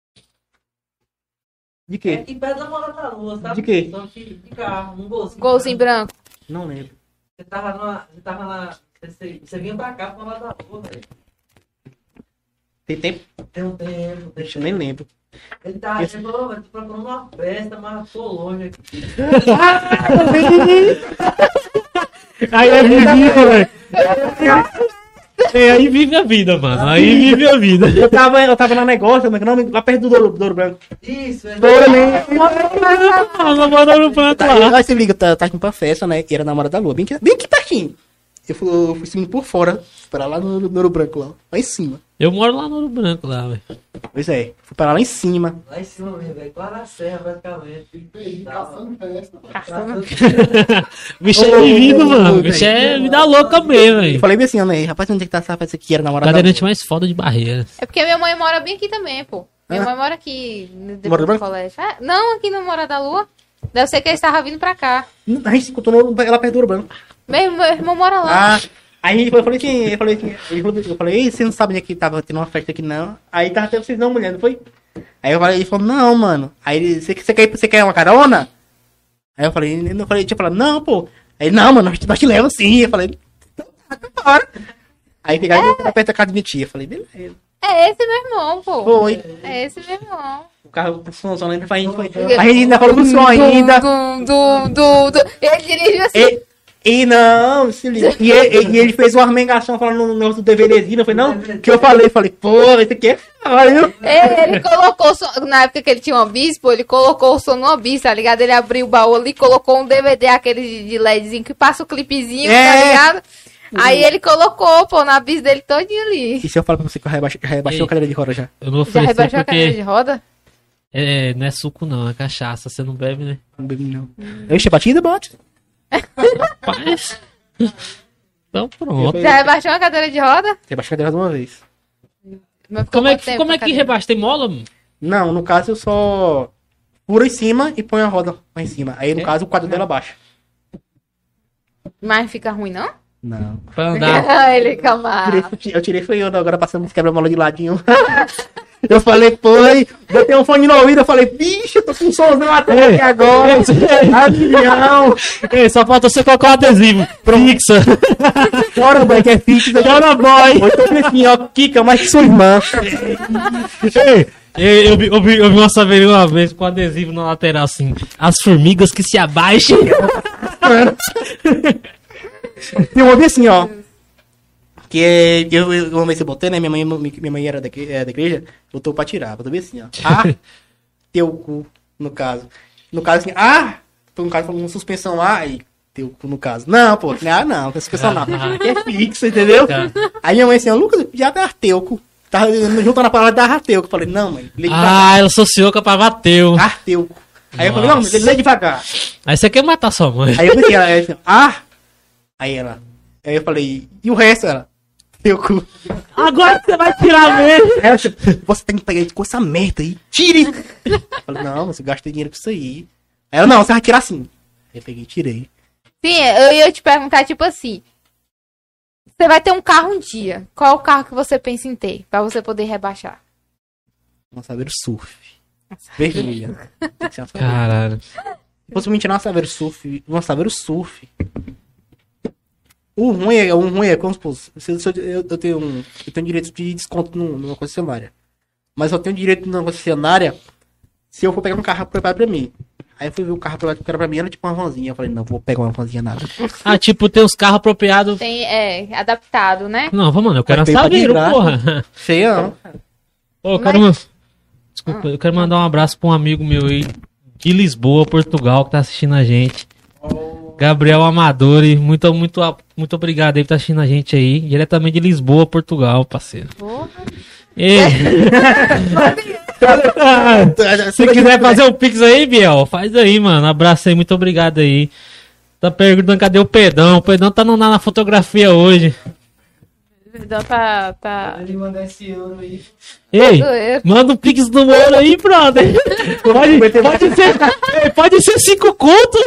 De É quê? aqui perto da Morada da Lua, sabe? De quê? Só que de carro, num golzinho. Golzinho branco. Não lembro. Você tava na... Você vinha pra cá pra Morada da Lua, velho. Tem tempo? Tem um tempo. Deixa eu nem lembro. Ele tava chegou, velho, tô procurando uma festa, mas tô longe aqui. Aí é vive, velho. Aí vive a vida, mano. Aí vive a vida. Eu tava no negócio, mas não, lá perto do Douro Branco. Isso, velho. Namorando pra lá. Aí você liga, tá indo pra festa, né? E era na Morada da Lua, bem aqui pertinho. Eu fui subindo por fora, pra lá no Douro Branco, lá em cima. Eu moro lá no Ouro Branco, lá, velho. Pois é, fui parar lá em cima. Lá em cima mesmo, velho. Lá na serra, praticamente. Caçando festa. Bicho é vivido, mano. Bicho é vida louca mesmo, Eu velho. falei bem assim, né? Rapaz, onde é que tá essa festa aqui? Era na Morada da Cadeirante Lua. mais foda de Barreiras. É porque minha mãe mora bem aqui também, pô. Minha Ah. mãe mora aqui, Mora depois no do Branco? colégio. Não, aqui no Mora da Lua. Deve ser que eles estavam vindo pra cá. A gente se encontrou lá perto do Douro Branco. Meu irmão mora lá. Ah, aí eu falei assim, eu falei, ei, você não sabe onde é que tava tendo uma festa aqui não? Aí tava até vocês não, mulher, não foi? Aí ele falou, não, mano. Aí você quer uma carona? Aí eu falei, tinha falado, não, pô. Aí, não, mano, nós te levamos sim. Eu falei, então tá, bora. Aí pegaram perto da casa da minha tia. Eu falei, beleza. É esse meu irmão, pô. Foi. É esse meu irmão. O carro, o som ainda foi. A gente ainda falou pro som ainda. Ele dirigiu assim. E não, se liga. E ele fez uma armengação falando no negócio do DVDzinho. Eu falei, não, que eu falei, pô, esse aqui é foda, viu? Ele colocou o som, na época que ele tinha um obispo, ele colocou o som no obispo, tá ligado? Ele abriu o baú ali, colocou um DVD, aquele de LEDzinho que passa o clipezinho, tá ligado? Aí ele colocou, pô, na bis dele todinho ali. E se eu falo pra você que eu rebaixei a cadeira de roda já? Eu não Já ofereci rebaixou a cadeira de porque roda? não é suco não, é cachaça. Você não bebe, né? Não bebi, não. Eu enchi a batida, bate. Rapaz. Então pronto. Já rebaixou a cadeira de roda? Rebaixei a cadeira de uma vez. Mas ficou Como é quanto tempo que a cadeira? rebaixa? Tem mola? Mano? Não, no caso eu só furo em cima e ponho a roda lá em cima. Aí no caso o quadro dela baixa. Mas fica ruim, não? Não. Pra andar. Ele calma. Eu tirei foi eu, agora passamos quebra-mola de ladinho. Eu falei, pô, aí, botei um fone no ouvido, eu falei, bicho, eu tô com um somzão até aqui agora. Avião. Ei, só falta você colocar um adesivo. Fixa. Chora, boy, que é fixo. Chora, boy. Ou então assim, ó, Kika, mais que sua irmã. Ei, eu vi uma saveirinha uma vez com adesivo na lateral assim. As formigas que se abaixem. Tem uma vez assim, ó. Que é, uma vez eu botei, né? Minha mãe era da igreja, botou pra tirar. Botou bem assim, ó. Ah, teu cu, no caso. No caso assim, foi um caso falando suspensão e teu cu no caso. Não, pô, não, suspensão não. É fixo, entendeu? Aí minha mãe assim, ó, Lucas, já dá teuco. Tava juntando a palavra da Arteuco. Eu falei, não, mãe, lê devagar. Ela associou com a palavra teu. Arteuco. Aí eu falei, não, lê devagar. Aí você quer matar sua mãe. Aí eu pensei, ela assim, Aí eu falei, e o resto, ela? Teu cu. Agora você vai tirar mesmo. Aí ela, você tem que pegar com essa merda aí, tire. Eu falei, não, você gastei dinheiro com isso aí. Aí ela, não, você vai tirar assim. Aí eu peguei e tirei. Sim, eu ia te perguntar, tipo assim. Você vai ter um carro um dia. Qual é o carro que você pensa em ter? Pra você poder rebaixar? Uma Saveiro Surf. Vermelha. Tem que ser uma Saveiro. Caralho. Se fosse mentir, uma Saveiro Surf. Uma Saveiro Surf. O ruim é como se fosse. Eu tenho direito de desconto numa concessionária. Mas eu tenho direito numa concessionária se eu for pegar um carro apropriado pra mim. Aí eu fui ver o carro apropriado que era pra mim, era tipo uma vanzinha. Eu falei, não, vou pegar uma vanzinha nada. Tipo, tem uns carros apropriados. Tem, adaptado, né? Não, vamos, mano, eu quero Mas uma tem pra Saveiro, tirar. porra. Cheia não. Pô, Desculpa, eu quero mandar um abraço pra um amigo meu aí de Lisboa, Portugal, que tá assistindo a gente. Gabriel Amadori, muito obrigado aí por estar assistindo a gente aí, diretamente de Lisboa, Portugal, parceiro. Porra. Se quiser fazer um pix aí, Biel, faz aí, mano. Abraço aí, muito obrigado aí. Tá perguntando cadê o Pedão? O Pedão tá na fotografia hoje. Dá pra... Ele mandar esse euro aí. Ei, manda um pix do Moro aí, brother. Pode ser 5 contos.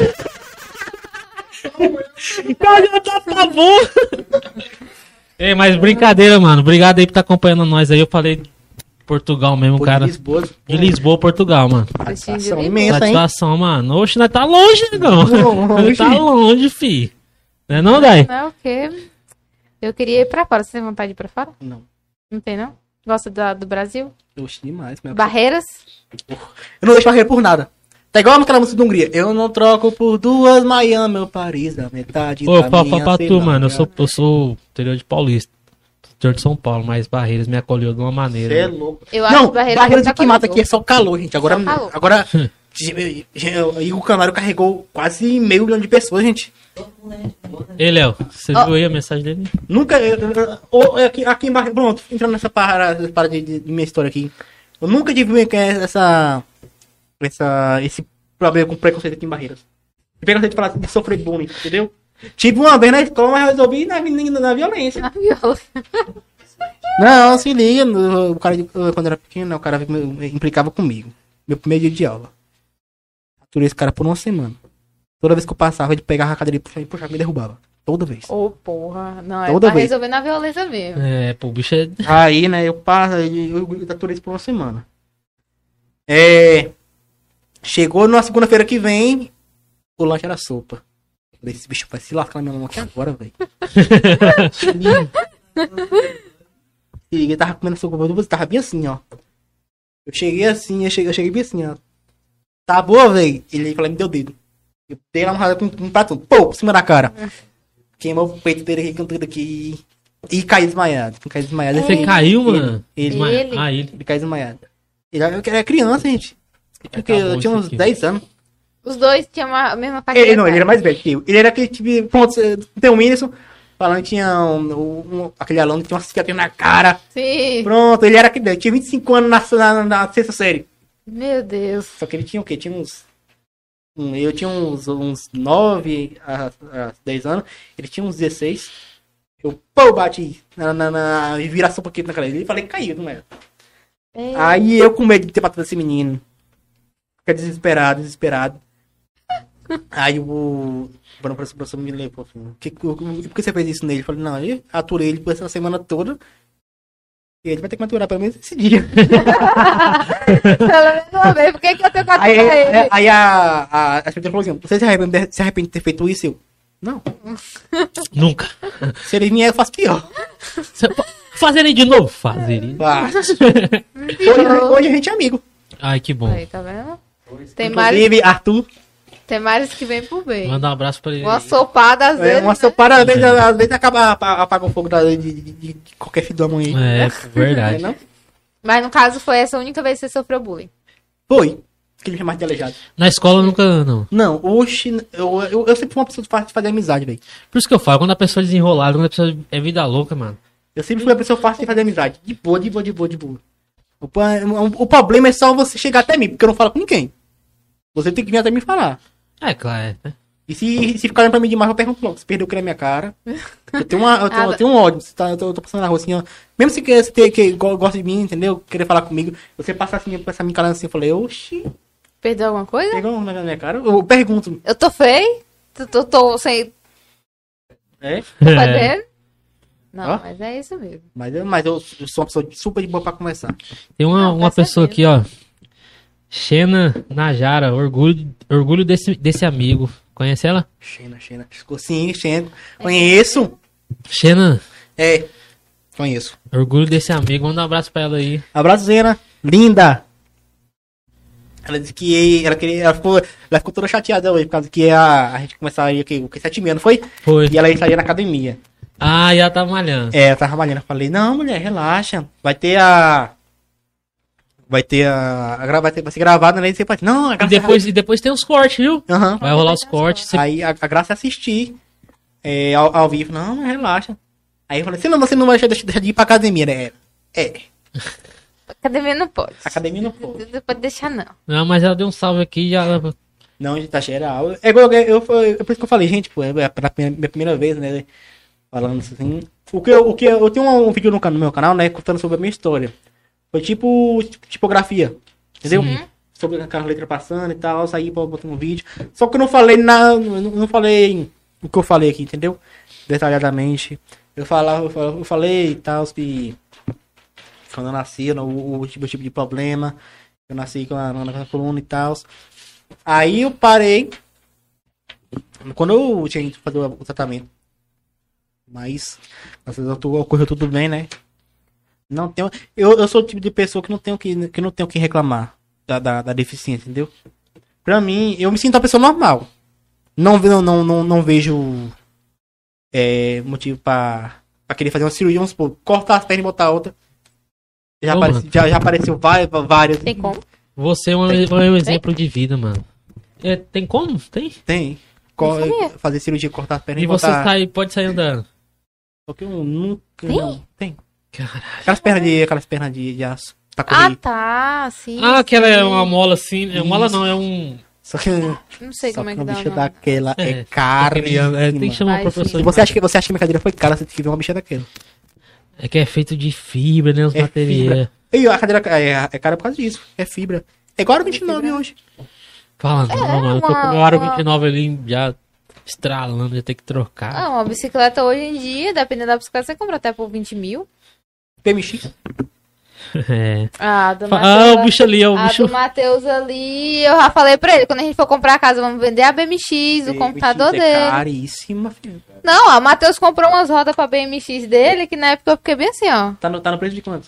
Cara, tá bom. Ei, mas brincadeira, mano. Obrigado aí por estar acompanhando nós aí. Eu falei Portugal mesmo, Pô, cara. De Lisboa, Portugal, mano. Satisfação imensa, hein? Satisfação, mano. Oxe, nós tá longe, negão. Longe. Nós tá longe, fi. Não é não, Dai? Não é o quê? Eu queria ir pra fora. Você tem vontade de ir pra fora? Não. Não tem, não? Gosta do Brasil? Eu gostei demais. Barreiras? Eu não deixo barreira por nada. Tá igual aquela música da Hungria. Eu não troco por duas Miami ou Paris, da metade Ô, da minha pra tu, cidade. mano. Eu sou interior de Paulista. Interior de São Paulo, mas Barreiras me acolheu de uma maneira. Você é louco. Eu acho Não, Barreiras Barreiras muito que mata aqui acolhedor. é só calor, gente. Agora, Só calor. agora o Canário carregou quase 500 mil de pessoas, gente. Ei, Léo, você viu aí a mensagem dele? Nunca. Aqui em Barreiras. Pronto, entrando nessa parada de minha história aqui. Eu nunca tive esse problema com preconceito aqui em Barreiras. Preconceito de falar de sofrer bullying, entendeu? Tipo, uma vez na escola, mas eu resolvi ir na violência. Na viola. Não, se liga. O cara, quando era pequeno, o cara implicava comigo. Meu primeiro dia de aula. Aturei esse cara por uma semana. Toda vez que eu passava, ele pegava a cadeira e puxava e me derrubava. Toda vez. Ô, porra. Não, Toda pra vez. resolver na violência mesmo. É, pô, o bicho é. Aí, né, eu aturei isso por uma semana. Chegou na segunda-feira que vem, o lanche era sopa. Falei, esse bicho vai se lascar na minha mão aqui agora, velho. E ele tava comendo sopa, você tava bem assim, ó. Eu cheguei assim, eu cheguei bem assim, ó. Tá boa, velho? Ele falou, me deu o dedo. Eu dei uma murrada com um prato, pô, por cima da cara. Queimou o peito dele aqui, com tudo aqui. E caiu desmaiado. Você caiu, mano? Ele. Ah, ele. Ele caiu desmaiado. Ele era criança, gente. Porque eu tinha uns 10 anos. Os dois tinham a mesma faixa etária. Ele era mais velho que eu. Ele era aquele tipo. Pronto, tem o Whindersson falando que tinha aquele aluno que tinha uma cicatriz na cara. Sim. Pronto, ele era aquele. Ele tinha 25 anos na sexta série. Meu Deus. Só que ele tinha o quê? Tinha uns. Eu tinha uns 9 a 10 anos. Ele tinha uns 16. Eu, pô, bati na viração porque na cara dele. Ele falei, caiu, não é? Aí eu com medo de ter matado esse menino. Fica desesperado. Aí o professor me levou assim, por que você fez isso nele? Eu falei, não, eu aturei ele por essa semana toda. E ele vai ter que me aturar pelo menos esse dia. Pelo menos uma vez, por que eu tenho que aturar ele? Aí a secretária falou assim, você se arrepende de ter feito isso? Eu, não. Nunca. Se ele vier, eu faço pior. Fazer ele de novo? Fazer ele. Hoje a gente é amigo. Ai, que bom. Aí, tá vendo? Tem Inclusive, Arthur. Mares que vem por bem. Manda um abraço pra ele. Uma sopada às vezes. Uma sopada, às vezes apaga o fogo de qualquer filho da mãe. É, verdade. Não? Mas no caso foi essa única vez que você sofreu bullying. Foi. Que ele chamava de aleijado. Na escola nunca, não. Não, hoje eu sempre fui uma pessoa fácil de fazer amizade, velho. Por isso que eu falo, quando a pessoa é desenrolada, quando a pessoa é vida louca, mano. Eu sempre fui uma pessoa fácil de fazer amizade. De boa. O problema é só você chegar até mim, porque eu não falo com ninguém. Você tem que vir até mim falar. É, claro. Né? E se ficarem pra mim demais, eu pergunto logo. Você perdeu o que na minha cara? Eu tenho um ódio. Eu tô passando na rua assim, ó. Mesmo se você que gosta de mim, entendeu? Querer falar comigo. Você passar assim, passar me calando assim, eu falei, oxi. Perdeu alguma coisa? Pegou na minha cara? Eu pergunto. Eu tô feio? Tô sem... É? Tá fazendo? Não, Ó. mas é isso mesmo. Mas eu sou uma pessoa super de boa pra conversar. Tem uma pessoa aqui, ó. Xena Najara, orgulho desse amigo. Conhece ela? Xena. Sim, Xena. Conheço. Xena, Conheço. orgulho desse amigo. Manda um abraço pra ela aí. Abraço, Xena. Linda. Ela disse que ela ficou toda chateada hoje, por causa que a gente começaria o que 7h30, não foi? Foi. E ela estaria na academia. Ah, e ela tá malhando. Ela tava malhando. Eu falei, não, mulher, relaxa. Vai ser gravado, né? E você pode. Não, a E graça depois tem os cortes, viu? Aham. Vai rolar os cortes. Você... Aí a graça é assistir ao vivo. Não, mas relaxa. Aí eu falei, você não vai deixar de ir pra academia, né? Academia não pode. Academia não pode. Não pode deixar, não. Não, mas ela deu um salve aqui e já... Não, gente, tá geral. É igual é por isso que eu falei, gente, pô, é minha primeira vez, né? Falando assim. Eu tenho um vídeo no meu canal, né? Contando sobre a minha história. Foi tipo tipografia. Entendeu? Sim. Sobre aquela letra passando e tal, saí botando um vídeo. Só que eu não falei nada, não falei o que eu falei aqui, entendeu? Detalhadamente. Eu falei e tal, que quando eu nasci, o tipo de problema. Eu nasci com a coluna e tal. Aí eu parei. Quando eu tinha ido fazer o tratamento. Mas, graças a Deus, ocorreu tudo bem, né? Não tenho, eu sou o tipo de pessoa que não tenho que reclamar da deficiência, entendeu? Pra mim, eu me sinto uma pessoa normal. Não vejo motivo pra querer fazer uma cirurgia, vamos supor, cortar as pernas e botar outra. Já apareceu várias. Tem como? Você é um exemplo de vida, mano. Tem como? Tem. Fazer cirurgia, cortar as pernas E você pode sair andando. Só que eu nunca... Tem? Não, tem. Caralho. Aquelas pernas de aço. Pra Ah, correr. tá. Sim. Aquela sim. é uma mola assim. É mola não, é um... Só que... Não sei como é que uma dá. bicha o nome. daquela é cara. Tem que chamar Ai, o professor. Se você acha que a minha cadeira foi cara, você tem que ver uma bicha daquela. É que é feito de fibra, né? Os É materiais. E a cadeira é cara por causa disso. É fibra. É igual a 29 hoje. Fala, não, mano. Eu tô com o meu aro uma- 29 ali já estralando, já tem que trocar. Ah, uma bicicleta hoje em dia, dependendo da bicicleta, você compra até por 20 mil. PMX. É. Do Ah, Matheus, o bicho ali, é o a bicho. do Matheus ali, eu já falei pra ele, quando a gente for comprar a casa, vamos vender a BMX, o computador É dele. caríssima, filho. Não, ó, o Matheus comprou umas rodas pra BMX dele, que na época eu fiquei bem assim, ó. Tá no preço de quanto?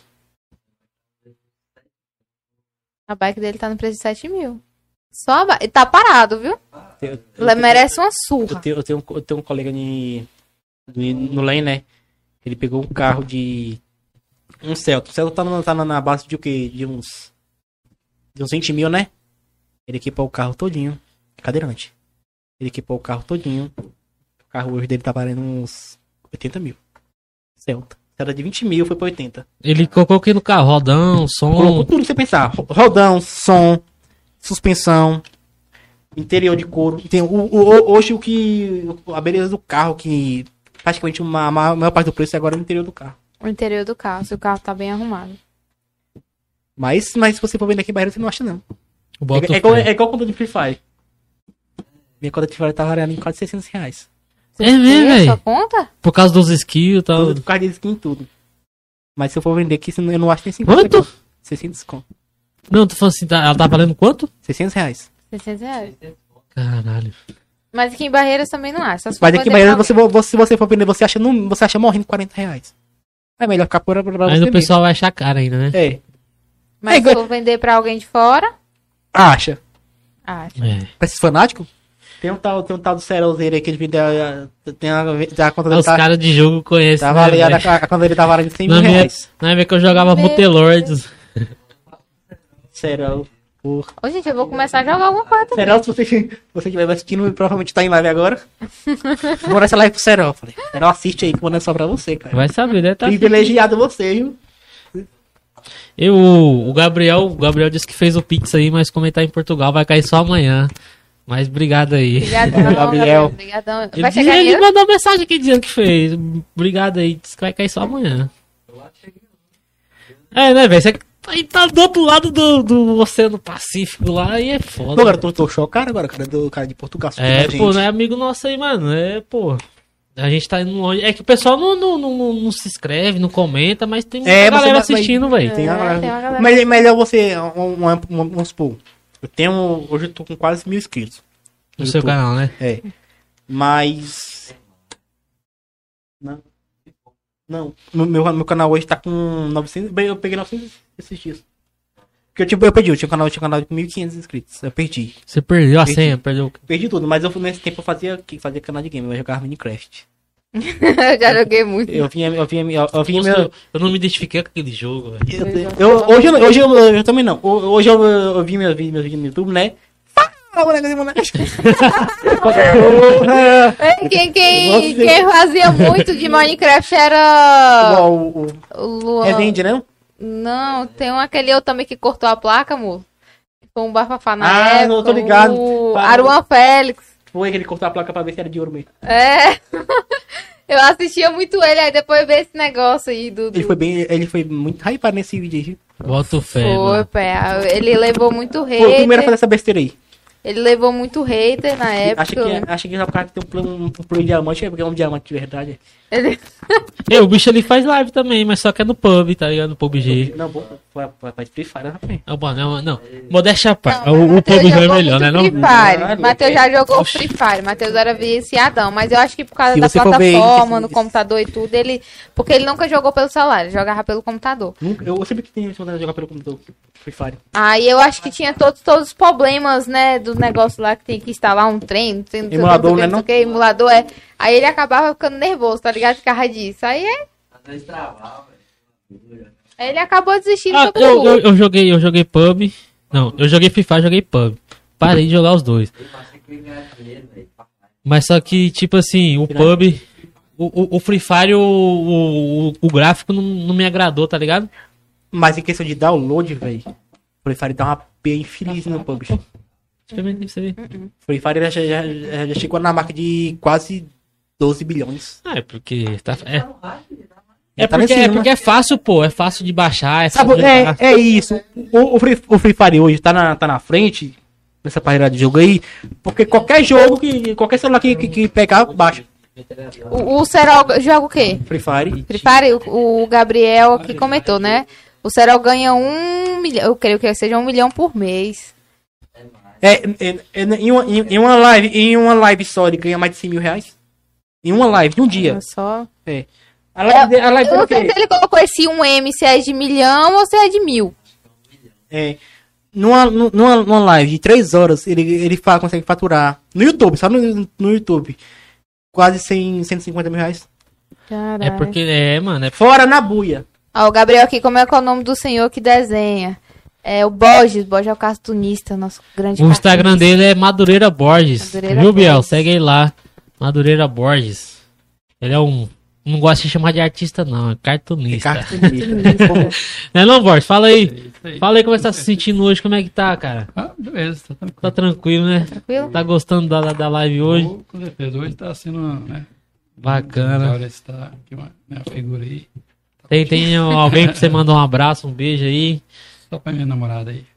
A bike dele tá no preço de 7 mil. Só a bike. E tá parado, viu? Eu Ele merece uma surra. eu tenho um colega no Lane, né? Ele pegou um carro de... Um Celta. O Celta tá na base de o quê? De uns 20 mil, né? Ele equipou o carro todinho. Cadeirante. Ele equipou o carro todinho. O carro hoje dele tá valendo uns 80 mil. Celta. Era de 20 mil, foi pra 80. Ele colocou aqui no carro, rodão, Colocou som. tudo que você pensar. Rodão, som, suspensão, interior de couro. Tem hoje a beleza do carro, que praticamente a maior parte do preço agora é o interior do carro. O interior do carro, se o carro tá bem arrumado. Mas se você for vender aqui em Bahia, você não acha não. Bota É o igual pé. a conta de Free Fire. Minha conta de Free Fire tá variando em quase 600 reais. É mesmo, Tem a sua velho. conta? Por causa dos skills e tal. Por causa de skin e tudo. Mas se eu for vender aqui, eu não acho nem 50. Quanto? 600 conto. Não, tu falou assim, ela tá valendo quanto? 600 reais. 600 reais. Caralho. Mas aqui em Barreiras também não acha. Só se for Mas aqui em vender Bahia, pra se você for vender, você acha morrendo 40 reais. É melhor ficar por pra você Ainda o mesmo. pessoal vai achar cara ainda, né? É. Mas se for vender pra alguém de fora, Acha. acha. É. Pra esses fanáticos? Tem um tal do Cerolzeiro aí que ele vendeu. Tem a conta dele. Os caras de jogo conhecem. Tava né, aliada, velho? a conta dele tava valendo 100 Na mil minha, reais. na época que eu jogava Meu Mutelords. Cerol. Porra. Ô, gente, eu vou começar a jogar alguma coisa também. Cerol, se você estiver assistindo, provavelmente tá em live agora. Vou mandar essa live pro Cerol. Falei, Cerol, assiste aí que eu mando só pra você, cara. Vai saber, né? Tá Privilegiado você, viu? o Gabriel disse que fez o Pix aí, mas como ele tá em Portugal, vai cair só amanhã. Mas obrigado aí. Obrigadão, Gabriel. Gabriel. Obrigadão. Vai Ele, chegar ele dinheiro? mandou mensagem aqui dizendo que fez. Obrigado aí, disse que vai cair só amanhã. É, né, velho? Você aí tá do outro lado do Oceano Pacífico lá e é Pô, foda. agora tô chocado agora, cara, do cara de Portugal. É, gente. pô, não é amigo nosso aí, mano. É, pô. A gente tá indo longe. É que o pessoal não se inscreve, não comenta, mas tem muita É, galera vai- assistindo, velho. Tem uma galera. tem uma galera. Mas é melhor você. Vamos supor. Hoje eu tô com quase 1.000 inscritos. No seu YouTube. canal, né? É. Mas. Não. Meu canal hoje tá com 900. Eu peguei 900 esses dias. Porque eu perdi. Eu tinha um canal de 1.500 inscritos. Eu perdi. Você perdeu a Perdi. senha, perdeu. Perdi tudo. Mas nesse tempo eu fazia canal de game. Eu jogava Minecraft. Eu já joguei muito. Eu vinha Nossa, eu não me identifiquei com aquele jogo, velho. Hoje eu também não. Hoje eu vi meus vídeos no YouTube, né? Fala, moleque. Quem fazia muito de Minecraft era O o Luan. Resende, né? Não, tem aquele eu também que cortou a placa, amor. Foi um bafafá na Ah, época. não, tô ligado. O Aruan Félix. Foi que ele cortou a placa pra ver se era de ouro mesmo. É. Eu assistia muito ele, aí depois veio esse negócio aí do... Ele foi muito hypado nesse vídeo aí. Bota o fé, Foi, mano. pé. Ele levou muito Foi o primeiro a fazer hater. essa besteira aí. Ele levou muito hater na época. Acho que o cara que tem um plano de diamante é porque é um diamante de verdade. Ele... E o bicho ali faz live também, mas só que é no pub, tá ligado? No PUBG. Não, vai Free Fire, rapaz. Ah, bom, não. Modéstia à parte. Não, O Matheus PUBG é jogou melhor, né? muito Não? Free Fire. Ah, Matheus já jogou Oxi. Free Fire. Matheus era viciadão. Mas eu acho que por causa Se da você for ver plataforma, ele, no computador e tudo, ele... Porque ele nunca jogou pelo celular, ele jogava pelo computador. Eu sempre que tenho vontade de jogar pelo computador Free Fire. Aí eu acho que tinha todos os problemas, né, do negócio lá que tem que instalar um trem, não sei o que, Emulador, não sei o que, né, não sei o que, emulador, é. Aí ele acabava ficando nervoso, tá ligado? Ficava disso. Aí ele acabou desistindo Ah, sobre tudo. eu joguei pub. Não, eu joguei Free Fire, joguei pub. Parei de jogar os dois. Mas só que, tipo assim, o pub. O Free Fire, o gráfico não me agradou, tá ligado? Mas em questão de download, velho, Free Fire dá uma P infeliz no PUBG. Experimentei pra você ver. Free Fire já chegou na marca de quase 12 bilhões. Ah, é porque. Tá, Tá nesse é ano, porque é fácil, pô. É fácil de baixar. É fácil Sabe, de jogar. é isso. O Free Fire hoje tá na frente nessa parreira de jogo aí, porque qualquer jogo, qualquer celular que pegar, baixa. O Serol joga o quê? Free Fire. Free Fire, o Gabriel que comentou, né? O Serol ganha 1 milhão, eu creio que seja 1 milhão por mês. Em uma live só, ele ganha mais de 100 mil reais? Em uma live, em um dia. Olha só. A live Eu não sei se ele colocou esse 1M, se é de milhão ou se é de 1.000. Numa live de 3 horas, ele consegue faturar no YouTube, só no YouTube, quase 150 mil reais. Caralho. É porque, mano, Fora na buia. Ó, o Gabriel aqui, como é que é o nome do senhor que desenha? É o Borges é o cartunista, nosso grande o Instagram cartunista. dele é Madureira Borges. Madureira Viu, Biel? Borges. Segue aí lá. Madureira Borges. Ele é um... Não gosta de chamar de artista, não. É cartunista. Não é não, Borges? Fala aí. Fala aí como você tá se sentindo hoje. Como é que tá, cara? Ah, beleza, tá tranquilo. Tá tranquilo, né? Tranquilo? Tá gostando da live hoje? Oh, com certeza, hoje tá sendo, né? Bacana. Olha, está aqui uma figura aí. Tem alguém pra você mandar um abraço, um beijo aí? Só pra minha namorada aí.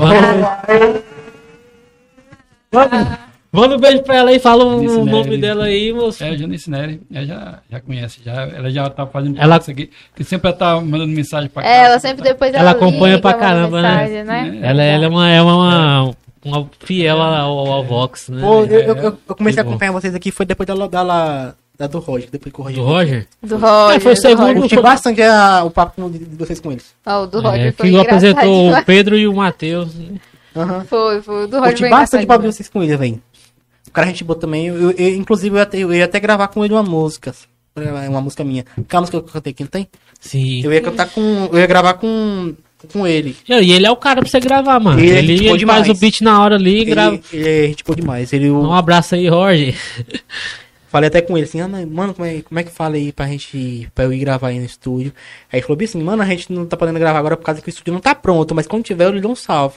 Manda um beijo pra ela aí, fala o Janice nome Nery. dela aí, moço. É a Janice Nery, ela já conhece, ela já tá fazendo Ela- isso aqui, que sempre ela tá mandando mensagem pra cá. Ela sempre depois Ela acompanha liga, pra manda caramba, né? mensagem, né? Ela é uma fiel ao Vox, né? Pô, eu comecei a Que bom. acompanhar vocês aqui, foi depois da do Roger, depois que o Roger. Do Roger? Do Roger. Foi o do segundo. Roger. Eu curti bastante o papo de vocês com eles. Ó, o do Roger É, foi que apresentou o engraçado. Pedro e o Matheus. Aham. Foi. O do Roger Curti foi bastante o papo de engraçado. vocês com eles, velho. O cara, a gente boa também. Inclusive, eu ia até gravar com ele uma música. Uma música minha. Aquela música que eu cantei que ele tem. Sim. Eu ia cantar com. Eu ia gravar com ele. E ele é o cara pra você gravar, mano. Ele é Ele, gente boa ele faz demais. o beat na hora ali e grava. Ele é gente boa demais. Um abraço aí, Roger. Falei até com ele assim, mano, como é que fala aí pra eu ir gravar aí no estúdio? Aí ele falou bem assim, mano, a gente não tá podendo gravar agora por causa que o estúdio não tá pronto, mas quando tiver eu lhe dou um salve.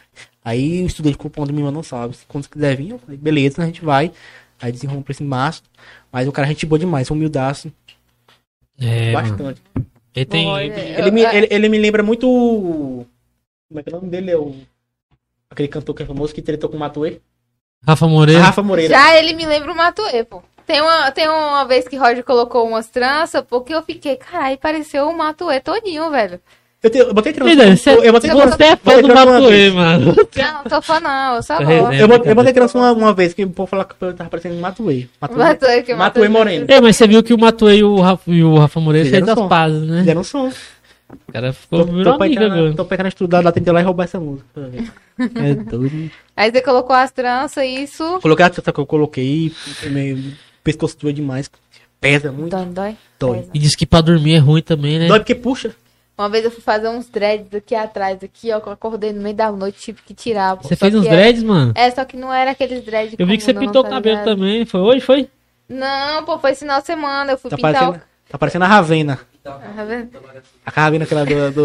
Aí o estúdio ficou pondo me mandou um salve. Quando você quiser vir, eu falei, beleza, a gente vai. Aí desenrolou pra esse março. Mas o cara é gente boa demais, humildaço. É, mano. Bastante. Ele tem. Ele me lembra muito. Como é que é o nome dele? Aquele cantor que é famoso que tretou com o Matuê. Rafa Moreira. Rafa Moreira. Já ele me lembra o Matuê, pô. Tem uma vez que Roger colocou umas tranças, porque eu fiquei, caralho, pareceu o Matuê todinho, velho. Eu botei trança. Você é fã do Matuê, mano. Não tô fã não, eu só É, gosto. né? Eu botei trança uma vez, que o povo falou que eu tava parecendo Matuê. Matuê, que Matuê Moreno. É, mas você viu que o Matuê e o Rafa Moreira Fizeram fez das som. pazes, né? Fizeram um som. O cara ficou virou amigo agora. Tô pegando estudar lá, tentei lá e roubar essa música. É doido. Aí você colocou as tranças, isso... Coloquei a trança que eu coloquei, meu pescoço doeu demais. Pesa muito. Dói. Dói. Pesa. E diz que pra dormir é ruim também, né? Dói porque puxa. Uma vez eu fui fazer uns dreads aqui atrás, aqui, ó, que eu acordei no meio da noite, tive que tirar. Pô. Você Só fez que uns é- dreads, mano? É, só que não era aqueles dreads Eu vi que você comum, pintou não, o tá cabelo ligado? também. Foi hoje, foi? Não, pô, foi esse final de semana, eu fui Tá pintar parecendo a Ravena. Tá vendo? A Ravena, aquela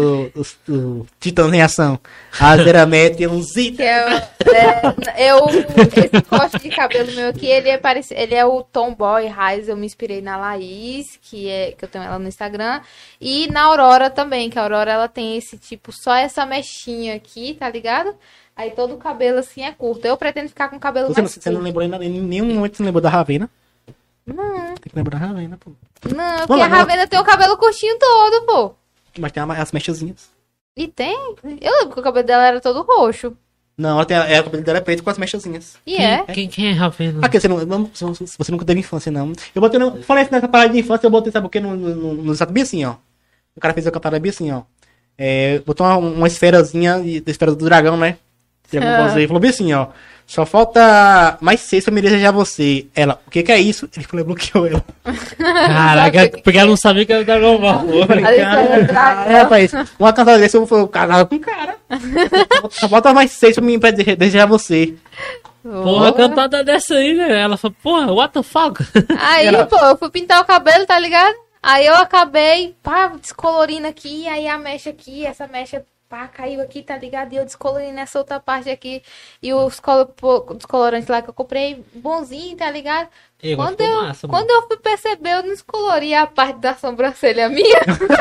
do Titãs em Ação. A Zeramet, um zito. Que esse corte de cabelo meu aqui, ele é o Tomboy Raiz, eu me inspirei na Laís, que eu tenho ela no Instagram, e na Aurora também, que a Aurora ela tem esse tipo, só essa mechinha aqui, tá ligado? Aí todo o cabelo assim é curto. Eu pretendo ficar com o cabelo mais Você não curto. lembrou ainda, em nenhum momento você lembrou da Ravena? Não, Tem que lembrar da Ravena, pô. não, porque Vamos lá, a Ravena tem o cabelo curtinho todo, pô. Mas tem as mechazinhas. E tem? Eu lembro que o cabelo dela era todo roxo. Não, ela tem o cabelo dela é preto com as mechazinhas. E é. Quem é Ravena? Ah, que você você nunca teve infância, não. Eu botei falei nessa parada de infância, eu botei, sabe o que? No estado bem assim, ó. O cara fez a cantada bem assim, ó. Botou uma esferazinha, da esfera do dragão, né? E falou bem assim, ó. Só falta mais 6 pra me desejar você. Ela, o que é isso? Ele falou, bloqueou ela. Caraca, porque ela não sabia que era Dragon Ball. Eu falei, A esfera do dragão. rapaz, uma cantada desse eu vou casar com o cara. Só falta mais 6 pra me desejar você. Porra, cantada dessa aí, né? Ela falou, porra, what the fuck? Aí, pô, eu fui pintar o cabelo, tá ligado? Aí eu acabei, pá, descolorindo aqui, aí a mecha aqui, essa mecha, pá, caiu aqui, tá ligado? E eu descolori nessa outra parte aqui. E os descolorantes lá que eu comprei, bonzinho, tá ligado? Ei, Quando ficou eu, massa, quando eu fui perceber, eu não descolori a parte da sobrancelha minha.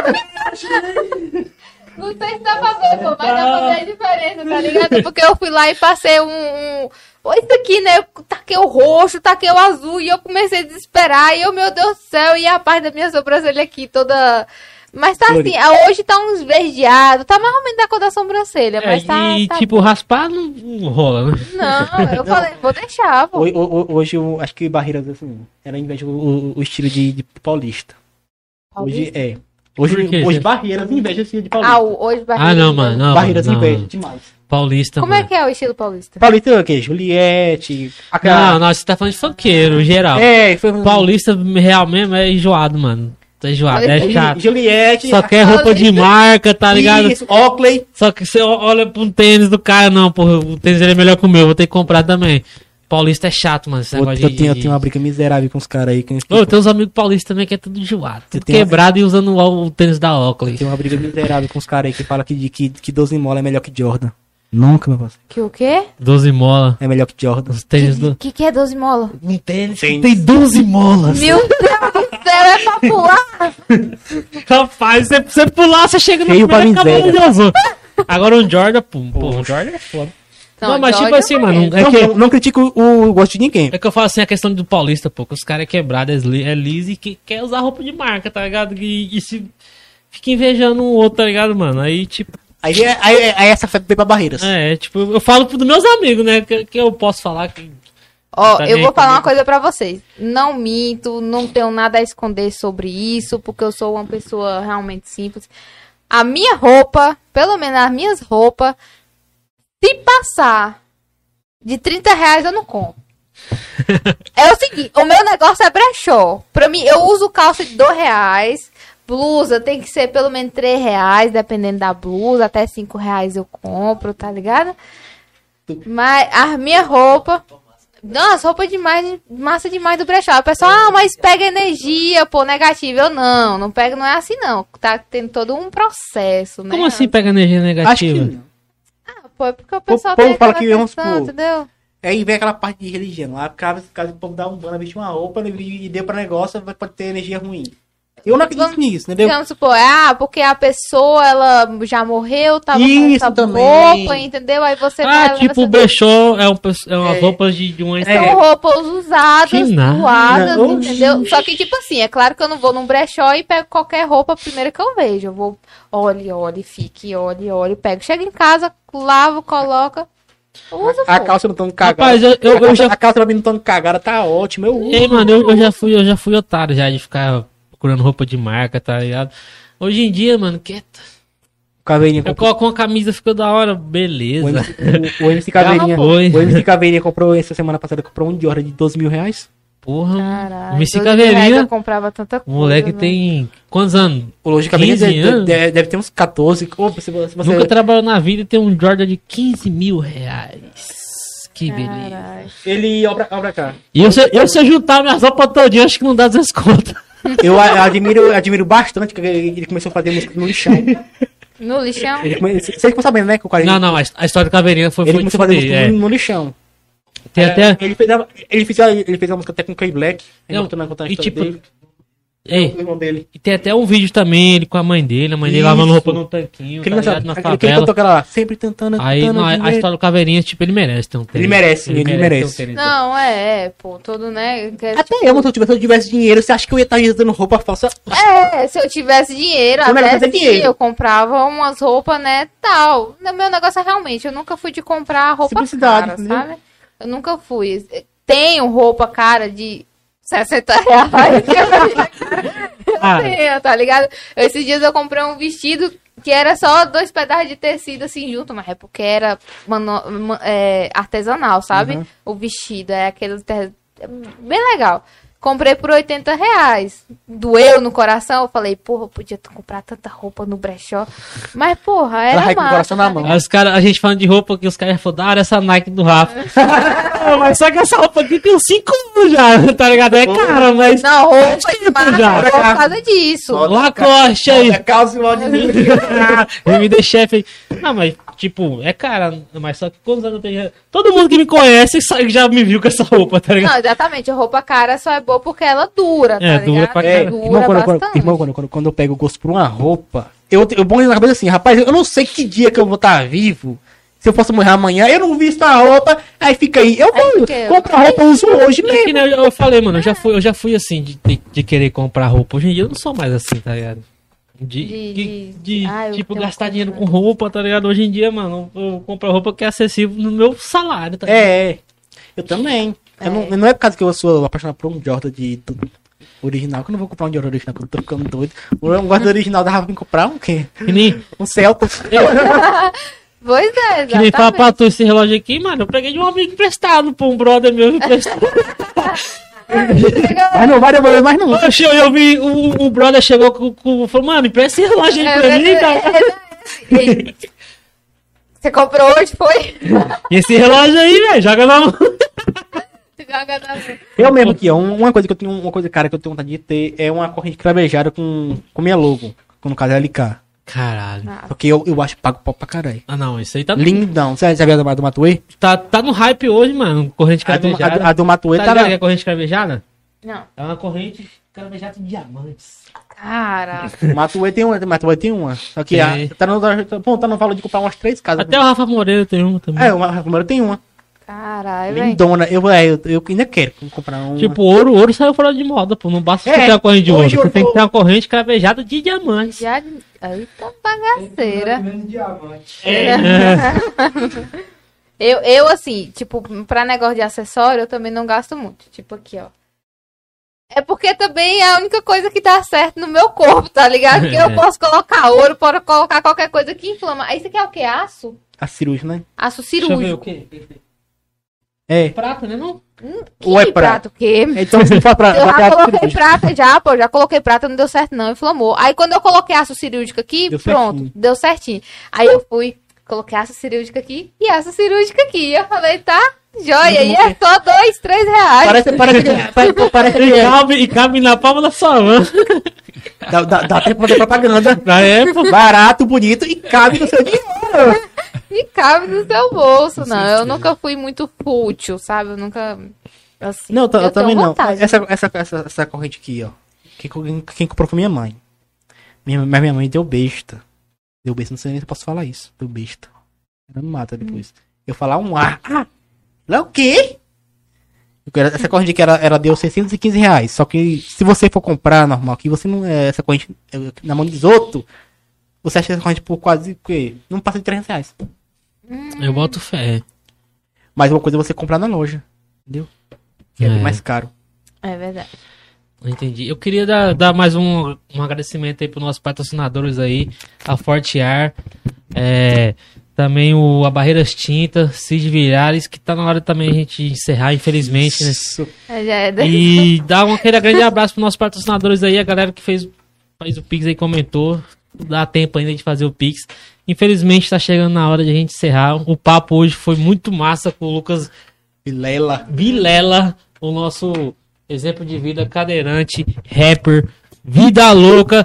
Não sei se dá pra ver, pô, mas dá pra ver a diferença, tá ligado? Porque eu fui lá e passei isso aqui, né? Eu taquei o roxo, taquei o azul e eu comecei a desesperar. E eu, meu Deus do céu, e a parte da minha sobrancelha aqui toda Mas tá assim, hoje tá uns esverdeado, tá mais ou menos da cor da sobrancelha, mas tá... E tá tipo, bom. raspar não rola, né? Não, eu falei, vou deixar, pô. Hoje eu acho que Barreiras, assim, era inveja o estilo de paulista. Hoje é. Por quê? Hoje Barreiras inveja o estilo de paulista. Hoje Barreiras. Não, mano, não. Barreiras não. inveja demais. Paulista, Como mano. é que é o estilo paulista? Paulista é o quê? Juliette, Não, você tá falando de funkeiro, geral. foi Paulista real mesmo é enjoado, mano. Tá enjoado, é chato. Juliette. Só quer roupa de marca, tá ligado? Isso, Oakley. Só que você olha pro tênis do cara, não, porra, o tênis dele é melhor que o meu, vou ter que comprar também. Paulista é chato, mano. Esse negócio Eu tenho uma briga miserável com os caras aí. Ô, tem uns amigos paulistas também que é tudo enjoado. Tudo tenho- quebrado e usando o tênis da Oakley. Tem uma briga miserável com os caras aí que falam que 12 mola é melhor que Jordan. Nunca, meu parceiro. Que o quê? 12 mola. É melhor que Jordan. Os tênis do. Que é 12 mola? Um tênis que Tênis. tem 12 molas. Meu Deus do céu, é pra pular? Rapaz, você pular, você chega no Feio pra primeiro cavalo miséria. de azul. Agora um Jordan, pô, um Jordan é foda. Não, mas tipo Jordan assim, eu mano, conheço. Não critico o gosto de ninguém. é que eu falo assim, a questão do paulista, pô, que os caras é quebrado, é liso e que quer usar roupa de marca, tá ligado? E se fica invejando um outro, tá ligado, mano? Aí, tipo, Aí essa febre veio pra Barreiras. tipo, eu falo pros meus amigos, né, que eu posso falar que... Ó, Tá eu nem vou falar comigo. uma coisa pra vocês. Não minto, não tenho nada a esconder sobre isso, porque eu sou uma pessoa realmente simples. A minha roupa, pelo menos as minhas roupas, se passar de 30 reais, eu não compro. É o seguinte, o meu negócio é brechó. Pra mim, eu uso calça de 2 reais. Blusa tem que ser pelo menos 3 reais, dependendo da blusa. Até 5 reais eu compro, tá ligado? Mas a minha roupa... Nossa, roupa demais, massa demais do brechó. O pessoal, mas pega energia, pô, negativo. Eu não pego, não é assim não. Tá tendo todo um processo, né? Como assim pega energia Acho que negativa? não. Pô, é porque o pessoal povo tem fala aquela que, vamos questão, supor, entendeu? Aí vem aquela parte de religião. Lá, caso o povo dá um bando, vestir uma roupa e deu pra negócio, pode ter energia ruim. Eu não acredito nisso, entendeu? Vamos supor, porque a pessoa, ela já morreu, tava com Isso essa também. roupa, entendeu? Aí você vai... Tipo, o brechó é uma roupa de uma... São roupas usadas, Que nada. doadas, Não. entendeu? Só que, tipo assim, é claro que eu não vou num brechó e pego qualquer roupa primeiro que eu vejo. Eu vou, olhe, fique, olhe, pego. Chego em casa, lavo, coloca, usa, A pô. calça não tão cagada. Rapaz, eu já... A calça pra mim não tão cagada, tá ótima. Ei, mano, eu já fui otário já de ficar procurando roupa de marca, tá ligado? Hoje em dia, mano, Caveirinha eu coloco uma camisa, ficou da hora, beleza. O MC Caveirinha. Já foi. O MC Caveirinha comprou essa semana passada, comprou um Jordan de 12 mil reais. Porra, Caralho, o MC 12 reais Caveirinha, eu comprava tanta o coisa. moleque né? tem quantos anos? O Loja Caveirinha 15 anos? deve ter uns 14. Ô, se você... Nunca trabalhou na vida e tem um Jordan de 15 mil reais. Que beleza. Caralho. Ele obra cá. E se eu juntar minhas roupas todinhas, acho que não dá 200 contas. Eu admiro bastante que ele começou a fazer música no lixão. No lixão? Vocês ficam sabendo, né? Que o cara, Não, a história do Caveirinha foi ele começou a fazer fuder, música no lixão. Tem até... Ele fez a música até com o K Black. Não, Contando a e história tipo, dele. Ei, O irmão dele. e tem até um vídeo também, ele com a mãe dele Isso. lavando roupa num tanquinho, Que tá ele, ligado, na aquele que ele favela. cantou aquela lá, sempre tentando. Aí tentando a viver. história do Caveirinha, tipo, ele merece ter um tênis. Ele merece. ter um tênis. Não, pô, todo, né? que é, Até tipo, eu, se eu tivesse dinheiro, você acha que eu ia estar usando roupa falsa? se eu tivesse dinheiro, Meu negócio até é dinheiro. eu comprava umas roupas, né, tal. O meu negócio é realmente, eu nunca fui de comprar roupa Simplicidade, cara, entendeu? sabe? Eu nunca fui. Tenho roupa cara de 60 reais. Ah, Tenho, tá ligado? Esses dias eu comprei um vestido que era só 2 pedaços de tecido assim junto, mas é porque era artesanal, sabe? Uhum. O vestido, é aquele bem legal. Comprei por 80 reais. Doeu no coração. Eu falei, porra, eu podia comprar tanta roupa no brechó. Mas, porra, era Ela vai com o massa, coração na tá mão. ligado? aí os cara, a gente falando de roupa, que os caras falaram, essa Nike do Rafa. Mas só que essa roupa aqui tem uns 5 anos já, tá ligado? É cara, mas... Não, roupa de tempo marca, já. por causa disso. Lacoste aí. Calça e de mim. MD Chef aí. Não, mas, tipo, é cara, mas só que quantos anos eu tenho? Todo mundo que me conhece já me viu com essa roupa, tá ligado? Não, exatamente. A roupa cara só é boa porque ela dura, tá É, dura ligado? pra É, caralho. Dura quando eu pego o gosto por uma roupa, eu ponho na cabeça assim, rapaz, eu não sei que dia que eu vou estar vivo. Se eu posso morrer amanhã, eu não visto a roupa, aí fica aí. Eu vou comprar roupa, eu uso hoje É que mesmo. nem eu falei, mano, eu já fui assim de querer comprar roupa. Hoje em dia eu não sou mais assim, tá ligado? Eu tipo, tenho gastar uma dinheiro coisa, com roupa, tá ligado? Hoje em dia, mano, eu compro roupa que é acessível no meu salário, tá ligado? Eu também. Não é por causa que eu sou apaixonado por um Jordan de original, que eu não vou comprar um Jordan original, que eu tô ficando doido. Eu gosto do original, dava pra comprar um quê? Que nem, Um Celta. Pois é, que nem fala exatamente. pra tu esse relógio aqui, mano, eu peguei de um amigo emprestado, pô, um brother meu emprestado. Mas não vai devolver mais não. Poxa, eu vi, o brother chegou falou, mano, empresta esse relógio aí pra mim, cara. Você comprou hoje, foi? E esse relógio aí, velho, joga na mão. Joga na mão. Eu mesmo aqui, ó, uma coisa, cara, que eu tenho vontade de ter é uma corrente cravejada com minha logo, no caso é LK. Caralho. Porque eu acho pago pau pra caralho. Ah, não, isso aí tá, Lindão. Você já viu a do Matuê? tá no hype hoje, mano, corrente cravejada. A do Matuê Tá tá ligado lá. que é corrente cravejada? Não. É uma corrente cravejada de diamantes. Caraca. O Matuê tem uma. Só que Tem. tá no valor de comprar umas 3 casas. Até o Rafa Moreira tem uma também. O Rafa tem uma. Caralho, velho. Lindona. Eu ainda quero comprar uma. Tipo, ouro saiu fora de moda, pô. Não basta você ter uma corrente de ouro. hoje Você eu tem que tô- ter uma corrente cravejada de diamantes. Já... Aí tá bagaceira. Menos diamante. Eu, assim, tipo, pra negócio de acessório, eu também não gasto muito. Tipo, aqui, ó. É porque também é a única coisa que dá certo no meu corpo, tá ligado? Que eu posso colocar ouro, posso colocar qualquer coisa que inflama. Aí você quer o quê? Aço? A cirúrgica, né? Aço Deixa eu ver o cirúrgico. quê? É. Prata, né, não? Ou é Que prata? o quê? Então, se for pra Eu já pra coloquei cirúrgica. prata, já, pô, já coloquei prata, não deu certo não, inflamou. Aí quando eu coloquei aço cirúrgico aqui, Deu pronto, certinho. deu certinho. Aí eu fui, coloquei aço cirúrgico aqui e aço cirúrgico aqui. Eu falei, tá, joia, e é só R$2, R$3. Parece E cabe na palma da sua mão. dá tempo pra fazer propaganda. Na época. Barato, bonito e cabe no seu dinheiro. E cabe no seu bolso, não. Eu nunca fui muito fútil, sabe? Eu nunca, assim, Não, eu tenho também não. vontade. Essa corrente aqui, ó. Quem comprou foi minha mãe. Mas minha mãe deu besta. Deu besta, não sei nem se eu posso falar isso. Deu besta. Ela me mata depois. Eu falar um A. Lá o quê? Essa corrente aqui, ela deu R$615. Só que se você for comprar normal aqui, você não é essa corrente na mão dos outros. Você acha essa corrente por quase, o quê? Não passa de R$300. Eu boto fé. Mas uma coisa é você comprar na loja. Entendeu? Que é bem mais caro. É verdade. Entendi. Eu queria dar mais um agradecimento aí pros nossos patrocinadores aí, a Forte Ar, também a Barreiras Tintas, Cid Virares, que tá na hora também a gente encerrar, infelizmente, né? Isso. Já é E dar aquele grande abraço pros nossos patrocinadores aí, a galera que fez o Pix aí comentou, dá tempo ainda de fazer o Pix. Infelizmente tá chegando na hora de a gente encerrar. O papo hoje foi muito massa com o Lucas Vilela, o nosso exemplo de vida, cadeirante, rapper, vida louca,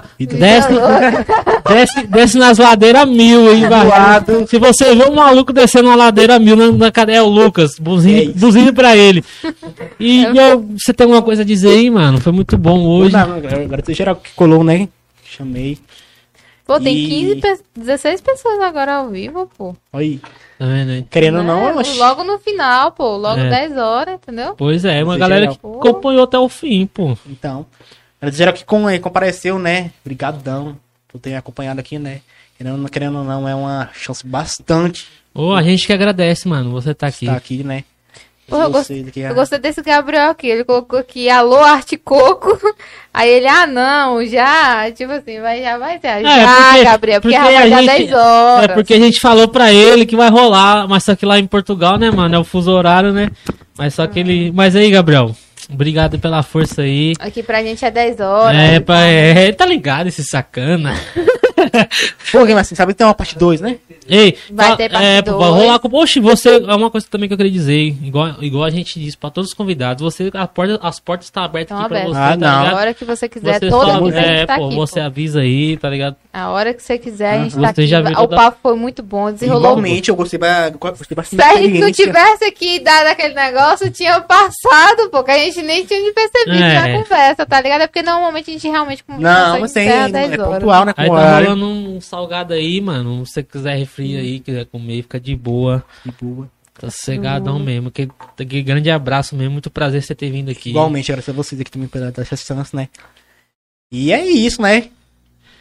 desce nas ladeiras 1000 aí, vai. Se você vê um maluco descendo uma ladeira 1000 na cadeia, é o Lucas, buzine pra ele. E você tem alguma coisa a dizer aí, mano? Foi muito bom hoje. Agora você geral que colou, né? Chamei. Pô, tem E- 16 pessoas agora ao vivo, pô. Olha aí. Tá vendo aí? Querendo ou Né? não, oxi. Logo no final, pô. Logo É. 10 horas, entendeu? Pois é, uma Você galera geral. que acompanhou até o fim, pô. Então. Geral que compareceu, né? Brigadão por ter acompanhado aqui, né? Querendo ou não, é uma chance bastante Ô, a gente que agradece, mano, você tá aqui. estar aqui, né? Pô, eu Vocês aqui, Eu gostei desse Gabriel aqui. Ele colocou aqui, alô, Arte Coco. Aí ele, não, já. Tipo assim, já vai ser. Já, Gabriel, porque já vai dar 10 horas. É porque a gente falou pra ele que vai rolar, mas só que lá em Portugal, né, mano, é o fuso horário, né? Mas só que ele... Mas aí, Gabriel, obrigado pela força aí. Aqui pra gente é 10 horas. Tá ligado esse sacana. Pô, mas assim, sabe que tem uma parte 2, né? Ei, Vai ter parte pô, dois. vai rolar com... Oxe, você... É uma coisa também que eu queria dizer, igual a gente disse pra todos os convidados, as portas estão abertas Estão aqui pra abertas. você, Ah, tá não. A ligado? hora que você quiser, Você toda só- vez a gente tá pô, aqui. você pô. avisa aí, tá ligado? A hora que você quiser, a gente Você tá aqui. já viu O toda- papo foi muito bom, desenrolou. Igualmente, eu gostei bastante Se da a gente não experiência. tivesse aqui dado aquele negócio, tinha passado, porque a gente nem tinha percebido É. na conversa, tá ligado? É porque normalmente a gente realmente Não, mas tem. encerra 10 É horas. pontual, né? Com Aí o tá horário. rolando um salgado aí, mano. Se você quiser refri aí, quiser comer, fica de boa. De boa. Tá sossegadão mesmo. Que grande abraço mesmo. Muito prazer você ter vindo aqui. Igualmente, agradeço a vocês aqui também pela essa chance, né? E é isso, né?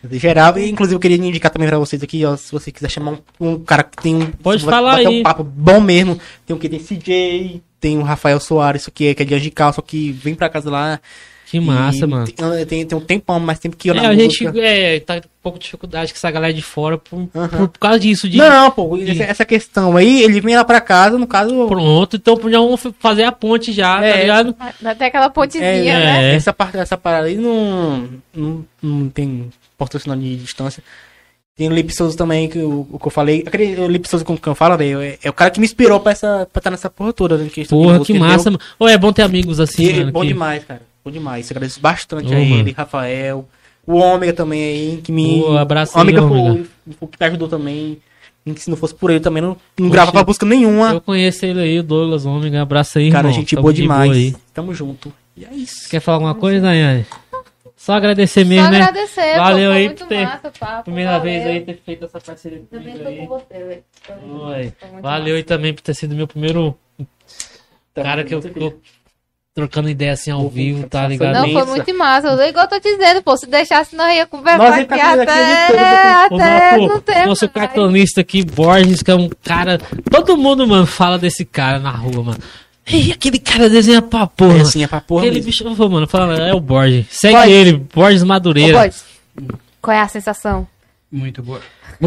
De geral, e inclusive eu queria indicar também pra vocês aqui, ó, se você quiser chamar um cara que tem um... Pode vai falar bater aí. um papo bom mesmo. Tem o que? Tem CJ, tem o Rafael Soares, isso aqui que é de Angical, só que vem pra casa lá. Que massa, e mano. Tem um tempão, mais tempo que eu na A gente música. tá com um pouco de dificuldade com essa galera de fora por causa disso. Não, pô, essa questão aí, ele vem lá pra casa, no caso... Pronto, então já vamos fazer a ponte já, tá ligado? Até aquela pontezinha, né? Essa parada aí não tem patrocinador de distância. Tem o Lipe Souza também, que o que eu falei. O Lipe Souza, como que eu falo, velho, é o cara que me inspirou pra estar nessa porra toda. Né, Porra, que massa, mano. Ô, é bom ter amigos assim, mano. Bom demais, cara. Bom demais. Eu agradeço bastante Ô, a ele, mano. Rafael. O Ômega também aí, que me... Pô, abraço o Ômega aí, foi Ômega. o que me ajudou também. E se não fosse por ele também, não gravava música nenhuma. Eu conheço ele aí, o Douglas Ômega. Abraço aí, Cara, irmão. gente Tamo boa de demais. aí. Tamo junto. E é isso. Quer falar alguma coisa, Daiane? Só agradecer mesmo, Só né? agradecer, Valeu pô, foi aí muito por ter... massa o papo. Primeira valeu. vez aí ter feito essa parceria Também comigo tô aí. com você, velho. Oi. Foi muito Valeu aí também por ter sido meu primeiro cara que eu tô trocando ideia assim ao vivo, tá ligado? Não, foi imensa. muito massa. Igual eu tô te dizendo, pô, se deixasse, nós ia Nós conversar ia aqui ficar aqui até O não nosso, ter nosso mais. cartonista aqui, Borges, que é um cara. Todo mundo, mano, fala desse cara na rua, mano. Ei, aquele cara desenha pra porra. É assim, é pra porra Aquele mesmo. bicho, mano, fala, é o Borges. Segue Borges. ele, Borges Ô, Madureira. Borges, qual é a sensação? Muito boa.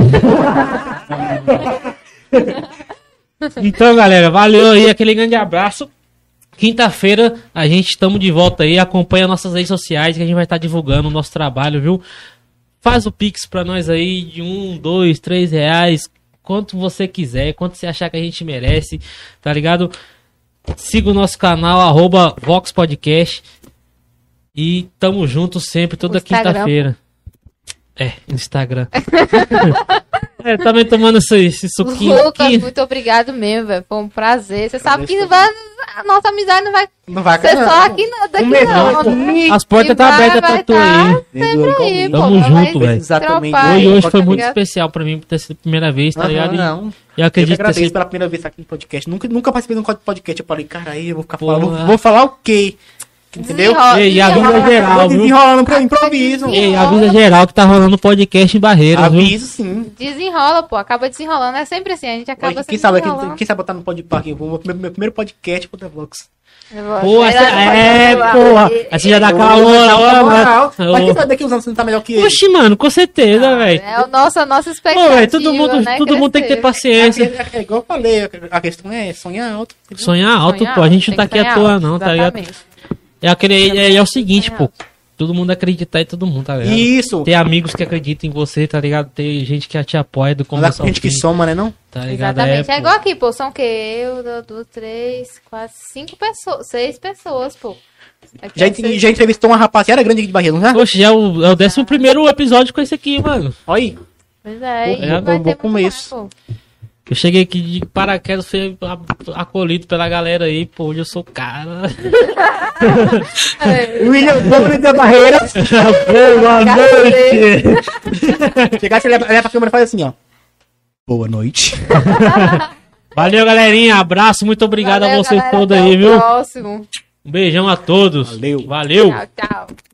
Então, galera, valeu aí, aquele grande abraço. Quinta-feira a gente estamos de volta aí. Acompanha nossas redes sociais que a gente vai estar divulgando o nosso trabalho, viu? Faz o Pix pra nós aí de 1, 2, 3 reais. Quanto você quiser, quanto você achar que a gente merece, tá ligado? Siga o nosso canal, @Vox Podcast. E tamo junto sempre, toda O Instagram. quinta-feira. É, Instagram. Também tomando esse suquinho Lucas, aqui. muito obrigado mesmo, velho. Foi um prazer. Você sabe que não vai, a nossa amizade não vai Não vai ser acabar. só aqui não, daqui não. As portas tá abertas pra tu aí. Sempre aí, pô. Tamo vai junto, velho. Exatamente. Tropar aí, Hoje tá foi muito ligado? especial pra mim por ter sido a primeira vez, tá ligado? E Não. eu Eu acredito que ter agradeço sido... pela primeira vez aqui no podcast. Nunca participei de um podcast. Eu falei, cara, aí eu vou ficar Porra. falando. Vou falar o quê? Entendeu? Desenrola, Ei, avisa desenrola. geral, Vou viu? desenrolando pra improviso. Ei, avisa geral que tá rolando podcast em Barreiras, viu? Aviso sim. Desenrola, pô. Acaba desenrolando. É sempre assim. A gente acaba Quem sempre sabe, desenrolando. quem sabe botar no Podpark? Meu primeiro podcast pro The Vox. Pô, porra. Aí você já dá aquela moral, Mas mano. quem sabe daqui uns anos você não tá melhor que ele? Oxi, mano, com certeza, velho. É a nossa Pô, expectativa, velho, todo mundo tem que ter crescer. paciência. É igual eu falei, a questão é sonhar alto. entendeu? Sonhar alto, Sonhar pô. A gente não tem tá que aqui à sonhar toa, alto, não, tá ligado? exatamente. É o seguinte, pô. Todo mundo acreditar em todo mundo, tá ligado? Isso. Ter amigos que acreditam em você, tá ligado? Ter gente que te apoia do Andar começo com ao gente que fim, soma, né não? tá ligado? Exatamente. É pô. igual aqui, pô. São o quê? Eu, 2, 3, 4, 5 pessoas. 6 pessoas, pô. Aqui Já, é seis- já entrevistou uma rapaziada grande aqui de Barreira, não já? Poxa, já é o 11º episódio com esse aqui, mano. Olha aí. Pois é, Pô, e é vai bom ter começo. muito mais, pô. Eu cheguei aqui de paraquedas, fui acolhido pela galera aí, pô, hoje eu sou cara. William Gomes da Barreira. Boa noite! Chegar, você olha pra câmera e faz assim, ó. Boa noite. Valeu, galerinha, abraço, muito obrigado Valeu, a vocês galera, todos até aí, o viu? Próximo. Um beijão a todos. Valeu. Valeu. Tchau, tchau.